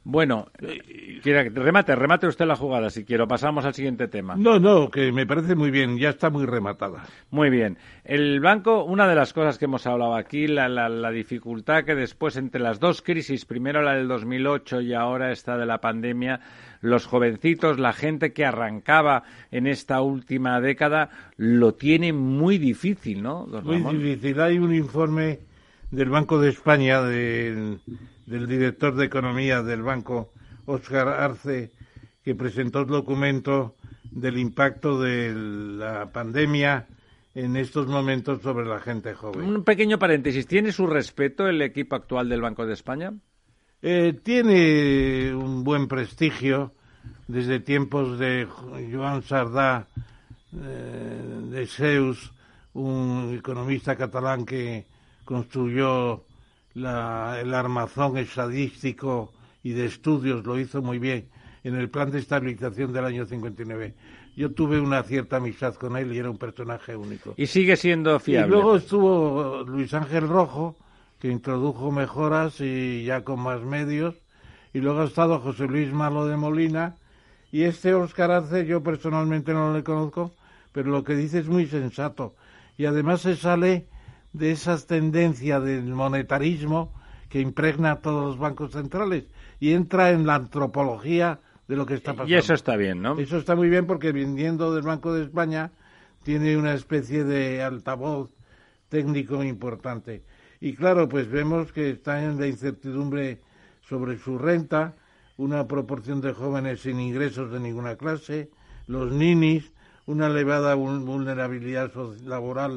B: Bueno, quiera, remate, remate usted la jugada si quiero. Pasamos al siguiente tema.
C: No, no, que me parece muy bien, ya está muy rematada.
B: Muy bien. El banco, una de las cosas que hemos hablado aquí, la, la, la dificultad que después entre las dos crisis, primero la del dos mil ocho y ahora esta de la pandemia, los jovencitos, la gente que arrancaba en esta última década, lo tiene muy difícil, ¿no, don Ramón?
C: Muy difícil. Hay un informe del Banco de España, de, del director de Economía del banco, Óscar Arce, que presentó el documento del impacto de la pandemia en estos momentos sobre la gente joven.
B: Un pequeño paréntesis. ¿Tiene su respeto el equipo actual del Banco de España?
C: Eh, tiene un buen prestigio desde tiempos de Joan Sardá, eh, de Seus, un economista catalán que construyó la, el armazón estadístico y de estudios, lo hizo muy bien en el plan de estabilización del año cincuenta y nueve. Yo tuve una cierta amistad con él y era un personaje único.
B: Y sigue siendo fiable.
C: Y luego estuvo Luis Ángel Rojo, que introdujo mejoras y ya con más medios, y luego ha estado José Luis Malo de Molina, y este Óscar Arce yo personalmente no le conozco, pero lo que dice es muy sensato, y además se sale de esas tendencias del monetarismo que impregna a todos los bancos centrales, y entra en la antropología de lo que está pasando.
B: Y eso está bien, ¿no?
C: Eso está muy bien porque viniendo del Banco de España tiene una especie de altavoz técnico importante. Y claro, pues vemos que está en la incertidumbre sobre su renta, una proporción de jóvenes sin ingresos de ninguna clase, los ninis, una elevada vulnerabilidad laboral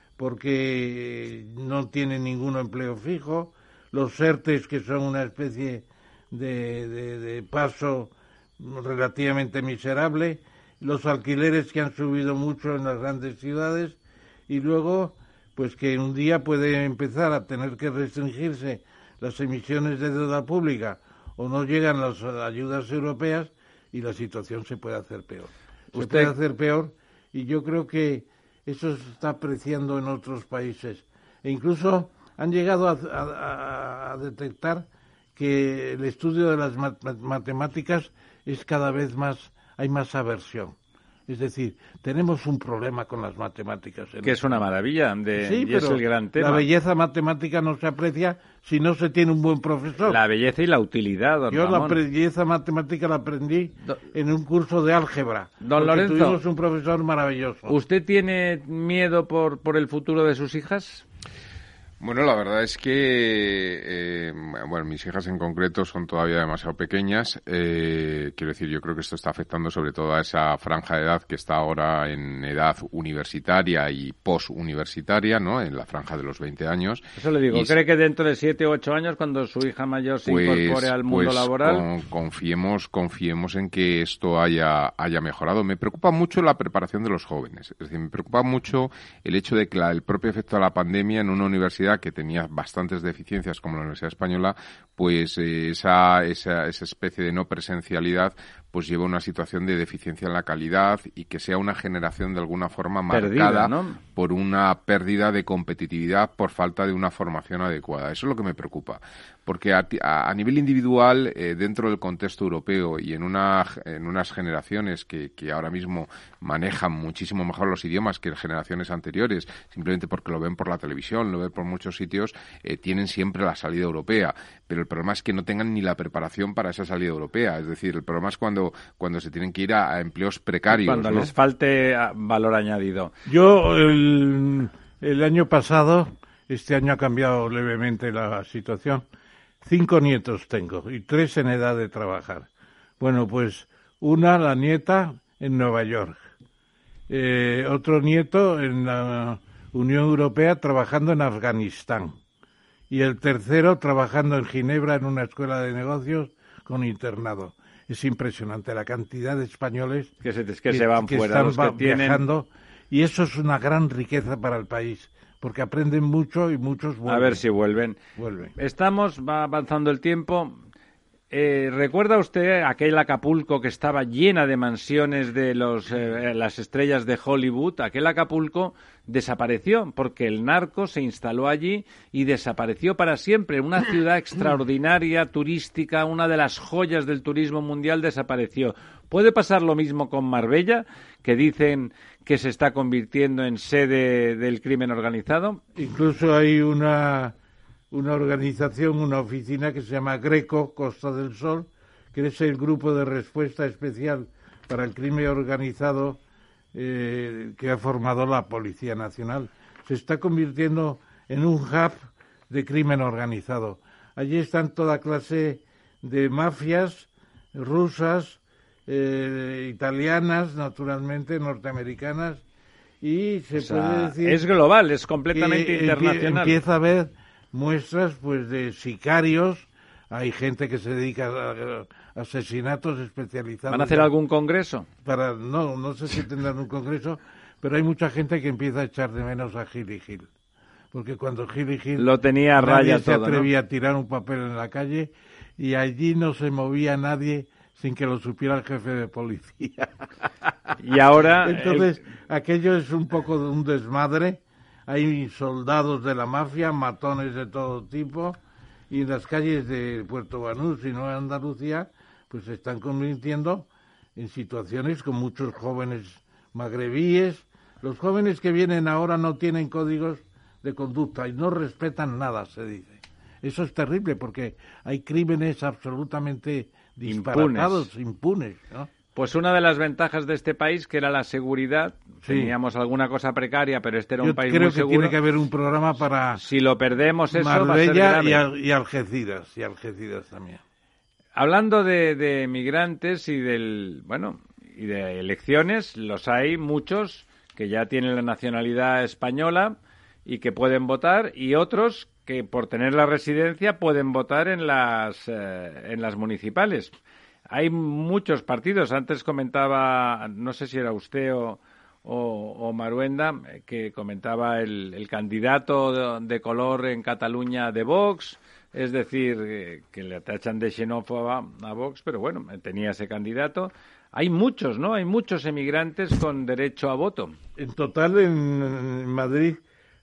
C: porque no tienen ningún empleo fijo, los ERTES, que son una especie de, de, de paso relativamente miserable, los alquileres que han subido mucho en las grandes ciudades, y luego pues que un día puede empezar a tener que restringirse las emisiones de deuda pública o no llegan las ayudas europeas y la situación se puede hacer peor. Se
B: Usted...
C: puede hacer peor y yo creo que eso se está apreciando en otros países. E incluso han llegado a, a, a detectar que el estudio de las mat- matemáticas es cada vez más, hay más aversión. Es decir, tenemos un problema con las matemáticas.
B: Que es una maravilla, de,
C: sí,
B: y
C: pero
B: es el gran tema.
C: La belleza matemática no se aprecia si no se tiene un buen profesor.
B: La belleza y la utilidad, don
C: Yo
B: Ramón.
C: la belleza matemática la aprendí
B: Do...
C: en un curso de álgebra.
B: Don Lorenzo,
C: tuvimos un profesor maravilloso.
B: ¿Usted tiene miedo por, por el futuro de sus hijas?
D: Bueno, la verdad es que, eh, bueno, mis hijas en concreto son todavía demasiado pequeñas. Eh, quiero decir, yo creo que esto está afectando sobre todo a esa franja de edad que está ahora en edad universitaria y posuniversitaria, ¿no? En la franja de los veinte años.
B: Eso le digo.
D: Y
B: ¿Cree que dentro de siete u ocho años, cuando su hija mayor se
D: pues,
B: incorpore al mundo
D: pues
B: laboral?
D: Con, confiemos, confiemos en que esto haya, haya mejorado. Me preocupa mucho la preparación de los jóvenes. Es decir, me preocupa mucho el hecho de que la, el propio efecto de la pandemia en una universidad que tenía bastantes deficiencias como la Universidad Española, pues eh, esa, esa, esa especie de no presencialidad pues lleva a una situación de deficiencia en la calidad y que sea una generación de alguna forma
B: Perdida,
D: marcada,
B: ¿no?
D: por una pérdida de competitividad por falta de una formación adecuada. Eso es lo que me preocupa. Porque a, a, a nivel individual, eh, dentro del contexto europeo y en, una, en unas generaciones que, que ahora mismo manejan muchísimo mejor los idiomas que generaciones anteriores, simplemente porque lo ven por la televisión, lo ven por muchos sitios, eh, tienen siempre la salida europea. Pero el problema es que no tengan ni la preparación para esa salida europea. Es decir, el problema es cuando, cuando se tienen que ir a, a empleos precarios.
B: Cuando
D: ¿no?
B: les falte valor añadido.
C: Yo, el, el año pasado, este año ha cambiado levemente la situación. Cinco nietos tengo y tres en edad de trabajar. Bueno, pues una, la nieta, en Nueva York. Eh, otro nieto en la Unión Europea trabajando en Afganistán. Y el tercero trabajando en Ginebra en una escuela de negocios con internado. Es impresionante la cantidad de españoles
B: que se, que que, se van
C: que
B: fuera,
C: están
B: los que tienen...
C: viajando. Y eso es una gran riqueza para el país. Porque aprenden mucho y muchos vuelven.
B: A ver si vuelven.
C: vuelven.
B: Estamos, va avanzando el tiempo. Eh, ¿Recuerda usted aquel Acapulco que estaba llena de mansiones de los, eh, las estrellas de Hollywood? Aquel Acapulco desapareció porque el narco se instaló allí y desapareció para siempre. Una ciudad extraordinaria, turística, una de las joyas del turismo mundial desapareció. ¿Puede pasar lo mismo con Marbella, que dicen que se está convirtiendo en sede del crimen organizado?
C: Incluso hay una... una organización, una oficina que se llama Greco, Costa del Sol, que es el grupo de respuesta especial para el crimen organizado eh, que ha formado la Policía Nacional. Se está convirtiendo en un hub de crimen organizado. Allí están toda clase de mafias rusas, eh, italianas, naturalmente, norteamericanas, y se
B: o sea,
C: puede decir...
B: es global, es completamente
C: que
B: internacional.
C: Empieza a haber muestras pues de sicarios, hay gente que se dedica a, a asesinatos especializados.
B: ¿Van a hacer algún congreso?
C: Para no, no sé si tendrán un congreso, pero hay mucha gente que empieza a echar de menos a Gil y Gil. Porque cuando Gil y Gil
B: lo tenía a raya
C: se
B: todo,
C: atrevía
B: ¿no?
C: a tirar un papel en la calle y allí no se movía nadie sin que lo supiera el jefe de policía.
B: Y ahora...
C: Entonces,
B: el...
C: aquello es un poco de un desmadre. Hay soldados de la mafia, matones de todo tipo, y en las calles de Puerto Banús y Nueva Andalucía, pues se están convirtiendo en situaciones con muchos jóvenes magrebíes. Los jóvenes que vienen ahora no tienen códigos de conducta y no respetan nada, se dice. Eso es terrible porque hay crímenes absolutamente disparatados, impunes, impunes, ¿no?
B: Pues una de las ventajas de este país, que era la seguridad, sí. Teníamos alguna cosa precaria, pero este era
C: Yo
B: un país
C: creo
B: muy
C: que
B: seguro.
C: Tiene que haber un programa para...
B: Si lo perdemos eso
C: Marbella
B: va a ser grave.
C: Y, Al, y Algeciras, y Algeciras también.
B: Hablando de, de migrantes y del, bueno, y de elecciones, los hay muchos que ya tienen la nacionalidad española y que pueden votar, y otros que por tener la residencia pueden votar en las, eh, en las municipales. Hay muchos partidos. Antes comentaba, no sé si era usted o, o, o Maruenda, que comentaba el, el candidato de, de color en Cataluña de Vox, es decir, eh, que le tachan de xenófoba a Vox, pero bueno, tenía ese candidato. Hay muchos, ¿no? Hay muchos emigrantes con derecho a voto.
C: En total, en, en Madrid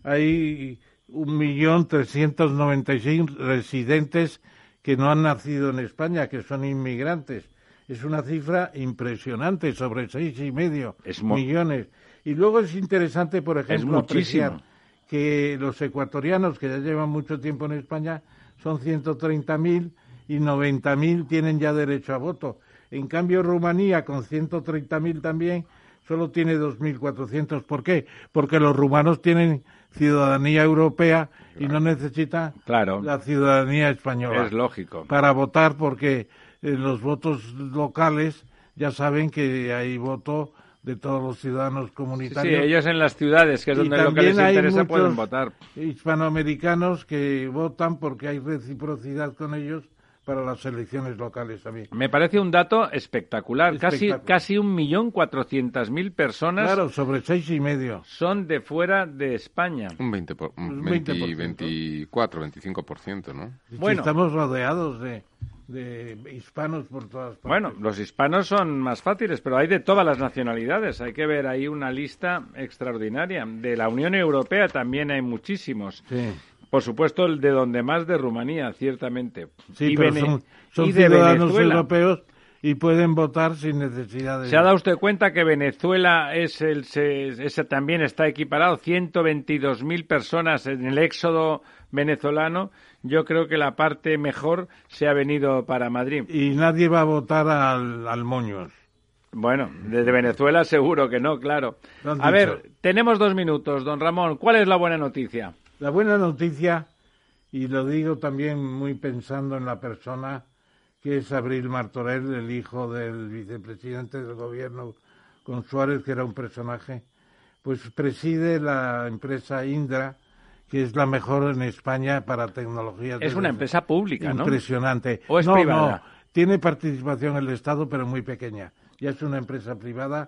C: hay un millón trescientos noventa y seis residentes que no han nacido en España, que son inmigrantes. Es una cifra impresionante, sobre seis y medio
B: es mo-
C: millones. Y luego es interesante, por ejemplo, apreciar que los ecuatorianos, que ya llevan mucho tiempo en España, son ciento treinta mil y noventa mil tienen ya derecho a voto. En cambio, Rumanía, con ciento treinta mil también, solo tiene dos mil cuatrocientos. ¿Por qué? Porque los rumanos tienen ciudadanía europea y no necesitan
B: claro.
C: la ciudadanía española.
B: Es lógico.
C: Para votar, porque en los votos locales ya saben que hay voto de todos los ciudadanos comunitarios.
B: Sí, sí, ellos en las ciudades, que es donde lo que les interesa, pueden votar.
C: Hispanoamericanos que votan porque hay reciprocidad con ellos para las elecciones locales también.
B: Me parece un dato espectacular.
C: espectacular.
B: Casi casi un millón cuatrocientas mil personas.
C: Claro, sobre seis y medio.
B: Son de fuera de España.
D: Un veinte por, un veinte, veinticuatro, veinticinco por ciento, ¿no?
C: Bueno, estamos rodeados de, de hispanos por todas partes.
B: Bueno, los hispanos son más fáciles, pero hay de todas las nacionalidades. Hay que ver ahí una lista extraordinaria. De la Unión Europea también hay muchísimos.
C: Sí.
B: Por supuesto, el de donde más, de Rumanía, ciertamente.
C: Sí,
B: y
C: pero
B: Bene-
C: son, son
B: y de
C: ciudadanos
B: Venezuela.
C: europeos y pueden votar sin necesidad de...
B: ¿Se ha dado usted cuenta que Venezuela es el se, ese también está equiparado? ciento veintidós mil personas en el éxodo venezolano. Yo creo que la parte mejor se ha venido para Madrid.
C: Y nadie va a votar al, al Moños.
B: Bueno, desde Venezuela seguro que no, claro.
C: Lo han
B: A
C: dicho.
B: ver, tenemos dos minutos, don Ramón. ¿Cuál es la buena noticia?
C: La buena noticia, y lo digo también muy pensando en la persona que es Abril Martorell, el hijo del vicepresidente del gobierno con Suárez, que era un personaje, pues preside la empresa Indra, que es la mejor en España para tecnología.
B: Es una empresa pública, ¿no?
C: Impresionante.
B: ¿O es
C: no,
B: privada?
C: No, tiene participación el Estado, pero muy pequeña. Ya es una empresa privada.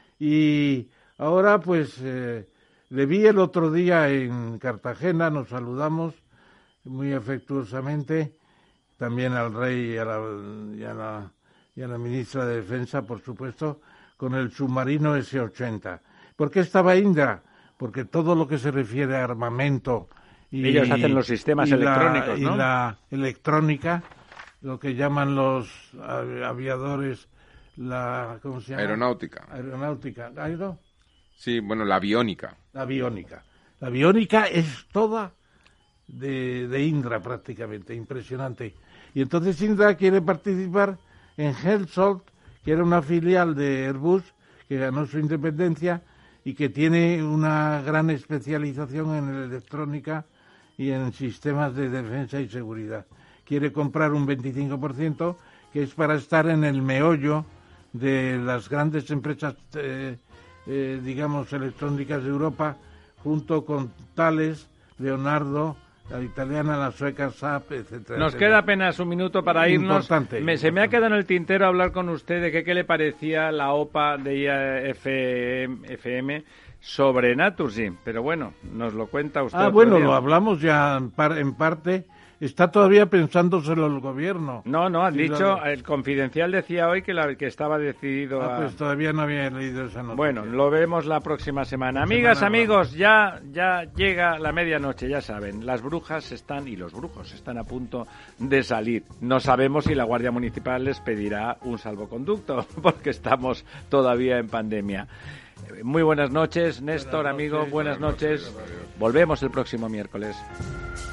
C: Y ahora, pues... Eh, le vi el otro día en Cartagena, nos saludamos muy afectuosamente. también al rey y a la, y a la, y a la ministra de Defensa, por supuesto, con el submarino ese ochenta. ¿Por qué estaba Indra? Porque todo lo que se refiere a armamento y
B: ellos hacen los sistemas
C: y
B: electrónicos,
C: la,
B: ¿no?
C: Y la electrónica, lo que llaman los aviadores, la ¿cómo se llama?
D: Aeronáutica.
C: Aeronáutica, ¿Aero?
D: Sí, bueno, la aviónica.
C: La aviónica. La aviónica es toda de, de Indra prácticamente, impresionante. Y entonces Indra quiere participar en Hensoldt, que era una filial de Airbus, que ganó su independencia y que tiene una gran especialización en electrónica y en sistemas de defensa y seguridad. Quiere comprar un veinticinco por ciento, que es para estar en el meollo de las grandes empresas, eh, eh, digamos, electrónicas de Europa, junto con Thales, Leonardo, la italiana, la sueca, S A P, etcétera.
B: Nos
C: etcétera.
B: queda apenas un minuto para irnos.
C: Importante,
B: me,
C: importante.
B: Se me ha quedado en el tintero hablar con usted de que, qué le parecía la O P A de I A F M sobre Naturgy, pero bueno, nos lo cuenta usted.
C: Ah,
B: otro
C: bueno,
B: día.
C: lo hablamos ya en, par, en parte. Está todavía pensándoselo el gobierno.
B: No, no, han
C: Sí,
B: dicho,
C: lo-
B: el Confidencial decía hoy que, la, que estaba decidido
C: Ah,
B: a...
C: pues todavía no había leído esa noticia.
B: Bueno, lo vemos la próxima semana.
C: La
B: Amigas,
C: semana
B: amigos, ya, ya llega la medianoche, ya saben. Las brujas están y los brujos están a punto de salir. No sabemos si la Guardia Municipal les pedirá un salvoconducto, porque estamos todavía en pandemia. Muy buenas noches, Néstor,
C: Buenas
B: amigo,
C: noches.
B: buenas
D: Buenas
B: noches.
D: noches, adiós.
B: Volvemos el próximo miércoles.